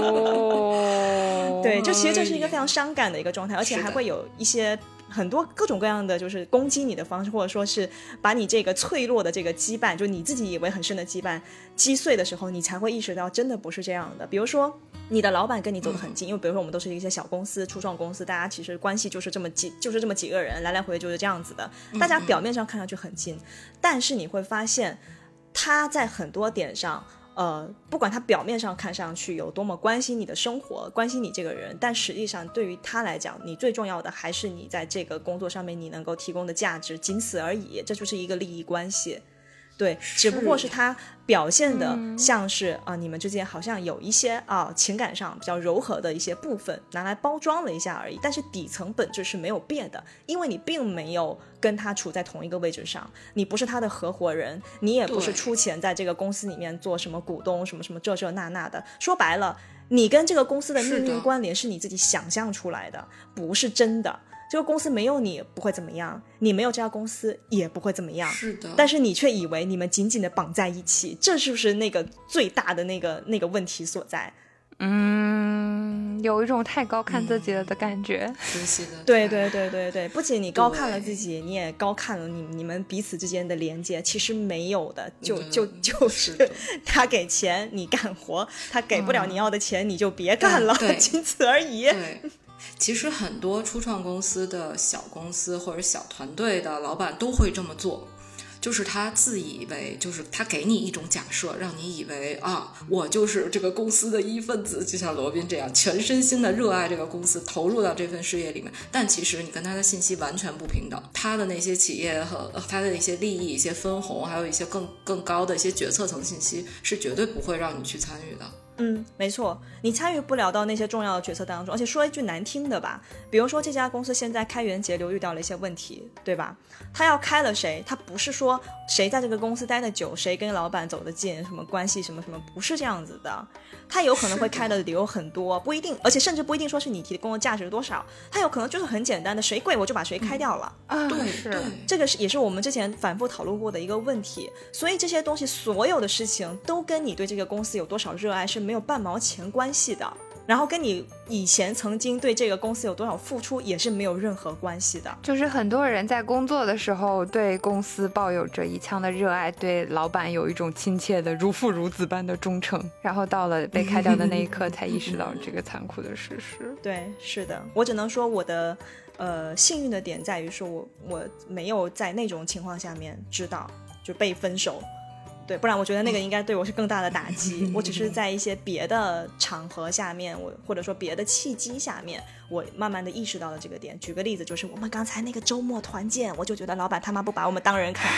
呦， 对，就其实这是一个非常伤感的一个状态，而且还会有一些很多各种各样的就是攻击你的方式，或者说是把你这个脆弱的这个羁绊，就你自己以为很深的羁绊击碎的时候，你才会意识到真的不是这样的。比如说你的老板跟你走得很近、嗯、因为比如说我们都是一些小公司初创公司，大家其实关系就是这么几就是这么几个人，来来回回就是这样子的，大家表面上看上去很近、嗯、但是你会发现他在很多点上呃，不管他表面上看上去有多么关心你的生活，关心你这个人，但实际上对于他来讲，你最重要的还是你在这个工作上面你能够提供的价值，仅此而已，这就是一个利益关系。对，只不过是他表现的像是啊、嗯呃，你们之间好像有一些啊、呃、情感上比较柔和的一些部分拿来包装了一下而已，但是底层本质是没有变的，因为你并没有跟他处在同一个位置上，你不是他的合伙人，你也不是出钱在这个公司里面做什么股东什么什么这这那那的，说白了你跟这个公司的命运关联是你自己想象出来的，不是真的。这个公司没有你不会怎么样，你没有这家公司也不会怎么样， 是的， 但是你却以为你们紧紧的绑在一起，这是不是那个最大的那个那个问题所在？ 嗯，有一种太高看自己了的感觉。 熟悉的， 对对对对对，不仅你高看了自己，你也高看了你你们彼此之间的连接，其实没有的，就就就是他给钱你干活，他给不了你要的钱、嗯、你就别干了，仅此而已。 对。其实很多初创公司的小公司或者小团队的老板都会这么做，就是他自以为就是他给你一种假设，让你以为啊，我就是这个公司的一份子，就像罗宾这样全身心的热爱这个公司，投入到这份事业里面，但其实你跟他的信息完全不平等，他的那些企业和他的一些利益一些分红，还有一些更更高的一些决策层信息是绝对不会让你去参与的。 嗯，没错，你参与不了到那些重要的决策当中，而且说一句难听的吧，比如说这家公司现在开源节流遇到了一些问题，对吧？他要开了谁，他不是说谁在这个公司待得久，谁跟老板走得近，什么关系什么什么，不是这样子的。他有可能会开的理由很多，不一定，而且甚至不一定说是你提供的价值多少，他有可能就是很简单的，谁贵我就把谁开掉了。 嗯、 对， 是这个是也是我们之前反复讨论过的一个问题。所以这些东西，所有的事情都跟你对这个公司有多少热爱是没有半毛钱关系的，然后跟你以前曾经对这个公司有多少付出也是没有任何关系的。 就是很多人在工作的时候对公司抱有着一腔的热爱，对老板有一种亲切的如父如子般的忠诚，然后到了被开掉的那一刻才意识到这个残酷的事实。 对，是的，我只能说我的呃幸运的点在于说我我没有在那种情况下面知道就被分手，对，不然我觉得那个应该对我是更大的打击。我只是在一些别的场合下面，我或者说别的契机下面，我慢慢的意识到了这个点。举个例子，就是我们刚才那个周末团建，我就觉得老板他妈不把我们当人看。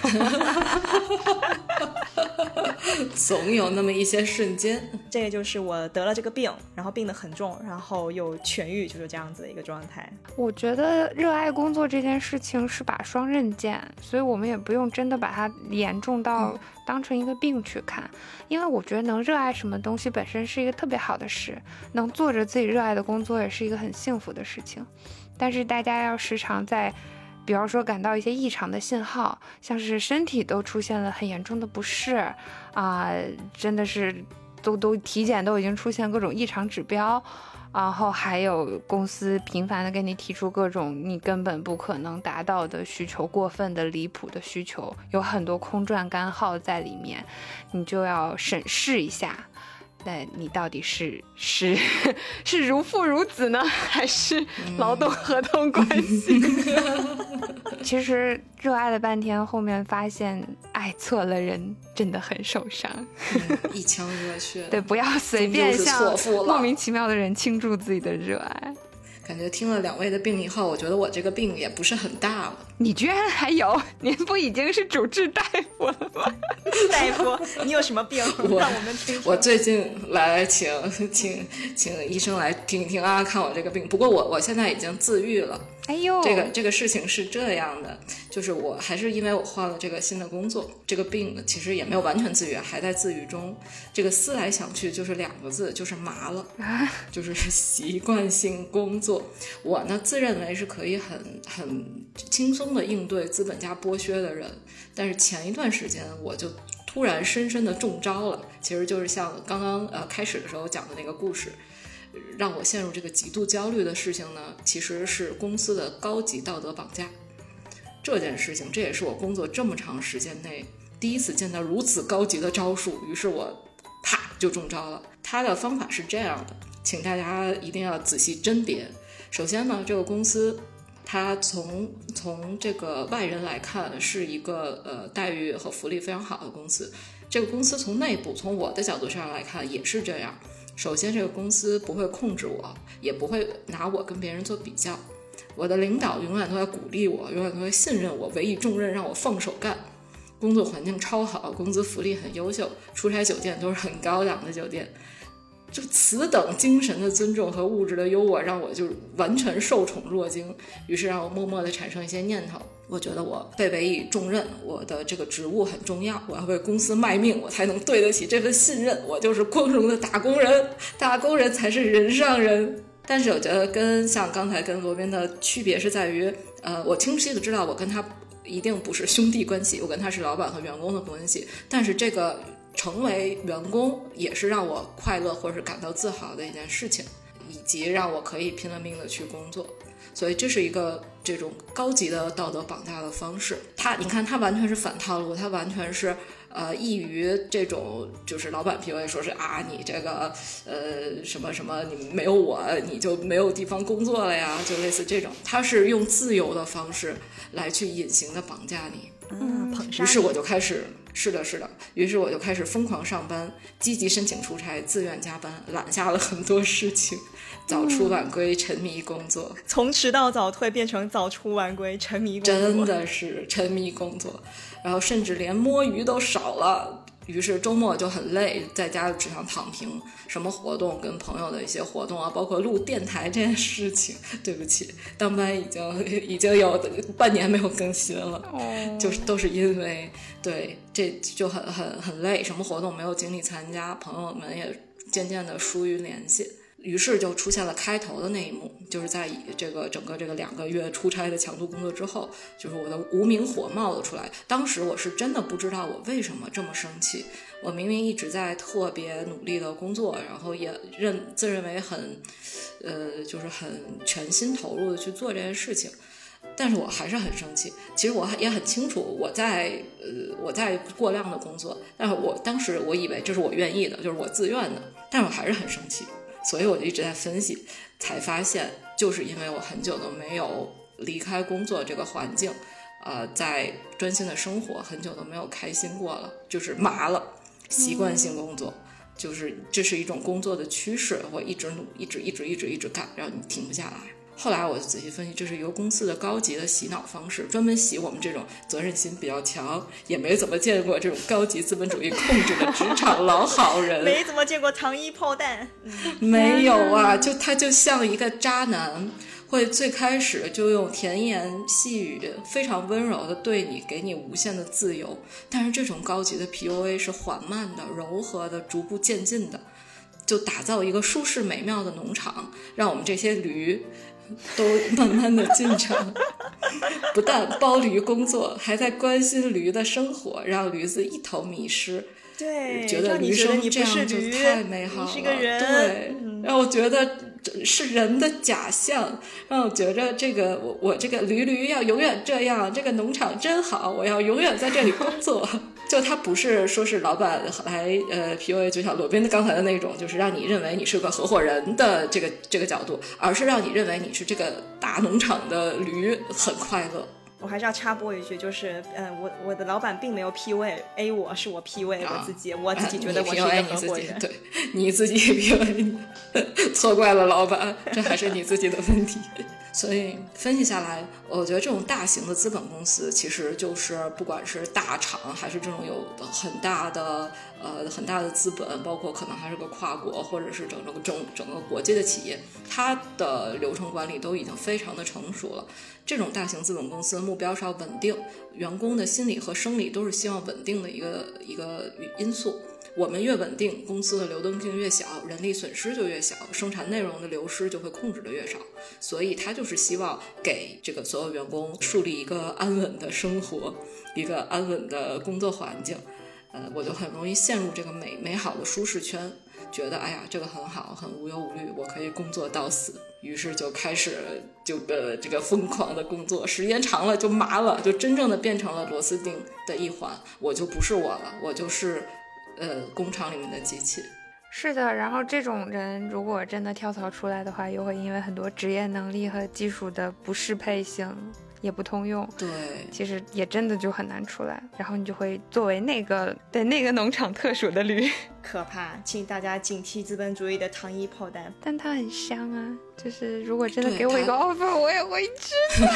总有那么一些瞬间。 这个就是我得了这个病，然后病得很重，然后又痊愈，就是这样子的一个状态。 我觉得热爱工作这件事情是把双刃剑，所以我们也不用真的把它严重到当成一个病去看，因为我觉得能热爱什么东西本身是一个特别好的事，能做着自己热爱的工作也是一个很幸福的事情。但是大家要时常在比方说感到一些异常的信号，像是身体都出现了很严重的不适啊、呃，真的是都都体检都已经出现各种异常指标，然后还有公司频繁的给你提出各种你根本不可能达到的需求，过分的离谱的需求，有很多空转干耗在里面，你就要审视一下，那你到底是是是如父如子呢，还是劳动合同关系？其实热爱了半天，后面发现爱错了人，真的很受伤。 嗯、一腔热血。 对，不要随便向莫名其妙的人倾注自己的热爱。 感觉听了两位的病以后，我觉得我这个病也不是很大了。 你居然还有？您不已经是主治大夫了吗？ 大夫，你有什么病？ 我让我们听说。 我最近来请请请医生来听一听啊，看我这个病。不过我我现在已经自愈了。 哎呦， 这个这个事情是这样的，就是我还是因为我换了这个新的工作，这个病呢其实也没有完全自愈，还在自愈中。这个思来想去就是两个字，就是麻了， 啊、 就是习惯性工作。我呢自认为是可以很很轻松的应对资本家剥削的人，但是前一段时间我就突然深深的中招了，其实就是像刚刚呃开始的时候讲的那个故事。让我陷入这个极度焦虑的事情呢，其实是公司的高级道德绑架。这件事情，这也是我工作这么长时间内第一次见到如此高级的招数，于是我啪就中招了。他的方法是这样的，请大家一定要仔细甄别。首先呢，这个公司它从从这个外人来看是一个呃待遇和福利非常好的公司，这个公司从内部从我的角度上来看也是这样。首先这个公司不会控制我，也不会拿我跟别人做比较，我的领导永远都在鼓励我，永远都会信任我，委以重任让我放手干。工作环境超好，工资福利很优秀，出差酒店都是很高档的酒店。就此等精神的尊重和物质的优渥让我就完全受宠若惊，于是让我默默地产生一些念头，我觉得我被委以重任，我的这个职务很重要，我要为公司卖命，我才能对得起这份信任，我就是光荣的打工人，打工人才是人上人。但是我觉得跟像刚才跟罗宾的区别是在于呃，我清晰的知道我跟他一定不是兄弟关系，我跟他是老板和员工的关系，但是这个成为员工也是让我快乐或是感到自豪的一件事情，以及让我可以拼了命的去工作。所以这是一个这种高级的道德绑架的方式。他你看他完全是反套路，他完全是呃异于这种就是老板 P U A 说是啊你这个呃什么什么你没有我你就没有地方工作了呀，就类似这种，他是用自由的方式来去隐形的绑架你。 嗯，捧杀你。 于是我就开始是的是的于是我就开始疯狂上班，积极申请出差，自愿加班，揽下了很多事情，早出晚归，沉迷工作， 从迟到早退变成早出晚归，沉迷工作， 真的是沉迷工作，然后甚至连摸鱼都少了。于是周末就很累，在家就只想躺平，什么活动跟朋友的一些活动啊，包括录电台这件事情，对不起，当班已经已经有半年没有更新了，哦、就是都是因为对这就很很很累，什么活动没有精力参加，朋友们也渐渐的疏于联系。于是就出现了开头的那一幕，就是在这个整个这个两个月出差的强度工作之后，就是我的无名火冒了出来。当时我是真的不知道我为什么这么生气，我明明一直在特别努力的工作，然后也认自认为很呃就是很全心投入的去做这件事情，但是我还是很生气。其实我也很清楚我在呃我在过量的工作，但是我当时我以为这是我愿意的，就是我自愿的，但是我还是很生气。所以我就一直在分析，才发现就是因为我很久都没有离开工作这个环境，呃，在专心的生活，很久都没有开心过了，就是麻了，习惯性工作，嗯、就是这是一种工作的趋势，我一直努，一直一直一直一直干，然后你停不下来。后来我就仔细分析，这是一个公司的高级的洗脑方式，专门洗我们这种责任心比较强，也没怎么见过这种高级资本主义控制的职场老好人， 没怎么见过糖衣炮弹、嗯、 没有啊，就他就像一个渣男，会最开始就用甜言细语非常温柔的对你，给你无限的自由，但是这种高级的 P U A 是缓慢的、柔和的、逐步渐进的，就打造一个舒适美妙的农场，让我们这些驴都慢慢的进城，不但包驴工作，还在关心驴的生活，让驴子一头迷失。 对， 觉得让你驴生觉得你这样就不是驴， 太美好了， 你是个人， 对， 嗯让我觉得是人的假象，让我觉着这个我我这个驴驴要永远这样，这个农场真好，我要永远在这里工作。就他不是说是老板来呃 P U A， 就像罗宾刚才的那种，就是让你认为你是个合伙人的这个这个角度，而是让你认为你是这个大农场的驴，很快乐。 我还是要插播一句，就是呃，我我的老板并没有 P U A 我，是我 P U A 我自己，啊、我自己觉得我是一个合伙人。 对，你自己 P U A 你，错怪了老板，这还是你自己的问题。所以分析下来，我觉得这种大型的资本公司，其实就是不管是大厂，还是这种有很大的呃很大的资本，包括可能还是个跨国或者是整个整整个国际的企业，它的流程管理都已经非常的成熟了。这种大型资本公司目标是要稳定，员工的心理和生理都是希望稳定的一个一个因素。我们越稳定，公司的流动性越小，人力损失就越小，生产内容的流失就会控制的越少。所以他就是希望给这个所有员工树立一个安稳的生活，一个安稳的工作环境。呃，我就很容易陷入这个美美好的舒适圈，觉得哎呀这个很好，很无忧无虑，我可以工作到死。于是就开始就呃这个疯狂的工作，时间长了就麻了，就真正的变成了螺丝钉的一环。我就不是我了，我就是呃工厂里面的机器。 是的，然后这种人如果真的跳槽出来的话，又会因为很多职业能力和技术的不适配性也不通用， 对， 其实也真的就很难出来，然后你就会作为那个对那个农场特属的驴， 可怕，请大家警惕资本主义的糖衣炮弹。 但它很香啊，就是如果真的给我一个 offer， 我也会吃的。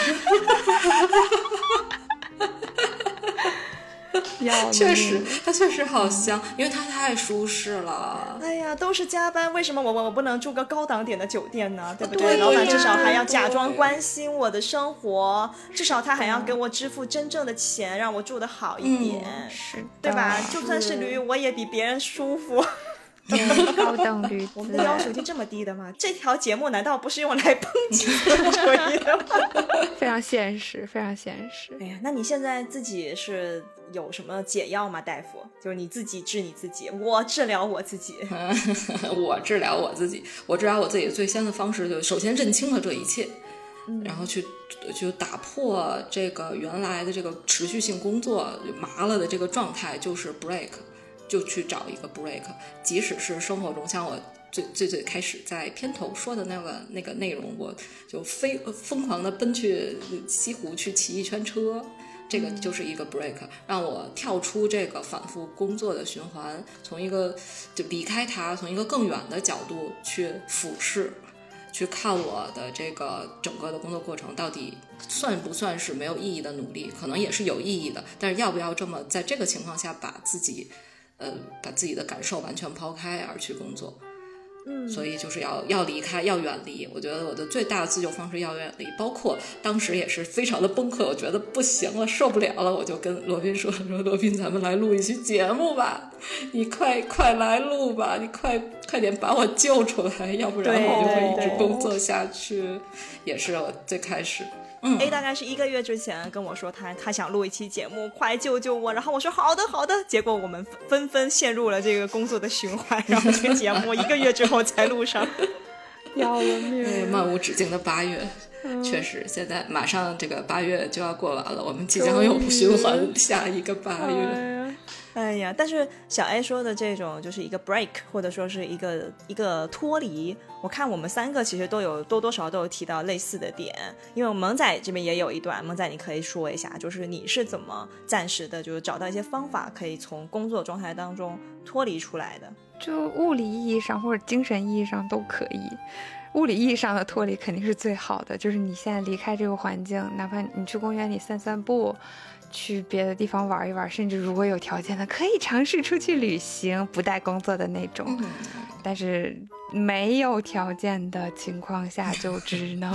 确实，它确实好香，因为它太舒适了。 哎呀，都是加班，为什么我我我不能住个高档点的酒店呢？对不对？ 老板至少还要假装关心我的生活，至少他还要给我支付真正的钱，让我住得好一点， 嗯、是对吧？就算是驴，我也比别人舒服。 高等驴子， 我们的要求就这么低的吗？这条节目难道不是用来抨击资本主义的吗？ 非常现实，非常现实。 哎呀，那你现在自己是有什么解药吗，大夫？就是你自己治你自己，我治疗我自己。 我治疗我自己，我治疗我自己最先的方式就是首先认清了这一切，嗯、然后去就打破这个原来的这个持续性工作麻了的这个状态，就是 break。就去找一个 break， 即使是生活中像我最最最开始在片头说的那个那个内容，我就飞疯狂的奔去西湖去骑一圈车，这个就是一个 break， 让我跳出这个反复工作的循环，从一个就离开它，从一个更远的角度去俯视，去看我的这个整个的工作过程到底算不算是没有意义的努力，可能也是有意义的，但是要不要这么在这个情况下把自己呃，把自己的感受完全抛开而去工作，嗯，所以就是要要离开，要远离。我觉得我的最大的自救方式要远离，包括当时也是非常的崩溃，我觉得不行了，受不了了，我就跟罗宾说说罗宾，咱们来录一期节目吧，你快快来录吧，你快快点把我救出来，要不然我就会一直工作下去。也是我最开始。嗯 A 大概是一个月之前跟我说他他想录一期节目，快救救我，然后我说好的好的，结果我们纷纷陷入了这个工作的循环，然后这个节目一个月之后才录上。 要了命！ 漫无止境的八月、嗯、确实现在马上这个八月就要过完了，我们即将有循环下一个八月。 哎呀，但是小 A 说的这种就是一个 break， 或者说是一个一个脱离，我看我们三个其实都有多多少少都有提到类似的点，因为萌仔这边也有一段，萌仔你可以说一下，就是你是怎么暂时的就是找到一些方法可以从工作状态当中脱离出来的。 就物理意义上或者精神意义上都可以，物理意义上的脱离肯定是最好的，就是你现在离开这个环境，哪怕你去公园里散散步，去别的地方玩一玩，甚至如果有条件的可以尝试出去旅行，不带工作的那种、嗯、但是没有条件的情况下就只能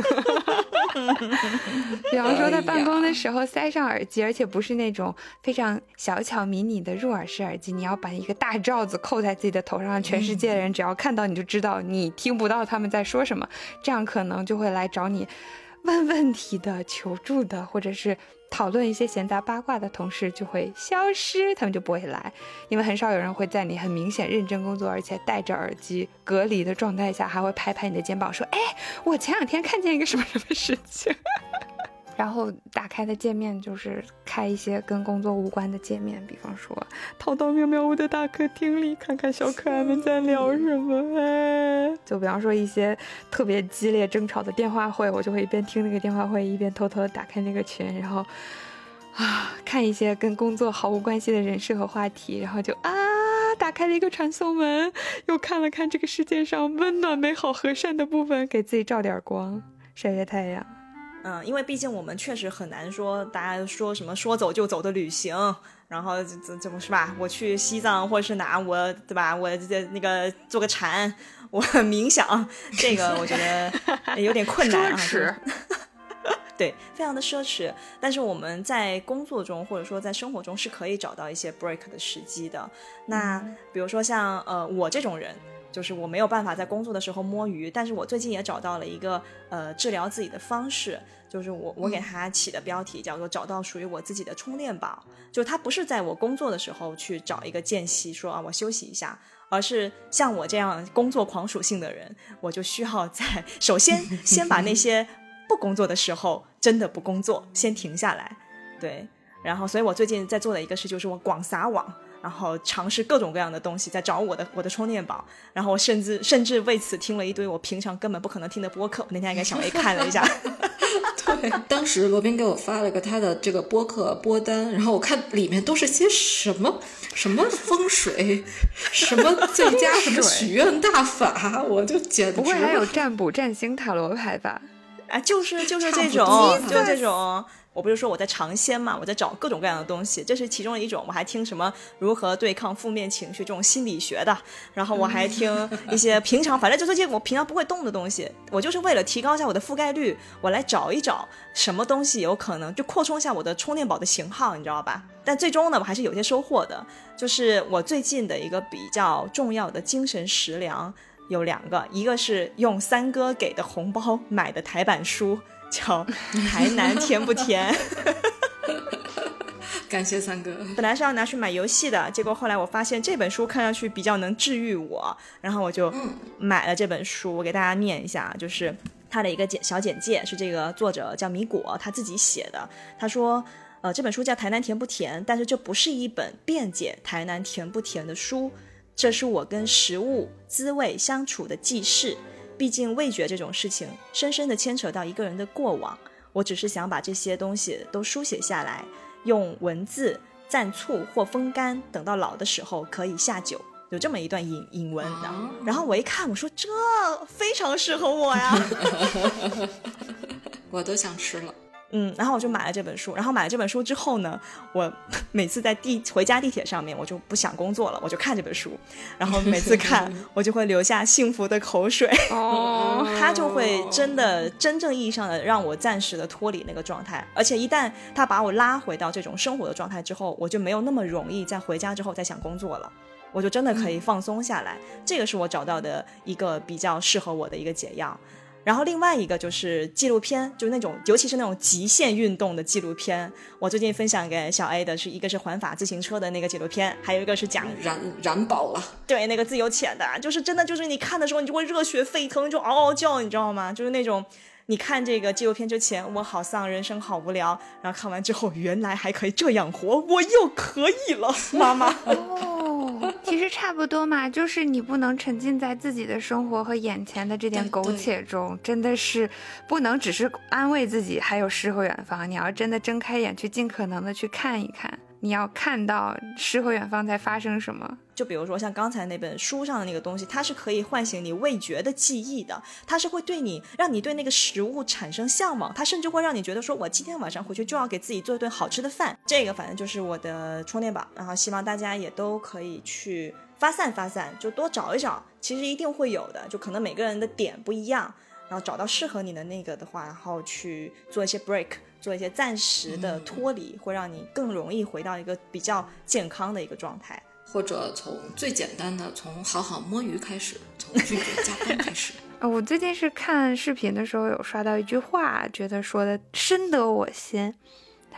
比方说在办公的时候塞上耳机，而且不是那种非常小巧迷你的入耳式耳机，你要把一个大罩子扣在自己的头上，全世界的人只要看到你就知道你听不到他们在说什么，这样可能就会来找你问问题的、求助的，或者是讨论一些闲杂八卦的同事就会消失，他们就不会来，因为很少有人会在你很明显认真工作而且戴着耳机隔离的状态下还会拍拍你的肩膀说，哎，我前两天看见一个什么什么事情然后打开的界面就是开一些跟工作无关的界面，比方说逃到妙妙屋的大客厅里看看小可爱们在聊什么，哎，就比方说一些特别激烈争吵的电话会，我就会一边听那个电话会一边偷偷的打开那个群，然后啊看一些跟工作毫无关系的人事和话题，然后就啊打开了一个传送门，又看了看这个世界上温暖美好和善的部分，给自己照点光，晒晒太阳。 嗯，因为毕竟我们确实很难说大家说什么说走就走的旅行，然后怎怎么是吧？我去西藏或者是哪，我对吧？我这那个做个禅，我冥想，这个我觉得有点困难啊。 奢侈对，非常的奢侈。但是我们在工作中或者说在生活中是可以找到一些 break 的时机的。那比如说像呃我这种人，就是我没有办法在工作的时候摸鱼，但是我最近也找到了一个呃治疗自己的方式，就是我我给它起的标题叫做找到属于我自己的充电宝，就它不是在我工作的时候去找一个间隙说啊我休息一下，而是像我这样工作狂属性的人，我就需要在首先先把那些不工作的时候真的不工作先停下来，对，然后所以我最近在做的一个事就是我广撒网，然后尝试各种各样的东西，在找我的我的充电宝，然后我甚至甚至为此听了一堆我平常根本不可能听的播客，那天还给小 A 看了一下对，当时罗宾给我发了个他的这个播客播单，然后我看里面都是些什么什么风水，什么最佳什么许愿大法，我就简直不会还有占卜占星塔罗牌吧？ 啊，就是就是这种，就是这种。我不是说我在尝鲜嘛，我在找各种各样的东西，这是其中的一种。我还听什么如何对抗负面情绪这种心理学的，然后我还听一些平常反正就这些我平常不会动的东西，我就是为了提高一下我的覆盖率，我来找一找什么东西有可能就扩充一下我的充电宝的型号，你知道吧？但最终呢我还是有些收获的，就是我最近的一个比较重要的精神食粮有两个，一个是用三哥给的红包买的台版书，叫台南甜不甜感谢三哥。 本来是要拿去买游戏的，结果后来我发现这本书看上去比较能治愈我，然后我就买了这本书。我给大家念一下，就是他的一个简小简介，是这个作者叫米果他自己写的。他说呃，这本书叫台南甜不甜，但是这不是一本辩解台南甜不甜的书，这是我跟食物滋味相处的记事。毕竟味觉这种事情深深地牵扯到一个人的过往，我只是想把这些东西都书写下来，用文字蘸醋或风干，等到老的时候可以下酒，有这么一段引引文的、哦、然后我一看我说这非常适合我呀我都想吃了。 嗯，然后我就买了这本书，然后买了这本书之后呢，我每次在地回家地铁上面我就不想工作了，我就看这本书，然后每次看我就会流下幸福的口水哦，它就会真的真正意义上的让我暂时的脱离那个状态，而且一旦它把我拉回到这种生活的状态之后，我就没有那么容易在回家之后再想工作了，我就真的可以放松下来、嗯、这个是我找到的一个比较适合我的一个解药。然后另外一个就是纪录片，就是那种尤其是那种极限运动的纪录片，我最近分享给小 A 的是一个是环法自行车的那个纪录片，还有一个是讲燃燃饱了， 对，那个自由潜的，就是真的就是你看的时候你就会热血沸腾，就嗷嗷叫，你知道吗？就是那种你看这个纪录片之前我好丧，人生好无聊，然后看完之后原来还可以这样活，我又可以了妈妈哦，其实差不多嘛，就是你不能沉浸在自己的生活和眼前的这点苟且中，真的是不能只是安慰自己还有诗和远方，你要真的睁开眼去尽可能的去看一看，你要看到诗和远方在发生什么。 就比如说像刚才那本书上的那个东西，它是可以唤醒你味觉的记忆的，它是会对你让你对那个食物产生向往，它甚至会让你觉得说我今天晚上回去就要给自己做一顿好吃的饭。这个反正就是我的充电宝，然后希望大家也都可以去发散发散，就多找一找，其实一定会有的，就可能每个人的点不一样，然后找到适合你的那个的话，然后去做一些 break， 做一些暂时的脱离、嗯、会让你更容易回到一个比较健康的一个状态， 或者从最简单的从好好摸鱼开始，从拒绝加班开始我最近是看视频的时候有刷到一句话，觉得说的深得我心，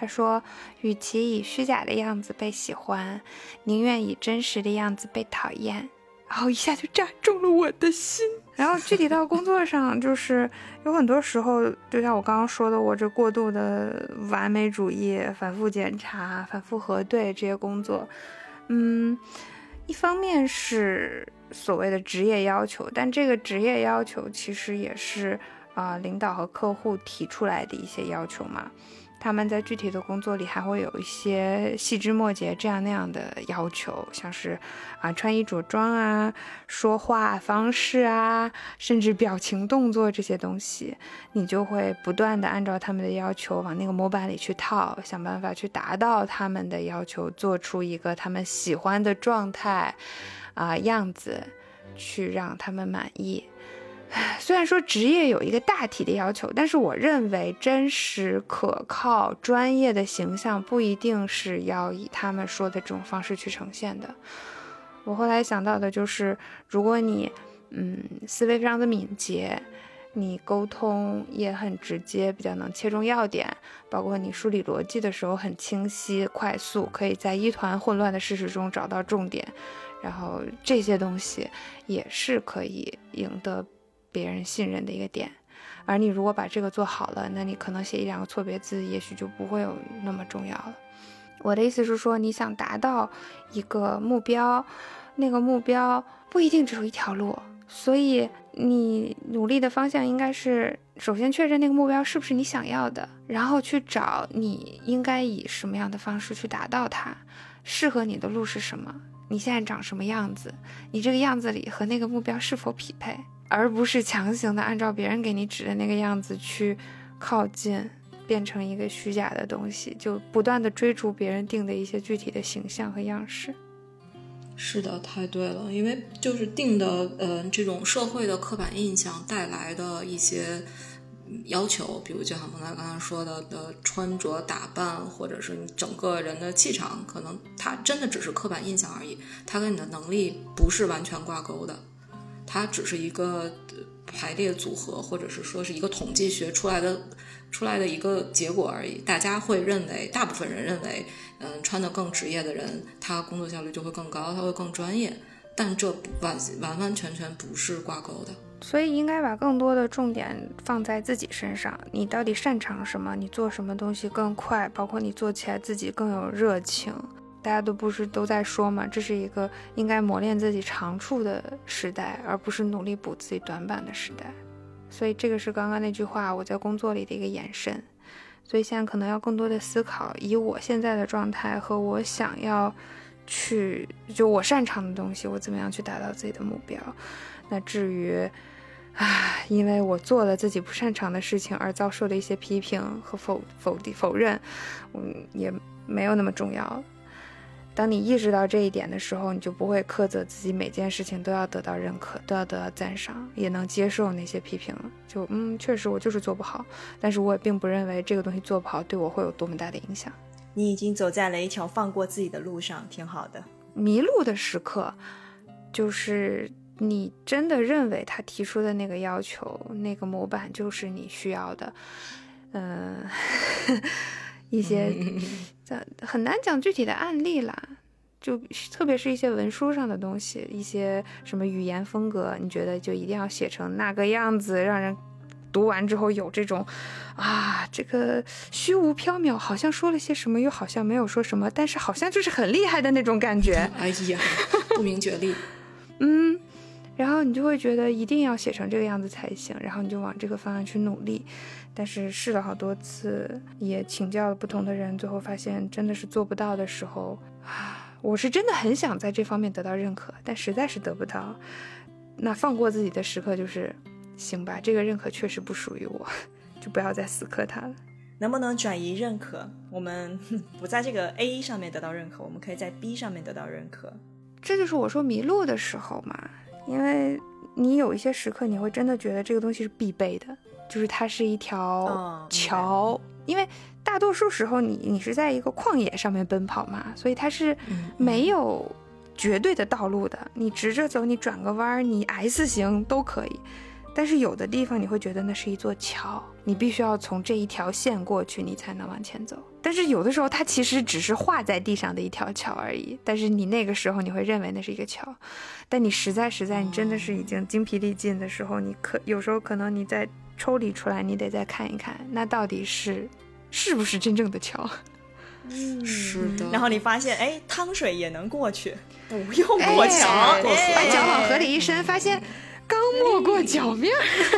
他说，与其以虚假的样子被喜欢，宁愿以真实的样子被讨厌。然后一下就扎中了我的心。然后具体到工作上，就是有很多时候，就像我刚刚说的，我这过度的完美主义、反复检查、反复核对这些工作，嗯，一方面是所谓的职业要求，但这个职业要求其实也是啊、呃、领导和客户提出来的一些要求嘛。他们在具体的工作里还会有一些细枝末节这样那样的要求，像是啊穿衣着装啊、说话方式啊，甚至表情动作这些东西，你就会不断的按照他们的要求往那个模板里去套，想办法去达到他们的要求，做出一个他们喜欢的状态啊样子，去让他们满意。虽然说职业有一个大体的要求，但是我认为真实、可靠、专业的形象不一定是要以他们说的这种方式去呈现的。我后来想到的就是，如果你嗯思维非常的敏捷，你沟通也很直接，比较能切中要点，包括你梳理逻辑的时候很清晰、快速，可以在一团混乱的事实中找到重点，然后这些东西也是可以赢得别人信任的一个点。而你如果把这个做好了，那你可能写一两个错别字也许就不会有那么重要了。我的意思是说，你想达到一个目标，那个目标不一定只有一条路，所以你努力的方向应该是首先确认那个目标是不是你想要的，然后去找你应该以什么样的方式去达到它，适合你的路是什么，你现在长什么样子，你这个样子里和那个目标是否匹配，而不是强行的按照别人给你指的那个样子去靠近，变成一个虚假的东西，就不断的追逐别人定的一些具体的形象和样式。 是的，太对了，因为就是定的呃这种社会的刻板印象带来的一些要求，比如就像刚才刚才说的的穿着打扮，或者是你整个人的气场，可能它真的只是刻板印象而已，它跟你的能力不是完全挂钩的，它只是一个排列组合，或者是说是一个统计学出来的出来的一个结果而已。大家会认为，大部分人认为嗯，穿得更职业的人他工作效率就会更高，他会更专业，但这不完完完全全不是挂钩的。 所以应该把更多的重点放在自己身上，你到底擅长什么，你做什么东西更快，包括你做起来自己更有热情。大家都不是都在说嘛，这是一个应该磨练自己长处的时代，而不是努力补自己短板的时代。所以这个是刚刚那句话我在工作里的一个延伸。所以现在可能要更多的思考，以我现在的状态和我想要去就我擅长的东西，我怎么样去达到自己的目标。那至于啊，因为我做了自己不擅长的事情而遭受的一些批评和否否定否认，嗯，也没有那么重要。当你意识到这一点的时候，你就不会苛责自己每件事情都要得到认可，都要得到赞赏，也能接受那些批评了。就嗯，确实我就是做不好，但是我也并不认为这个东西做不好对我会有多么大的影响。 你已经走在了一条放过自己的路上，挺好的。 迷路的时刻，就是你真的认为他提出的那个要求，那个模板就是你需要的，嗯、呃，一些很难讲具体的案例啦，就特别是一些文书上的东西，一些什么语言风格，你觉得就一定要写成那个样子，让人读完之后有这种啊，这个虚无缥缈，好像说了些什么，又好像没有说什么，但是好像就是很厉害的那种感觉。 哎呀，不明觉厉。 嗯，然后你就会觉得一定要写成这个样子才行，然后你就往这个方向去努力。但是试了好多次，也请教了不同的人，最后发现真的是做不到的时候啊，我是真的很想在这方面得到认可，但实在是得不到。那放过自己的时刻就是行吧，这个认可确实不属于我，就不要再死磕它了。 能不能转移认可？我们不在这个 A 上面得到认可，我们可以在 B 上面得到认可。 这就是我说迷路的时候嘛，因为你有一些时刻你会真的觉得这个东西是必备的，就是它是一条桥、哦、因为大多数时候你你是在一个旷野上面奔跑嘛，所以它是没有绝对的道路的，你直着走，你转个弯，你 S 型都可以。 但是有的地方你会觉得那是一座桥，你必须要从这一条线过去你才能往前走。但是有的时候它其实只是画在地上的一条桥而已，但是你那个时候你会认为那是一个桥，但你实在实在你真的是已经精疲力尽的时候，你可有时候可能你再抽离出来，你得再看一看那到底是是不是真正的桥。 嗯，是的。 然后你发现哎，汤水也能过去，不用过桥， 哎哎、 把脚往河里一伸，发现刚没过脚面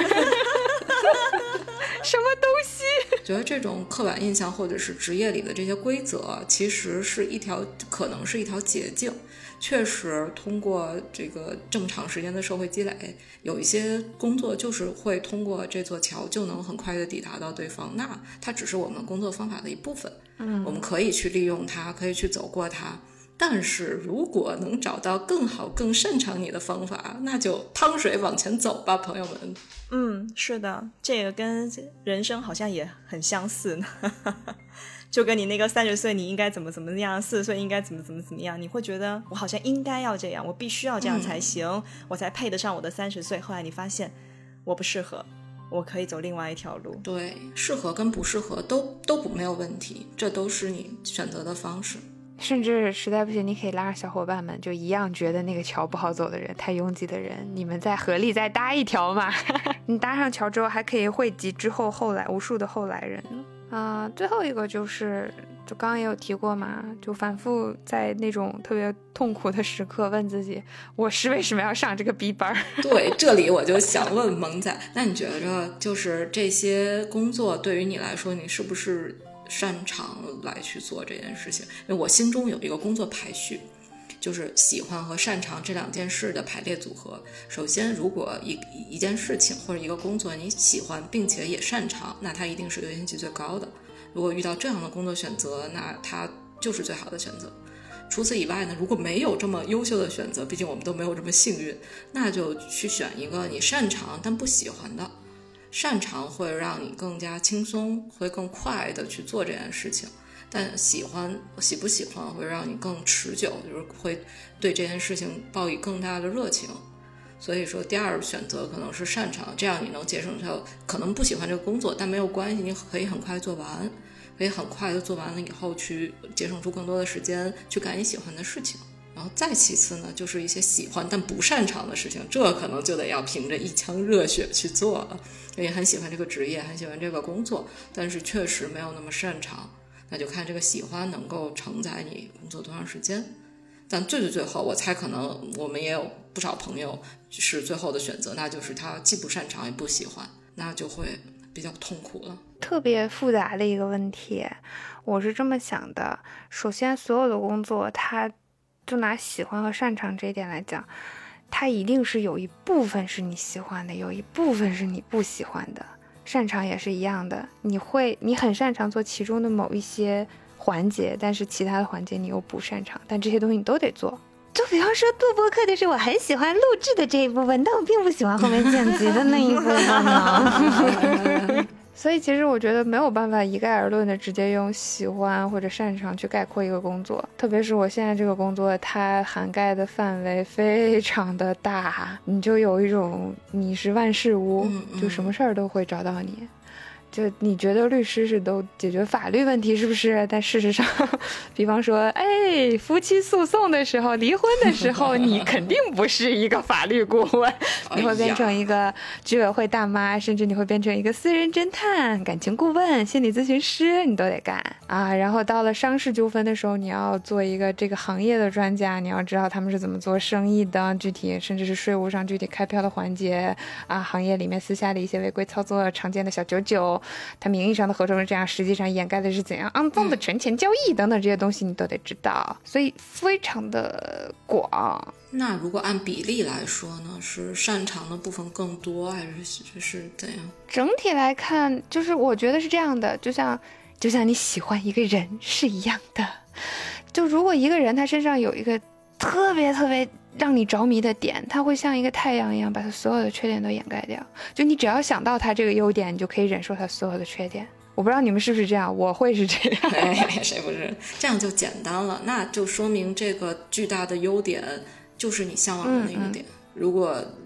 什么东西。 觉得这种刻板印象或者是职业里的这些规则其实是一条可能是一条捷径，确实通过这个这么长时间的社会积累，有一些工作就是会通过这座桥就能很快的抵达到对方，那它只是我们工作方法的一部分，嗯，我们可以去利用它，可以去走过它，但是如果能找到更好更擅长你的方法，那就趟水往前走吧，朋友们。 嗯，是的，这个跟人生好像也很相似呢就跟你那个三十岁你应该怎么怎么样，四十岁应该怎么怎么怎么样，你会觉得我好像应该要这样，我必须要这样才行、嗯、我才配得上我的三十岁。后来你发现我不适合，我可以走另外一条路。 对，适合跟不适合都都不没有问题，这都是你选择的方式。 甚至实在不行你可以拉着小伙伴们，就一样觉得那个桥不好走的人，太拥挤的人，你们再合力再搭一条嘛你搭上桥之后还可以汇集之后后来无数的后来人啊、呃。最后一个就是就刚刚也有提过嘛，就反复在那种特别痛苦的时刻问自己，我是为什么要上这个逼班对，这里我就想问萌仔，那你觉得就是这些工作对于你来说，你是不是擅长来去做这件事情？因为我心中有一个工作排序，就是喜欢和擅长这两件事的排列组合。首先，如果一一件事情或者一个工作你喜欢并且也擅长，那它一定是优先级最高的。如果遇到这样的工作选择，那它就是最好的选择。除此以外呢，如果没有这么优秀的选择，毕竟我们都没有这么幸运，那就去选一个你擅长但不喜欢的。擅长会让你更加轻松，会更快的去做这件事情，但喜欢喜不喜欢会让你更持久，就是会对这件事情抱以更大的热情。所以说第二选择可能是擅长，这样你能节省掉可能不喜欢这个工作，但没有关系，你可以很快做完，可以很快的做完了以后去节省出更多的时间去干你喜欢的事情。然后再其次呢，就是一些喜欢但不擅长的事情，这可能就得要凭着一腔热血去做了。也很喜欢这个职业，很喜欢这个工作，但是确实没有那么擅长，那就看这个喜欢能够承载你工作多长时间。但最最最后，我猜可能我们也有不少朋友是最后的选择，那就是他既不擅长也不喜欢，那就会比较痛苦了。 特别复杂的一个问题，我是这么想的。首先，所有的工作它就拿喜欢和擅长这一点来讲，它一定是有一部分是你喜欢的，有一部分是你不喜欢的。擅长也是一样的，你会你很擅长做其中的某一些环节，但是其他的环节你又不擅长，但这些东西你都得做。 就比方说录播课的时候，我很喜欢录制的这一部分，但我并不喜欢后面剪辑的那一部分呢所以其实我觉得没有办法一概而论的直接用喜欢或者擅长去概括一个工作，特别是我现在这个工作，它涵盖的范围非常的大，你就有一种你是万事屋， 嗯嗯就什么事儿都会找到你。就你觉得律师是都解决法律问题是不是？但事实上比方说哎，夫妻诉讼的时候，离婚的时候你肯定不是一个法律顾问你会变成一个居委会大妈，甚至你会变成一个私人侦探、感情顾问、心理咨询师，你都得干啊。然后到了商事纠纷的时候，你要做一个这个行业的专家，你要知道他们是怎么做生意的，具体甚至是税务上具体开票的环节啊，行业里面私下的一些违规操作，常见的小九九，它名义上的合同是这样，实际上掩盖的是怎样肮脏的权钱交易等等，这些东西你都得知道，所以非常的广。 那如果按比例来说呢，是擅长的部分更多，还是是怎样？ 整体来看，就是我觉得是这样的，就像就像你喜欢一个人是一样的，就如果一个人他身上有一个特别特别让你着迷的点，他会像一个太阳一样把他所有的缺点都掩盖掉，就你只要想到他这个优点，你就可以忍受他所有的缺点。我不知道你们是不是这样，我会是这样哎，谁不是？这样就简单了，那就说明这个巨大的优点就是你向往的那个点、嗯嗯、如果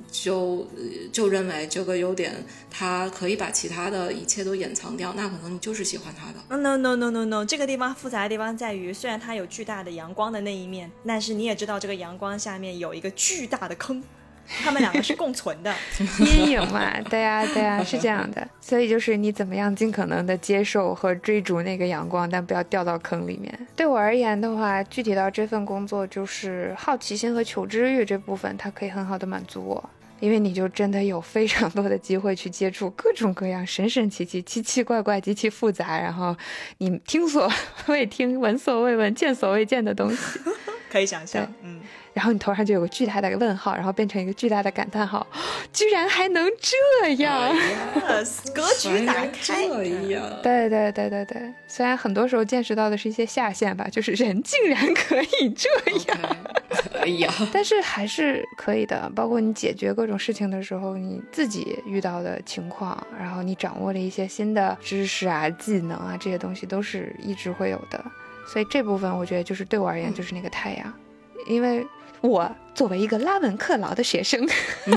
就就认为这个优点它可以把其他的一切都掩藏掉，那可能你就是喜欢它的。 No no no no no， 这个地方复杂的地方在于，虽然它有巨大的阳光的那一面，但是你也知道这个阳光下面有一个巨大的坑，他们两个是共存的。 阴影嘛，对呀、啊、对呀、啊，是这样的。所以就是你怎么样尽可能的接受和追逐那个阳光，但不要掉到坑里面。对我而言的话，具体到这份工作，就是好奇心和求知欲这部分，它可以很好的满足我。因为你就真的有非常多的机会去接触各种各样神神奇奇奇奇怪怪极其复杂，然后你听所未听闻所未闻见所未见的东西。 可以想象。嗯， 然后你头上就有个巨大的问号，然后变成一个巨大的感叹号，居然还能这样、 哎呀格局打开。 这样对对对对对，虽然很多时候见识到的是一些下限吧，就是人竟然可以这样、 okay. 哎呀， 但是还是可以的。包括你解决各种事情的时候，你自己遇到的情况，然后你掌握了一些新的知识啊技能啊，这些东西都是一直会有的。所以这部分我觉得就是对我而言就是那个太阳、嗯、因为我作为一个拉文克劳的学生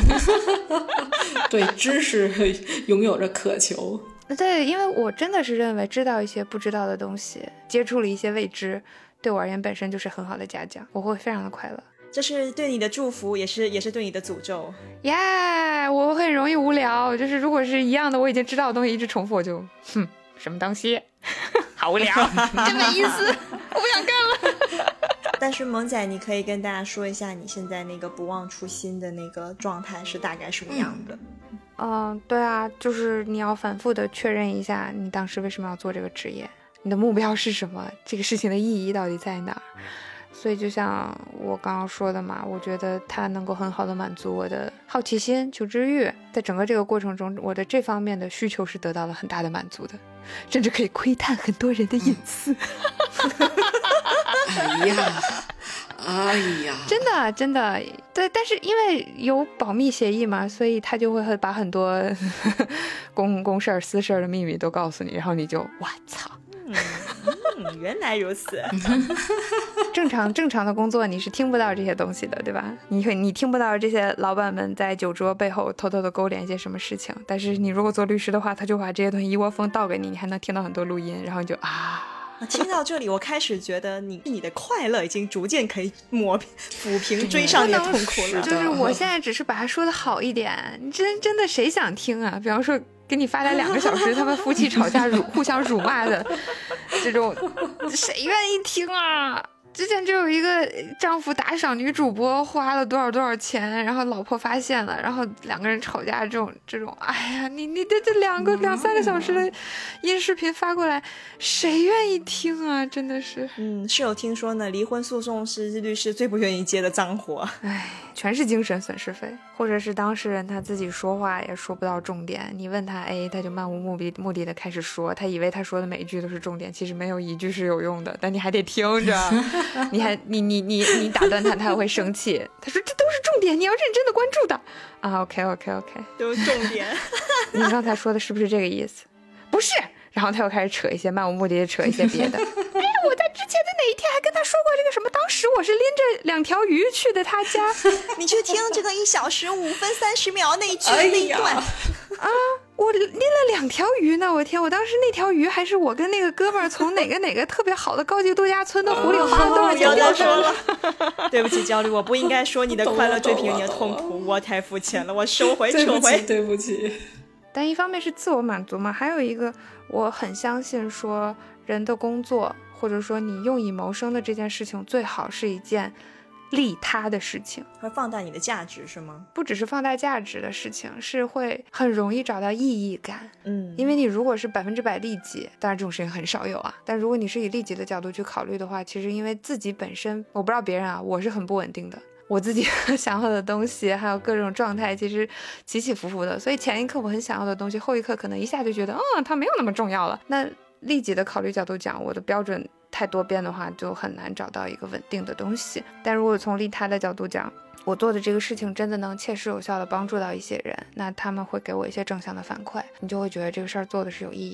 对知识拥有着渴求。 对，因为我真的是认为知道一些不知道的东西，接触了一些未知，对我而言本身就是很好的嘉奖，我会非常的快乐。 这是对你的祝福，也是也是对你的诅咒呀、yeah, 我很容易无聊，就是如果是一样的我已经知道的东西一直重复，我就哼什么东西好无聊真没意思我不想干了但是萌仔，你可以跟大家说一下你现在那个不忘初心的那个状态是大概什么样的？ 嗯、呃，对啊，就是你要反复的确认一下你当时为什么要做这个职业，你的目标是什么，这个事情的意义到底在哪儿。所以就像我刚刚说的嘛，我觉得它能够很好的满足我的好奇心、求知欲，在整个这个过程中，我的这方面的需求是得到了很大的满足的，甚至可以窥探很多人的隐私。 哎呀，哎呀， 真的真的，对，但是因为有保密协议嘛，所以他就会把很多公公事儿、私事儿的秘密都告诉你，然后你就我操。 嗯嗯，原来如此。 正常正常的工作你是听不到这些东西的，对吧？你你听不到这些老板们在酒桌背后偷偷的勾连一些什么事情，但是你如果做律师的话，他就把这些东西一窝蜂倒给你，你还能听到很多录音，然后你就啊。 听到这里，我开始觉得你你的快乐已经逐渐可以抹抚平追上你的痛苦了。 就是我现在只是把它说的好一点，你真真的谁想听啊？比方说给你发来两个小时他们夫妻吵架辱互相辱骂的这种，谁愿意听啊？之前就有一个丈夫打赏女主播花了多少多少钱，然后老婆发现了，然后两个人吵架，这种这种，哎呀，你你这这两个两三个小时的音视频发过来，谁愿意听啊？真的是， 嗯，是有听说呢，离婚诉讼是律师最不愿意接的脏活， 哎，全是精神损失费，或者是当事人他自己说话也说不到重点，你问他 A， 他就漫无目的目的的开始说，他以为他说的每一句都是重点，其实没有一句是有用的，但你还得听着。你还你你你你打断他，他会生气。他说这都是重点，你要认真的关注的啊。OK OK OK， 都是重点。 你刚才说的是不是这个意思？不是。然后他又开始扯一些漫无目的的扯一些别的。哎呀，我在之前的哪一天还跟他说过这个什么？当时我是拎着两条鱼去的他家。 你去听这个一小时五分三十秒那一句、哎、那一段啊。 我拎了两条鱼呢，我天！我当时那条鱼还是我跟那个哥们儿从哪个哪个特别好的高级度假村的湖里花了多少钱钓上了。 对不起，焦虑，我不应该说你的快乐追平你的痛苦，我太肤浅了，我收回，收回， 对不起。 但一方面是自我满足嘛，还有一个我很相信说，人的工作或者说你用以谋生的这件事情，最好是一件利他的事情， 会放大你的价值是吗？ 不只是放大价值的事情，是会很容易找到意义感。 嗯， 因为你如果是百分之百利己，当然这种事情很少有啊，但如果你是以利己的角度去考虑的话，其实因为自己本身，我不知道别人啊，我是很不稳定的，我自己想要的东西还有各种状态其实起起伏伏的，所以前一刻我很想要的东西，后一刻可能一下就觉得嗯，它没有那么重要了。那利己的考虑角度讲，我的标准太多变的话，就很难找到一个稳定的东西。但如果从利他的角度讲，我做的这个事情真的能切实有效的帮助到一些人，那他们会给我一些正向的反馈，你就会觉得这个事儿做的是有意义的。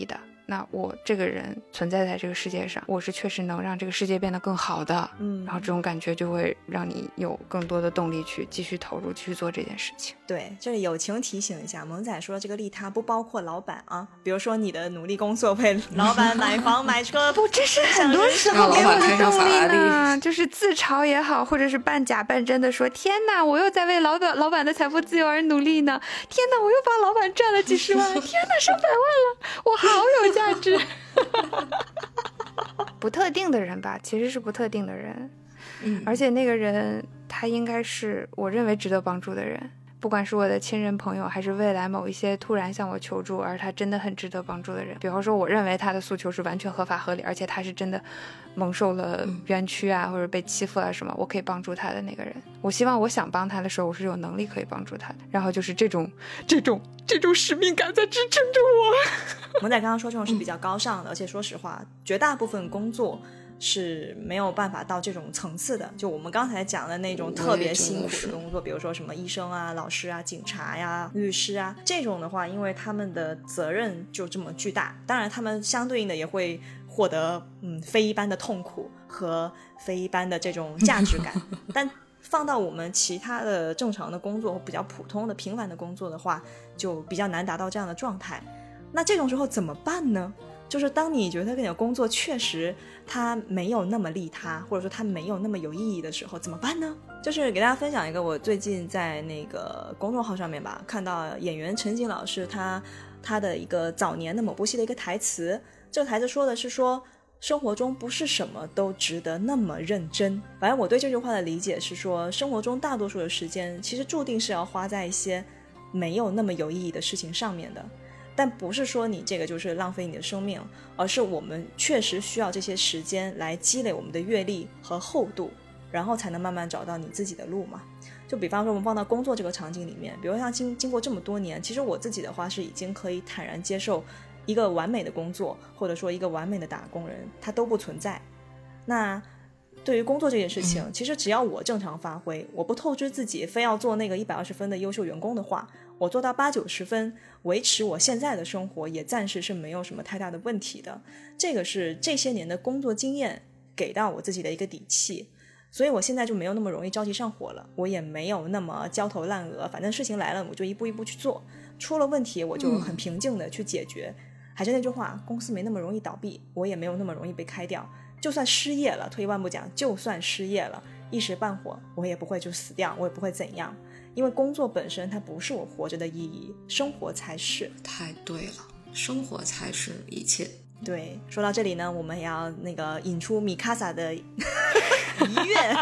那我这个人存在在这个世界上，我是确实能让这个世界变得更好的， 嗯， 然后这种感觉就会让你有更多的动力去继续投入，继续做这件事情。 对，这里友情提醒一下，萌仔说这个利他不包括老板啊，比如说你的努力工作为老板买房买车， 不，这是很多时候给我的动力呢，就是自嘲也好，或者是半假半真的说，天哪，我又在为老板老板的财富自由而努力呢，天哪，我又帮老板赚了几十万，天哪，上百万了，我好有价值。不特定的人吧，其实是不特定的人， 嗯， 而且那个人他应该是我认为值得帮助的人，不管是我的亲人朋友，还是未来某一些突然向我求助而他真的很值得帮助的人。比方说我认为他的诉求是完全合法合理，而且他是真的蒙受了冤屈啊，或者被欺负啊什么，我可以帮助他的那个人。我希望我想帮他的时候，我是有能力可以帮助他的。然后就是这种这种这种使命感在支撑着我。 萌仔刚刚说这种是比较高尚的，而且说实话，绝大部分工作是没有办法到这种层次的。就我们刚才讲的那种特别辛苦的工作，比如说什么医生啊、老师啊、警察呀、律师啊，这种的话，因为他们的责任就这么巨大，当然他们相对应的也会获得嗯非一般的痛苦和非一般的这种价值感。但放到我们其他的正常的工作，比较普通的平凡的工作的话，就比较难达到这样的状态。那这种时候怎么办呢？就是当你觉得你的工作确实它没有那么利他，或者说它没有那么有意义的时候，怎么办呢？就是给大家分享一个我最近在那个公众号上面吧，看到演员陈瑾老师他他的一个早年的某部戏的一个台词。这个台词说的是说，生活中不是什么都值得那么认真。反正我对这句话的理解是说，生活中大多数的时间其实注定是要花在一些没有那么有意义的事情上面的。但不是说你这个就是浪费你的生命，而是我们确实需要这些时间来积累我们的阅历和厚度，然后才能慢慢找到你自己的路嘛。就比方说我们放到工作这个场景里面，比如像经经过这么多年，其实我自己的话是已经可以坦然接受一个完美的工作，或者说一个完美的打工人，它都不存在。那对于工作这件事情、嗯、其实只要我正常发挥，我不透支自己非要做那个一百二十分的优秀员工的话，我做到八九十分，维持我现在的生活也暂时是没有什么太大的问题的。这个是这些年的工作经验给到我自己的一个底气，所以我现在就没有那么容易着急上火了，我也没有那么焦头烂额，反正事情来了我就一步一步去做，出了问题我就很平静的去解决、嗯、还是那句话，公司没那么容易倒闭，我也没有那么容易被开掉，就算失业了，退一万步讲，就算失业了，一时半会我也不会就死掉，我也不会怎样，因为工作本身它不是我活着的意义，生活才是。 太对了，生活才是一切。 对，说到这里呢，我们也要那个引出米卡萨的遗愿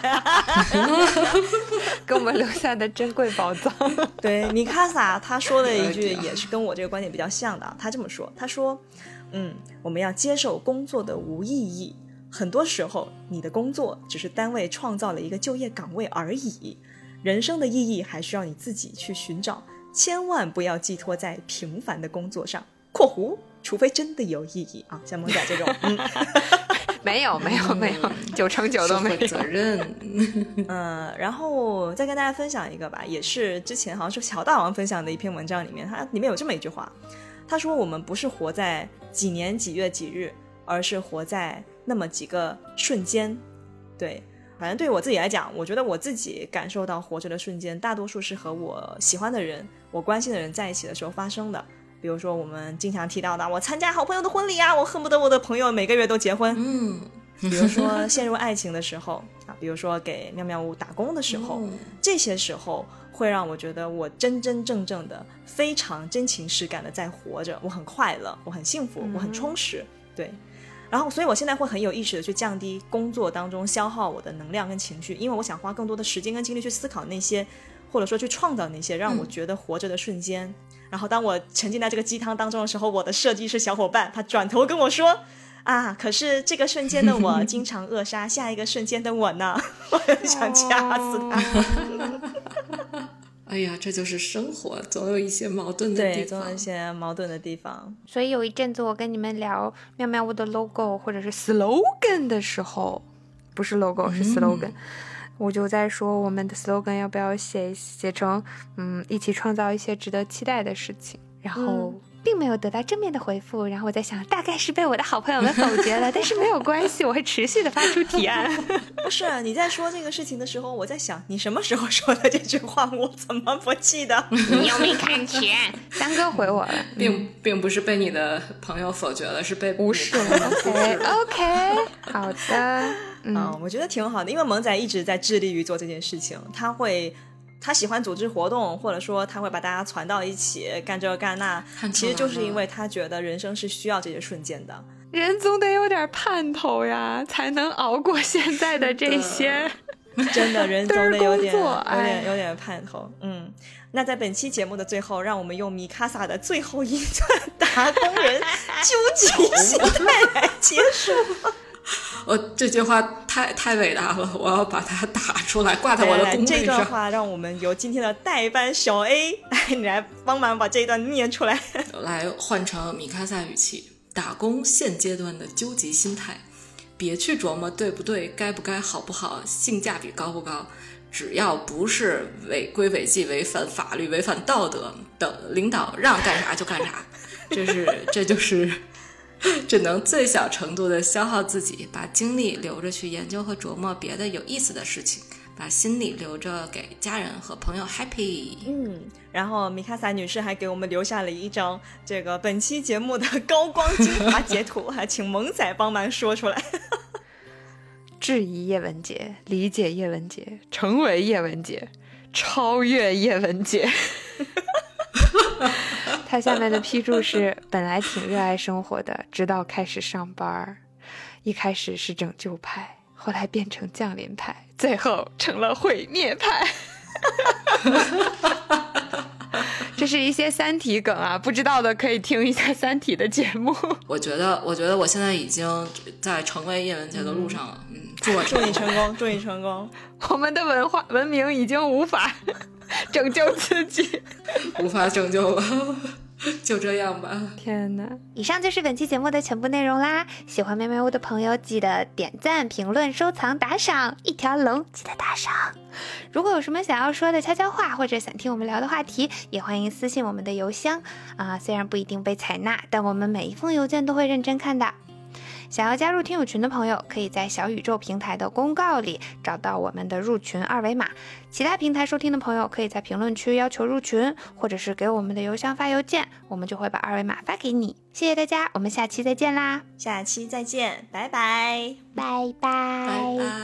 给我们留下的珍贵宝藏。 对，米卡萨他说的一句也是跟我这个观点比较像的，他这么说，他说嗯，我们要接受工作的无意义，很多时候你的工作只是单位创造了一个就业岗位而已，人生的意义还需要你自己去寻找，千万不要寄托在平凡的工作上（括弧除非真的有意义啊，像萌仔这种）嗯， 没有没有没有，九成九都没有责任。 嗯，然后再跟大家分享一个吧，也是之前好像是小大王分享的一篇文章里面，它里面有这么一句话，他说我们不是活在几年几月几日，而是活在那么几个瞬间。对，反正对于我自己来讲，我觉得我自己感受到活着的瞬间大多数是和我喜欢的人，我关心的人在一起的时候发生的。比如说我们经常提到的，我参加好朋友的婚礼啊，我恨不得我的朋友每个月都结婚。 嗯， 比如说陷入爱情的时候啊，比如说给妙妙屋打工的时候、嗯、这些时候会让我觉得我真真正正的非常真情实感的在活着，我很快乐，我很幸福、嗯、我很充实。对，然后所以我现在会很有意识的去降低工作当中消耗我的能量跟情绪，因为我想花更多的时间跟精力去思考那些，或者说去创造那些让我觉得活着的瞬间、嗯、然后当我沉浸在这个鸡汤当中的时候，我的设计师小伙伴他转头跟我说啊，可是这个瞬间的我经常扼杀下一个瞬间的我呢我很想掐死他哎呀，这就是生活，总有一些矛盾的地方。 对，总有一些矛盾的地方。 所以有一阵子我跟你们聊妙妙屋的 logo 或者是 slogan 的时候，不是 logo 是 slogan、嗯、我就在说我们的 slogan 要不要写写成嗯，一起创造一些值得期待的事情，然后并没有得到正面的回复，然后我在想大概是被我的好朋友们否决了，但是没有关系，我会持续的发出提案。 不是，你在说这个事情的时候，我在想你什么时候说的这句话，我怎么不记得？ 你又没看全。 三哥回我了， 并并不是被你的朋友否决了，是被无视了。OK OK， 好的。 嗯、呃，我觉得挺好的，因为萌仔一直在致力于做这件事情，他会他喜欢组织活动，或者说他会把大家攒到一起干这干那，其实就是因为他觉得人生是需要这些瞬间的。 人总得有点盼头呀，才能熬过现在的这些。 真的，人总得有点有哎、 点有点盼头。嗯，那在本期节目的最后，让我们用米卡萨的最后一段打工人究极心态来结束。 我这句话太太伟大了，我要把它打出来，挂在我的公屏上。 这段话让我们由今天的代班小 A 来，你来帮忙把这一段念出来。 来换成米卡萨语气：打工现阶段的究极心态，别去琢磨对不对、该不该、好不好、性价比高不高，只要不是违规违纪、违反法律、违反道德的，领导让干啥就干啥。这是这就是只能最小程度的消耗自己，把精力留着去研究和琢磨别的有意思的事情，把心力留着给家人和朋友 happy。 嗯，然后米卡萨女士还给我们留下了一张这个本期节目的高光精华截图，还请萌仔帮忙说出来。 质疑叶文洁，理解叶文洁，成为叶文洁，超越叶文洁。他下面的批注是：本来挺热爱生活的，直到开始上班，一开始是拯救派，后来变成降临派，最后成了毁灭派。这是一些三体梗啊，不知道的可以听一下三体的节目。 我觉得我觉得我现在已经在成为叶文洁的路上了。嗯，祝祝你成功，祝你成功。 我们的文化文明已经无法拯救自己， 无法拯救了。就这样吧。 天哪！ 以上就是本期节目的全部内容啦。喜欢喵喵屋的朋友，记得点赞、评论、收藏、打赏，一条龙记得打赏。如果有什么想要说的悄悄话，或者想听我们聊的话题，也欢迎私信我们的邮箱啊。虽然不一定被采纳，但我们每一封邮件都会认真看的。想要加入听友群的朋友，可以在小宇宙平台的公告里找到我们的入群二维码。其他平台收听的朋友，可以在评论区要求入群，或者是给我们的邮箱发邮件，我们就会把二维码发给你。谢谢大家，我们下期再见啦！ 下期再见，拜拜， 拜拜， 拜拜。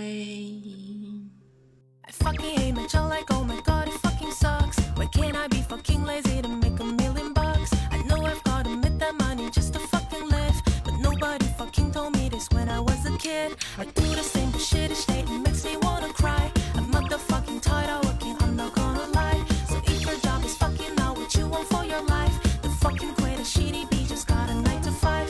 Fucking hate my job like oh my god it fucking sucks. Why can't I be fucking lazy to make a million bucks? I know I've gotta make that money just to fucking live, but nobody fucking told me this when I was a kid. I do the same shit each day, it makes me wanna cry. I'm motherfucking tired of working, I'm not gonna lie. So if your job is fucking not what you want for your life, then fucking quit a shitty beat, just got a nine to five.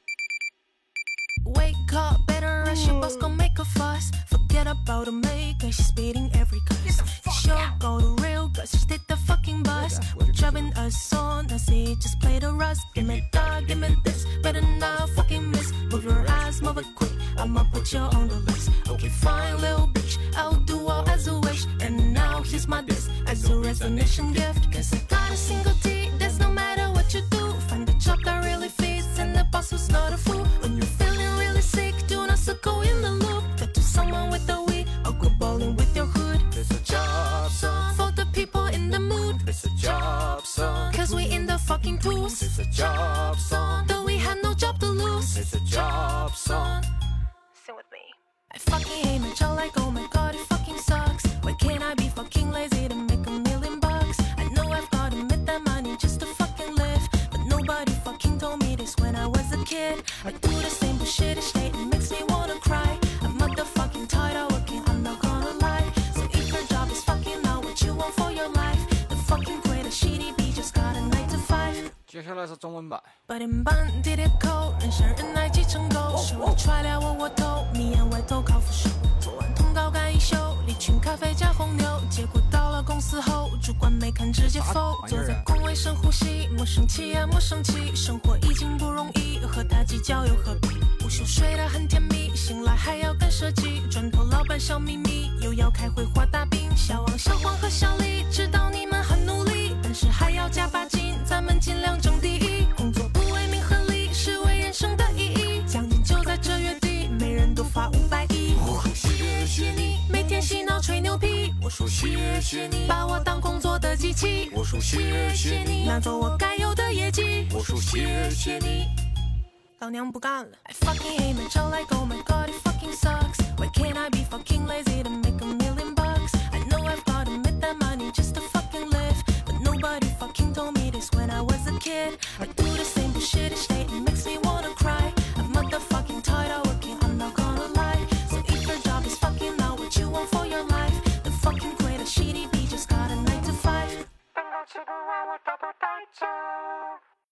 Wake up, better rush your boss, gon' make a fuss. Forget about a maker, she's speeding every cuss. You sure go to real guys, just hit the fucking bus. We're driving us on, I see just play the rust. Give me that, give me this, better not fucking miss. Move your ass, move it quick, I'ma put you on the list. Okay fine little bitch, I'll do all as a wish. And now here's my diss, as a resignation gift. Cause I got a single T, that's no matter what you do. Find a job that really fits, and the boss who's not a fool. When you're feeling really sick, do not suckle in the loop. Talk to someone with a wee, I'll go bowling with your hood. It's a job song. For the people in the mood. It's a job song. Cause we in the fucking tools. It's a job song. Though we had no job to lose. It's a job song. Sing with me. I fucking hate my job like oh my god it fucking sucks. Why can't I be fucking lazy to make a million bucks? I know I've gotta make that money just to fucking live, but nobody fucking told me this when I was a kid. I do the same bullshit each day, it makes me wanna cry. I'm motherfucking tired of working, I'm not gonna lie. So if your job is fucking not what you want for your life, then fucking quit a shitty beat, just got a nine to five. 接下来是中文版。 八点半地铁口，人山人海挤成狗，手里揣了窝窝头，迷眼外头靠扶手。做完通告赶一宿，离群咖啡加红牛，结果到了公司后，主管没看直接否。坐在工位深呼吸，莫生气呀莫生气，生活已经不容易，和他计较又何必？午休睡得很甜蜜，醒来还要干设计，转头老板小秘密，又要开会画大饼。小王小黄和小李知道你们很努力，但是还要加把劲，咱们尽量争第一。 吹牛皮， 我说谢谢你， 把我当工作的机器， 我说谢谢你， 拿走我该有的业绩， 我说谢谢你。 老娘不干了 I fucking hate my job like oh my god it fucking sucks Why can't I be fucking lazy to make a million